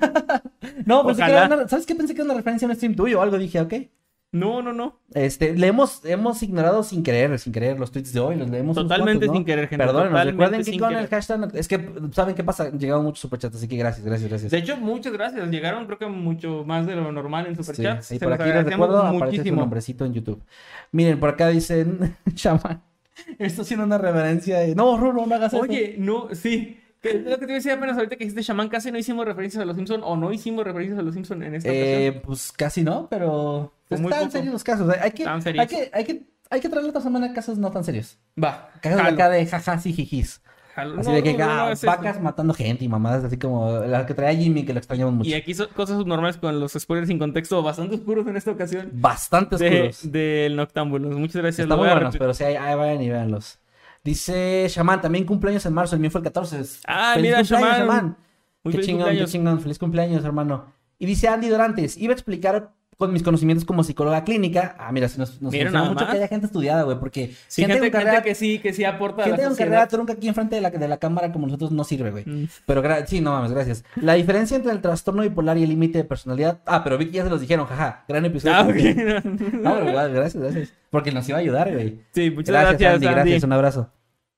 No, pensé que Ojalá. era una, ¿sabes qué? Pensé que era una referencia a un stream tuyo o algo, dije, ok. No, no, no. Este, le hemos, hemos ignorado sin querer, sin querer los tweets de hoy, los leemos unos Totalmente cuantos, ¿no? sin querer, gente. Perdónenos, Totalmente recuerden que sin con querer. el hashtag, es que, ¿saben qué pasa? Llegaron muchos superchats, así que gracias, gracias, gracias. De hecho, muchas gracias. Llegaron creo que mucho más de lo normal en Sí, Superchats. y Se por los aquí les agradecemos recuerdo, aparece su muchísimo. nombrecito en YouTube. Miren, por acá dicen, Shaman, esto haciendo una reverencia de, no, Rulo, no hagas eso. Oye, no, sí. Que es lo que te iba a decir apenas ahorita que dijiste Shaman, casi no hicimos referencias a los Simpsons o no hicimos referencias a los Simpsons en esta Eh, ocasión. pues casi no, pero Fue muy están poco. serios los casos. Hay que, Están serios. hay que, hay que, hay que traerle otra semana casos no tan serios. Va. Casos de jalo, acá de jajas y jijis. jalo. Así No, de que no, no, ah, no es esto. vacas matando gente y mamadas así como la que traía Jimmy, que lo extrañamos mucho. Y aquí son cosas subnormales con los spoilers sin contexto bastante oscuros en esta ocasión. Bastante De, oscuros. del Noctámbulos. Muchas gracias. Están lo muy voy a buenos, repetir. pero sí, ahí, ahí vayan y véanlos. Dice Shaman, también cumpleaños en marzo, el mío fue el catorce. Ah, ¡Feliz mira, cumpleaños, Shaman! Muy Qué feliz chingón, cumpleaños. qué chingón. Feliz cumpleaños, hermano. Y dice Andy Dorantes, iba a explicar con mis conocimientos como psicóloga clínica, ah, mira, si nos, nos Mira, funciona nada mucho más. que haya gente estudiada, güey, porque Sí, gente, gente, con carrera, gente que sí, que sí aporta a gente la con sociedad. carrera trunca aquí enfrente de la, de la cámara como nosotros no sirve, güey. Mm. Pero gra- sí, no mames, gracias. La diferencia entre el trastorno bipolar y el límite de personalidad. Ah, pero Vicky ya se los dijeron, jaja. Gran episodio. Ah, ok. No, pero igual, gracias, gracias. Porque nos iba a ayudar, güey. Sí, muchas Gracias, gracias, Andy, Andy. gracias, un abrazo.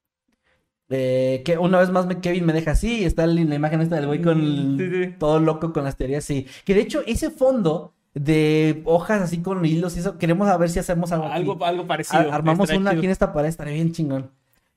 Eh, que una vez más me- Kevin me deja así, está la, la imagen esta del güey con el- Sí, sí. todo loco con las teorías, sí. Que de hecho ese fondo de hojas así con hilos y eso, queremos a ver si hacemos algo aquí. Algo, algo parecido. Ar- armamos Estaría una chido. aquí en esta pared, estaría bien chingón.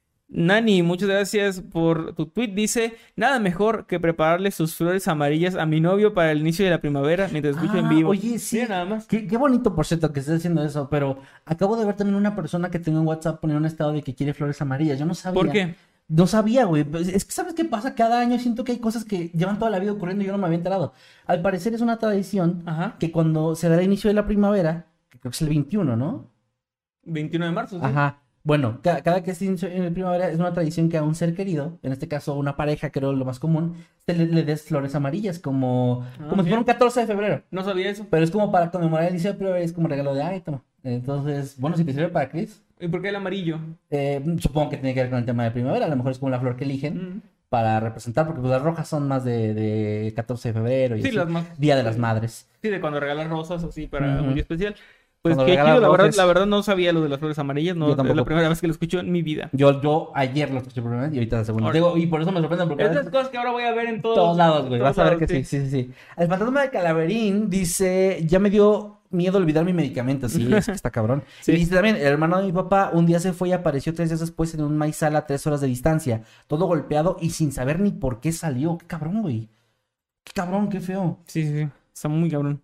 Nani, muchas gracias por tu tweet. Dice, nada mejor que prepararle sus flores amarillas a mi novio para el inicio de la primavera mientras escucho en Ah, vivo. oye, sí. Mira nada más. Qué, qué bonito, por cierto, que estés haciendo eso, pero acabo de ver también una persona que tengo en WhatsApp poner un estado de que quiere flores amarillas. Yo no sabía. ¿Por qué? No sabía, güey. Pues, es que, ¿sabes qué pasa? Cada año siento que hay cosas que llevan toda la vida ocurriendo y yo no me había enterado. Al parecer es una tradición Ajá. que cuando se da el inicio de la primavera, que creo que es el veintiuno, ¿no? veintiuno de marzo, ¿sí? Ajá. Bueno, ca- cada que es inicio en la primavera es una tradición que a un ser querido, en este caso una pareja, creo lo más común, te le, le des flores amarillas, como, Ah, como si fuera un catorce de febrero. No sabía eso. Pero es como para conmemorar el inicio de primavera, es como regalo de, ay, toma. Entonces, bueno, si te sirve para Chris, ¿Y por qué el amarillo? eh, supongo que tiene que ver con el tema de primavera, a lo mejor es como la flor que eligen Mm. para representar, porque pues las rojas son más de, de catorce de febrero y Sí, así. las más... Día de las Madres. Sí, de cuando regalas rosas así para Ujú. un día especial. Pues Cuando qué regalas chido, la verdad, rosas. la verdad no sabía lo de las flores amarillas. No, Yo es la tampoco. primera vez que lo escucho en mi vida. Yo, yo ayer lo escuché por primera vez y ahorita la segunda. Ahora- Digo, y por eso me sorprende, porque Es de las cosas que ahora voy a ver en todos, todos lados, güey. en Vas todos a ver que lados, sí, sí, sí, sí. El fantasma de Calaverín dice, ya me dio miedo olvidar mi medicamento. Sí, es que está cabrón. Sí. Y dice también, el hermano de mi papá un día se fue y apareció tres días después en un maizal a tres horas de distancia. Todo golpeado y sin saber ni por qué salió. Qué cabrón, güey. Qué cabrón, qué feo. Sí, sí, sí. Está muy cabrón.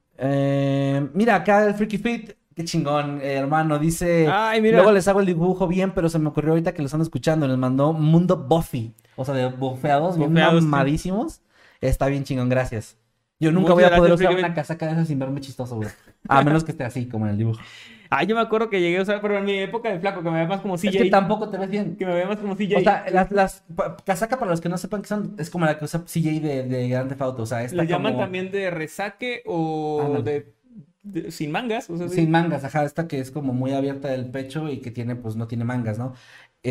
Eh, mira, acá el Freaky Fit. Qué chingón, eh, hermano. Dice, Ay, mira. luego les hago el dibujo bien, pero se me ocurrió ahorita que lo están escuchando. Les mandó Mundo Buffy. O sea, de bofeados, bien Bofeados, sí. mamadísimos. Está bien chingón, gracias. Yo nunca Muchas voy a poder gracias, usar Freaky una Fit. casaca de esas sin verme chistoso, güey. A menos que esté así, como en el dibujo. Ah, yo me acuerdo que llegué a usar, pero en mi época de flaco, que me veía más como C Es J. que tampoco te ves bien. Que me veía más como C J. O sea, las, las pa- casaca, para los que no sepan qué son, es como la que usa C J de, de Grand Theft Auto. O sea, esta Le llaman como... también de resaque o Ándale. de, de- sin mangas. O sea, sí. Sin mangas, ajá, esta que es como muy abierta del pecho y que tiene, pues no tiene mangas, ¿no?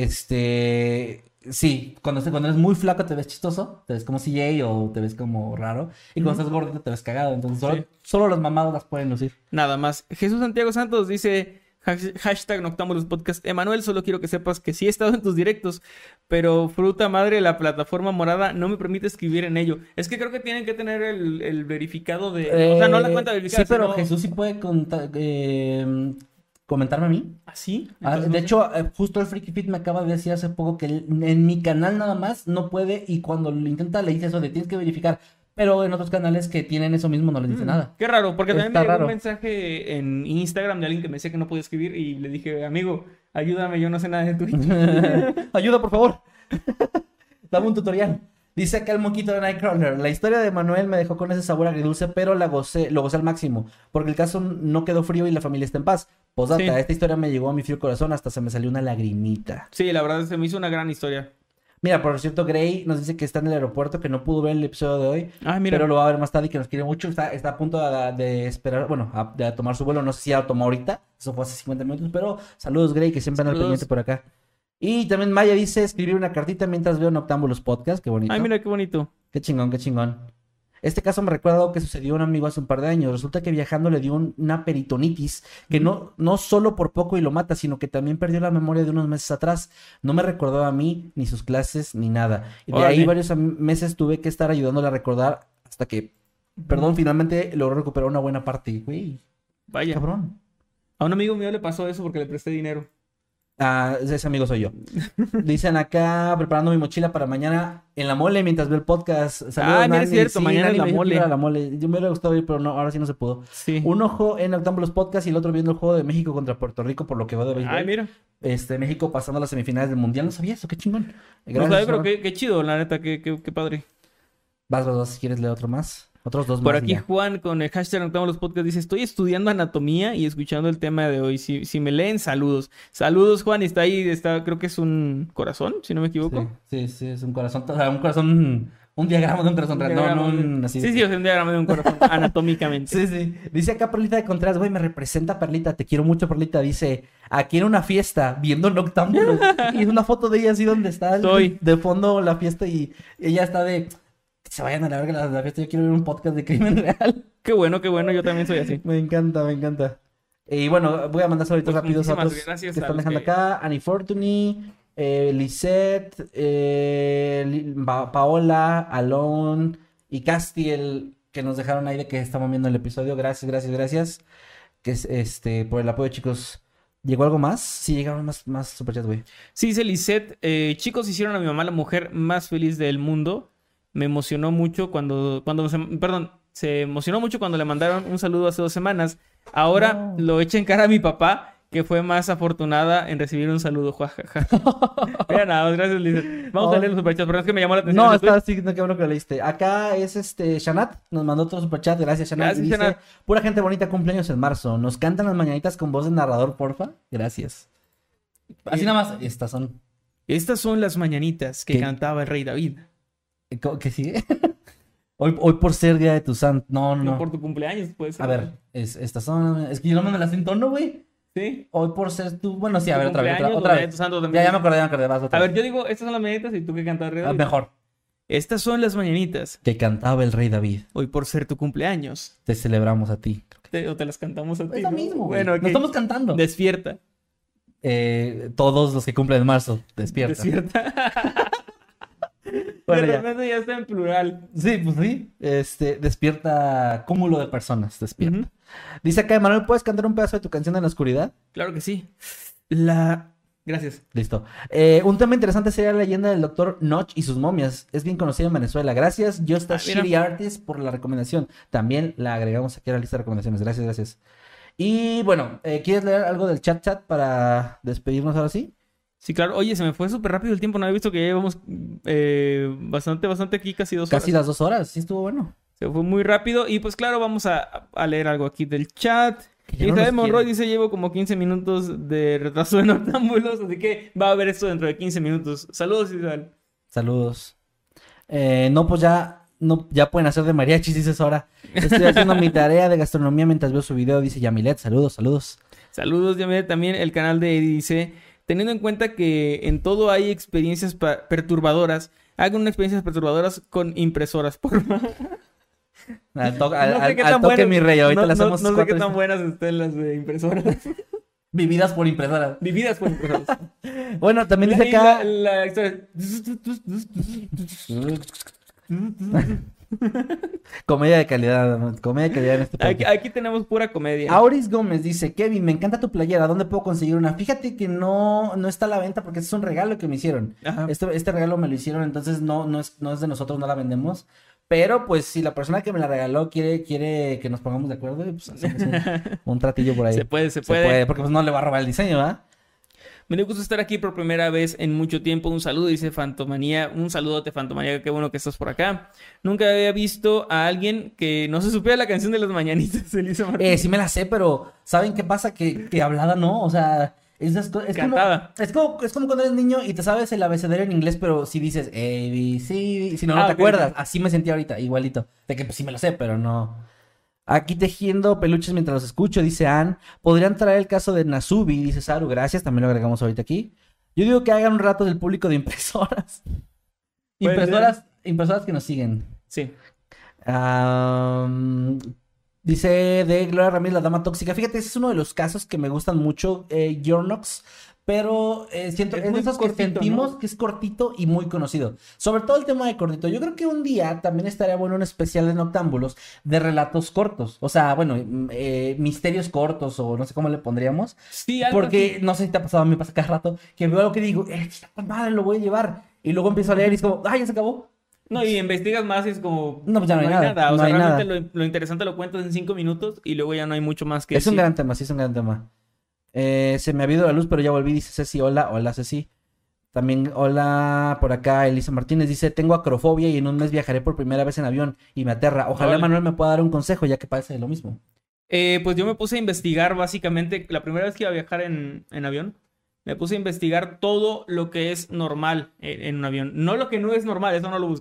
Este, sí, cuando, se- cuando eres muy flaco te ves chistoso, te ves como C J o te ves como raro, y cuando Ujú. estás gordito te ves cagado, entonces solo, Sí. solo los mamados las pueden lucir. Nada más. Jesús Santiago Santos dice, hash- hashtag Noctámbulos Podcast. Emanuel, solo quiero que sepas que sí he estado en tus directos, pero fruta madre, la plataforma morada no me permite escribir en ello. Es que creo que tienen que tener el, el verificado de... o sea, no la cuenta Eh, verificada, sí, pero sino- Jesús sí puede conta- eh, comentarme a mí. ¿Ah, sí? Ah, Entonces, de no sé. hecho, eh, justo el Freaky Fit me acaba de decir hace poco que el- en mi canal nada más no puede, y cuando lo intenta le dice eso de tienes que verificar, pero en otros canales que tienen eso mismo no les dice Mm, nada. Qué raro, porque también Está me llegó raro. un mensaje en Instagram de alguien que me decía que no podía escribir y le dije, amigo, ayúdame, yo no sé nada de Twitch. Ayuda, por favor. Dame un tutorial. Dice acá el moquito de Nightcrawler. La historia de Manuel me dejó con ese sabor agridulce, pero la gocé, lo gocé al máximo. Porque el caso no quedó frío y la familia está en paz. Posdata, Sí. esta historia me llegó a mi frío corazón, hasta se me salió una lagrimita. Sí, la verdad se me hizo una gran historia. Mira, por cierto, Gray nos dice que está en el aeropuerto, que no pudo ver el episodio de hoy, Ah, mira. pero lo va a ver más tarde y que nos quiere mucho. Está, está a punto de, de esperar, bueno, a- de tomar su vuelo. No sé si ya lo tomó ahorita, eso fue hace cincuenta minutos, pero saludos, Gray, que siempre anda al Saludos. pendiente por acá. Y también Maya dice escribir una cartita mientras veo Noctámbulos Podcast, qué bonito. Ay, mira qué bonito. Qué chingón, qué chingón. Este caso me recuerda algo que sucedió a un amigo hace un par de años. Resulta que viajando le dio un- una peritonitis que no, no solo por poco y lo mata, sino que también perdió la memoria de unos meses atrás. No me recordaba a mí, ni sus clases, ni nada. Y de ahí Órale. varios am- meses tuve que estar ayudándole a recordar hasta que, perdón, finalmente logró recuperar una buena parte. Güey, Vaya. cabrón. A un amigo mío le pasó eso porque le presté dinero. Ah, ese amigo soy yo. Dicen acá, preparando mi mochila para mañana en la mole mientras veo el podcast. Saludos, Ah, mira, es Nani. cierto, Sí, mañana Nani en la me dijo que mole. iba a la mole. Yo me hubiera gustado ir, pero no, ahora sí no se pudo. Sí. Un ojo en Noctámbulos Podcast y el otro viendo el juego de México contra Puerto Rico, por lo que veo de béisbol. Ay, mira. Este, México pasando a las semifinales del Mundial. No sabía eso, qué chingón. No Gracias, sabía, pero Aaron. qué, qué chido, la neta, qué, qué, qué padre. Vas, vas, vas, si quieres leer otro más. Otros dos Por más. y aquí ya. Juan con el hashtag Noctámbulos Podcast dice, estoy estudiando anatomía y escuchando el tema de hoy. Si, si me leen, saludos. Saludos, Juan. Y está ahí, está, creo que es un corazón, si no me equivoco. Sí, sí, sí, es un corazón, o sea, un corazón Un diagrama de un corazón real, no, no un así. Sí, sí, o sea, un diagrama de un corazón anatómicamente. Sí, sí. Dice acá Perlita de Contreras, güey, me representa Perlita, te quiero mucho, Perlita. Dice, aquí en una fiesta, viendo Noctámbulos. Y es una foto de ella así donde está el- Soy. de fondo la fiesta y ella está de, que se vayan a la verga la, la fiesta, yo quiero ver un podcast de crimen real. Qué bueno, qué bueno, yo también soy así. Me encanta, me encanta. Y bueno, voy a mandar saluditos Pues rápidos a muchísimas otros gracias que a están los dejando que- acá. Annie Fortuny, eh, Lisette, eh, Li- Pa- Paola, Alon y Castiel, que nos dejaron ahí de que estamos viendo el episodio. Gracias, gracias, gracias. Que es este por el apoyo, chicos. ¿Llegó algo más? Sí, llegaron más, más superchats, güey. Sí, dice Lisette, eh, chicos, hicieron a mi mamá la mujer más feliz del mundo. Me emocionó mucho cuando, cuando se, perdón, se emocionó mucho cuando le mandaron un saludo hace dos semanas. Ahora No. lo echa en cara a mi papá, que fue más afortunada en recibir un saludo. Juajaja. Mira nada más, gracias, Lisette. Vamos a Oh. leer los superchats, pero es que me llamó la atención. No, ese tweet. está así, no, qué bueno que lo leíste. Acá es este Shanat, nos mandó otro superchat, gracias Shanat. Gracias, Y dice, Shanat. pura gente bonita, cumpleaños en marzo. ¿Nos cantan las mañanitas con voz de narrador, porfa? Gracias. Así Eh, nada más, estas son. Estas son las mañanitas que ¿Qué? cantaba el rey David. ¿Cómo- ¿Qué sigue? Hoy, hoy por ser día de tu santo. No, no. No. Por tu cumpleaños, puede ser. A ver, es, estas son. Es que yo no me las sé en tono, güey. Sí. Hoy por ser tu. Bueno, sí, a Tu ver, otra vez. Otra, cumpleaños, otra o día de vez. tu santo Ya, también. ya me acordé, ya me acordé. Vas otra A ver, vez. yo digo, estas son las mañanitas y tú que cantas el rey Ah, David. mejor. Estas son las mañanitas. Que cantaba el rey David. Hoy por ser tu cumpleaños. Te celebramos a ti. Te- o te las cantamos a ti. Es lo ¿no? mismo, güey. Bueno, ok. No estamos cantando. Despierta. Eh, todos los que cumplen en marzo, despierta. Despierta. Bueno, de ya. repente ya está en plural. Sí, pues sí. Este, despierta cúmulo de personas, despierta. Ujú. Dice acá, Emanuel, ¿puedes cantar un pedazo de tu canción en la oscuridad? Claro que sí. La... Gracias. Listo. Eh, un tema interesante sería la leyenda del doctor Notch y sus momias. Es bien conocido en Venezuela. Gracias, Just a Ah, mira. Shitty Artist, por la recomendación. También la agregamos aquí a la lista de recomendaciones. Gracias, gracias. Y bueno, eh, ¿quieres leer algo del chat chat para despedirnos ahora sí? Sí, claro. Oye, se me fue súper rápido el tiempo. No había visto que ya llevamos eh, bastante, bastante aquí, casi dos Casi horas. las dos horas. Sí, estuvo bueno. Se fue muy rápido. Y pues claro, vamos a, a leer algo aquí del chat. Que ya no Isabel nos Monroy quieren. dice, llevo como quince minutos de retraso de Noctámbulos, así que va a haber esto dentro de quince minutos. Saludos, Isabel. Saludos. Eh, no, pues ya, no, ya pueden hacer de mariachis, dices ahora. Estoy haciendo mi tarea de gastronomía mientras veo su video, dice Yamilet. Saludos, saludos. Saludos, ya también el canal de Eddie dice, teniendo en cuenta que en todo hay experiencias pa- perturbadoras, hagan unas experiencias perturbadoras con impresoras, por favor. Al, to- No al- sé al- qué al tan toque, buenas- mi rey. Ahorita no, le no- hacemos no sé cuatro qué tan hist- buenas estén las de impresoras. vividas por impresoras. Vividas por impresoras. Bueno, también dice Y acá. la, la historia... Comedia de calidad, comedia de calidad en este Aquí, podcast. aquí tenemos pura comedia. Auris Gómez dice, Kevin, me encanta tu playera, ¿dónde puedo conseguir una? Fíjate que no, no está a la venta porque este es un regalo que me hicieron. Ajá. Este, este regalo me lo hicieron, entonces no, no, es, no es de nosotros, no la vendemos. Pero pues si la persona que me la regaló quiere, quiere que nos pongamos de acuerdo, pues hacemos un, un tratillo por ahí. Se puede, se Se puede. puede, porque pues no le va a robar el diseño, ¿verdad? Me dio gusto estar aquí por primera vez en mucho tiempo. Un saludo, dice Fantomanía. Un saludote, Fantomanía. Qué bueno que estás por acá. Nunca había visto a alguien que no se supiera la canción de las mañanitas, Elisa Martín. Eh, sí me la sé, pero ¿saben qué pasa? Que, que hablada no, o sea, esas co- es como, Cantada. es como es como cuando eres niño y te sabes el abecedario en inglés, pero si dices A, B, C, D, si no, no Ah, te ok, acuerdas. ok. Así me sentí ahorita, igualito. De que pues sí me lo sé, pero no. Aquí tejiendo peluches mientras los escucho, dice Ann. Podrían traer el caso de Nasubi, dice Saru. Gracias, también lo agregamos ahorita aquí. Yo digo que hagan un rato del público de impresoras. Puede Impresoras, impresoras que nos siguen. Sí. Am, dice de Gloria Ramírez, la dama tóxica. Fíjate, ese es uno de los casos que me gustan mucho, eh, Yornox. Pero eh, siento Es es de muy esos cortito, que sentimos ¿no? que es cortito y muy conocido. Sobre todo el tema de cortito. Yo creo que un día también estaría bueno un especial de Noctámbulos de relatos cortos. O sea, bueno, mm, eh, misterios cortos o no sé cómo le pondríamos. Sí, algo Porque así. no sé si te ha pasado, a mí me pasa cada rato que veo algo que digo, eh, está con madre, lo voy a llevar. Y luego empiezo a leer y es como, ay, ya se acabó. No, y investigas más y es como... No, pues ya no hay nada, O no sea, hay realmente nada. Lo, lo interesante lo cuentas en cinco minutos y luego ya no hay mucho más que Es un decir. gran tema, sí, es un gran tema. Eh, se me ha ido la luz, pero ya volví, dice Ceci. Hola, hola Ceci. También, hola, por acá Elisa Martínez dice, tengo acrofobia y en un mes viajaré por primera vez en avión y me aterra. Ojalá Órale. Manuel me pueda dar un consejo, ya que parece lo mismo. Eh, pues yo me puse a investigar básicamente, la primera vez que iba a viajar en, en avión, me puse a investigar todo lo que es normal en, en un avión. No lo que no es normal, eso no lo busques.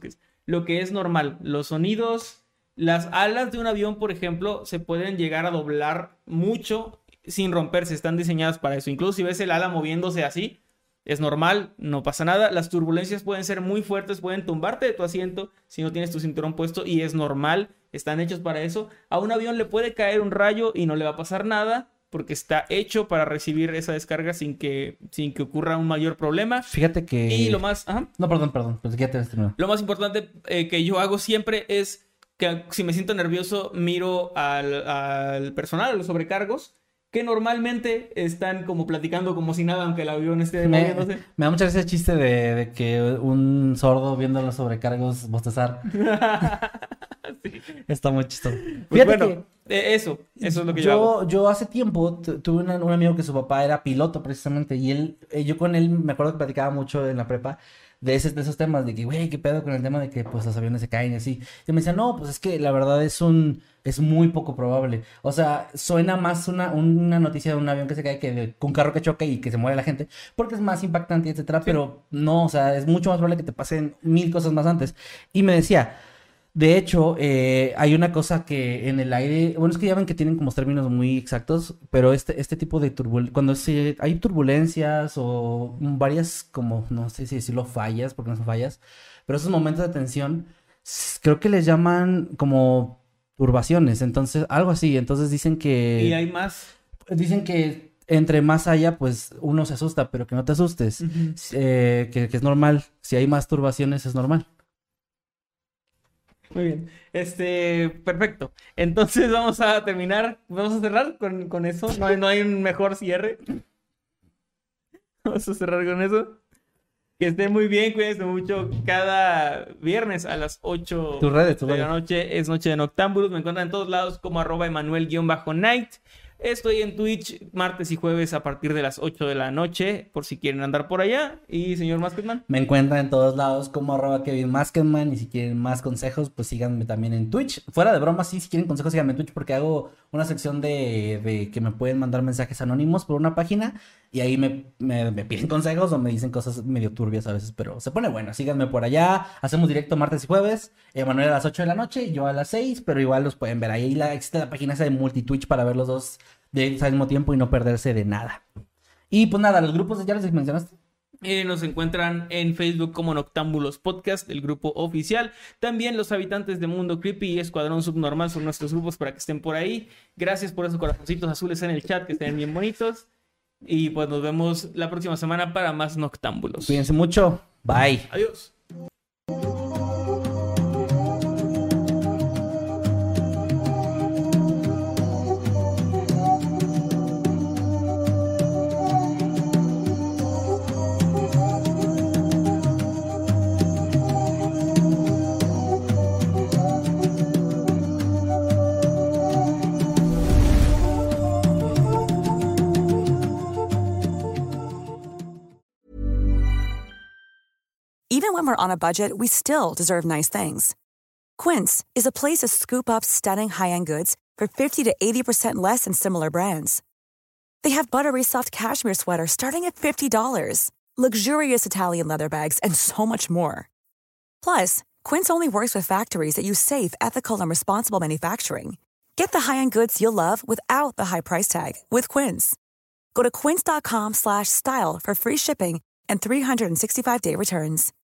lo que es normal. Los sonidos, las alas de un avión, por ejemplo, se pueden llegar a doblar mucho sin romperse. Están diseñadas para eso. Incluso si ves el ala moviéndose así, es normal, no pasa nada. Las turbulencias pueden ser muy fuertes, pueden tumbarte de tu asiento si no tienes tu cinturón puesto y es normal, están hechos para eso. A un avión le puede caer un rayo y no le va a pasar nada porque está hecho para recibir esa descarga sin que, sin que ocurra un mayor problema. Fíjate que... Y lo más... Ajá. No, perdón, perdón, pues ya te has terminado. Lo más importante eh, que yo hago siempre es que si me siento nervioso miro al, al personal, a los sobrecargos, que normalmente están como platicando como si nada, aunque el avión esté Me, moviéndose. me da mucha gracia el chiste de, de que un sordo viendo los sobrecargos bostezar. Sí. Está muy chistoso. Pues Fíjate bueno, que eh, eso, eso es lo que yo, yo hago. Yo hace tiempo tu- tuve una- un amigo que su papá era piloto precisamente y él, eh, yo con él me acuerdo que platicaba mucho en la prepa de, ese, de esos temas, de que, güey, qué pedo con el tema de que pues los aviones se caen y así. Y me decía, no, pues es que la verdad es un, es muy poco probable. O sea, suena más una, una noticia de un avión que se cae que de un carro que choca y que se muere la gente, porque es más impactante, etcétera, Sí. pero no, o sea, es mucho más probable que te pasen mil cosas más antes. Y me decía... De hecho, eh, hay una cosa que en el aire, bueno, es que ya ven que tienen como términos muy exactos, pero este, este tipo de turbulencias, cuando se, hay turbulencias o varias, como, no sé si decirlo fallas, porque no son fallas, pero esos momentos de tensión, s- creo que les llaman como turbaciones, entonces, algo así, entonces dicen que, Y hay más. dicen que entre más haya, pues uno se asusta, pero que no te asustes, Ujú. eh, que, que es normal, si hay más turbaciones es normal. Muy bien. Este, perfecto. Entonces vamos a terminar, vamos a cerrar con, con eso. No hay, no hay un mejor cierre. Vamos a cerrar con eso. Que estén muy bien, cuídense mucho. Cada viernes a las ocho Tus redes, tus de la redes. noche es Noche de Noctámbulos. Me encuentran en todos lados como arroba Emanuel-Night. Estoy en Twitch martes y jueves a partir de las ocho de la noche, por si quieren andar por allá. Y señor Masketman. Me encuentran en todos lados como arroba Kevin Maskenman y si quieren más consejos, pues síganme también en Twitch. Fuera de broma, sí, si quieren consejos, síganme en Twitch porque hago una sección de, de que me pueden mandar mensajes anónimos por una página y ahí me, me, me piden consejos o me dicen cosas medio turbias a veces, pero se pone bueno. Síganme por allá, hacemos directo martes y jueves, Emanuel a las ocho de la noche y yo a las seis, pero igual los pueden ver. Ahí la, existe la página esa de multi-Twitch para ver los dos de al mismo tiempo y no perderse de nada. Y pues nada, los grupos ya los mencionaste. Eh, nos encuentran en Facebook como Noctámbulos Podcast, el grupo oficial. También los habitantes de Mundo Creepy y Escuadrón Subnormal son nuestros grupos para que estén por ahí. Gracias por esos corazoncitos azules en el chat que estén bien bonitos. Y pues nos vemos la próxima semana para más Noctámbulos. Cuídense mucho. Bye. Adiós. Even when we're on a budget, we still deserve nice things. Quince is a place to scoop up stunning high-end goods for fifty to eighty percent less than similar brands. They have buttery soft cashmere sweaters starting at fifty dollars, luxurious Italian leather bags, and so much more. Plus, Quince only works with factories that use safe, ethical, and responsible manufacturing. Get the high-end goods you'll love without the high price tag with Quince. Go to quince.com slash style for free shipping and three sixty-five day returns.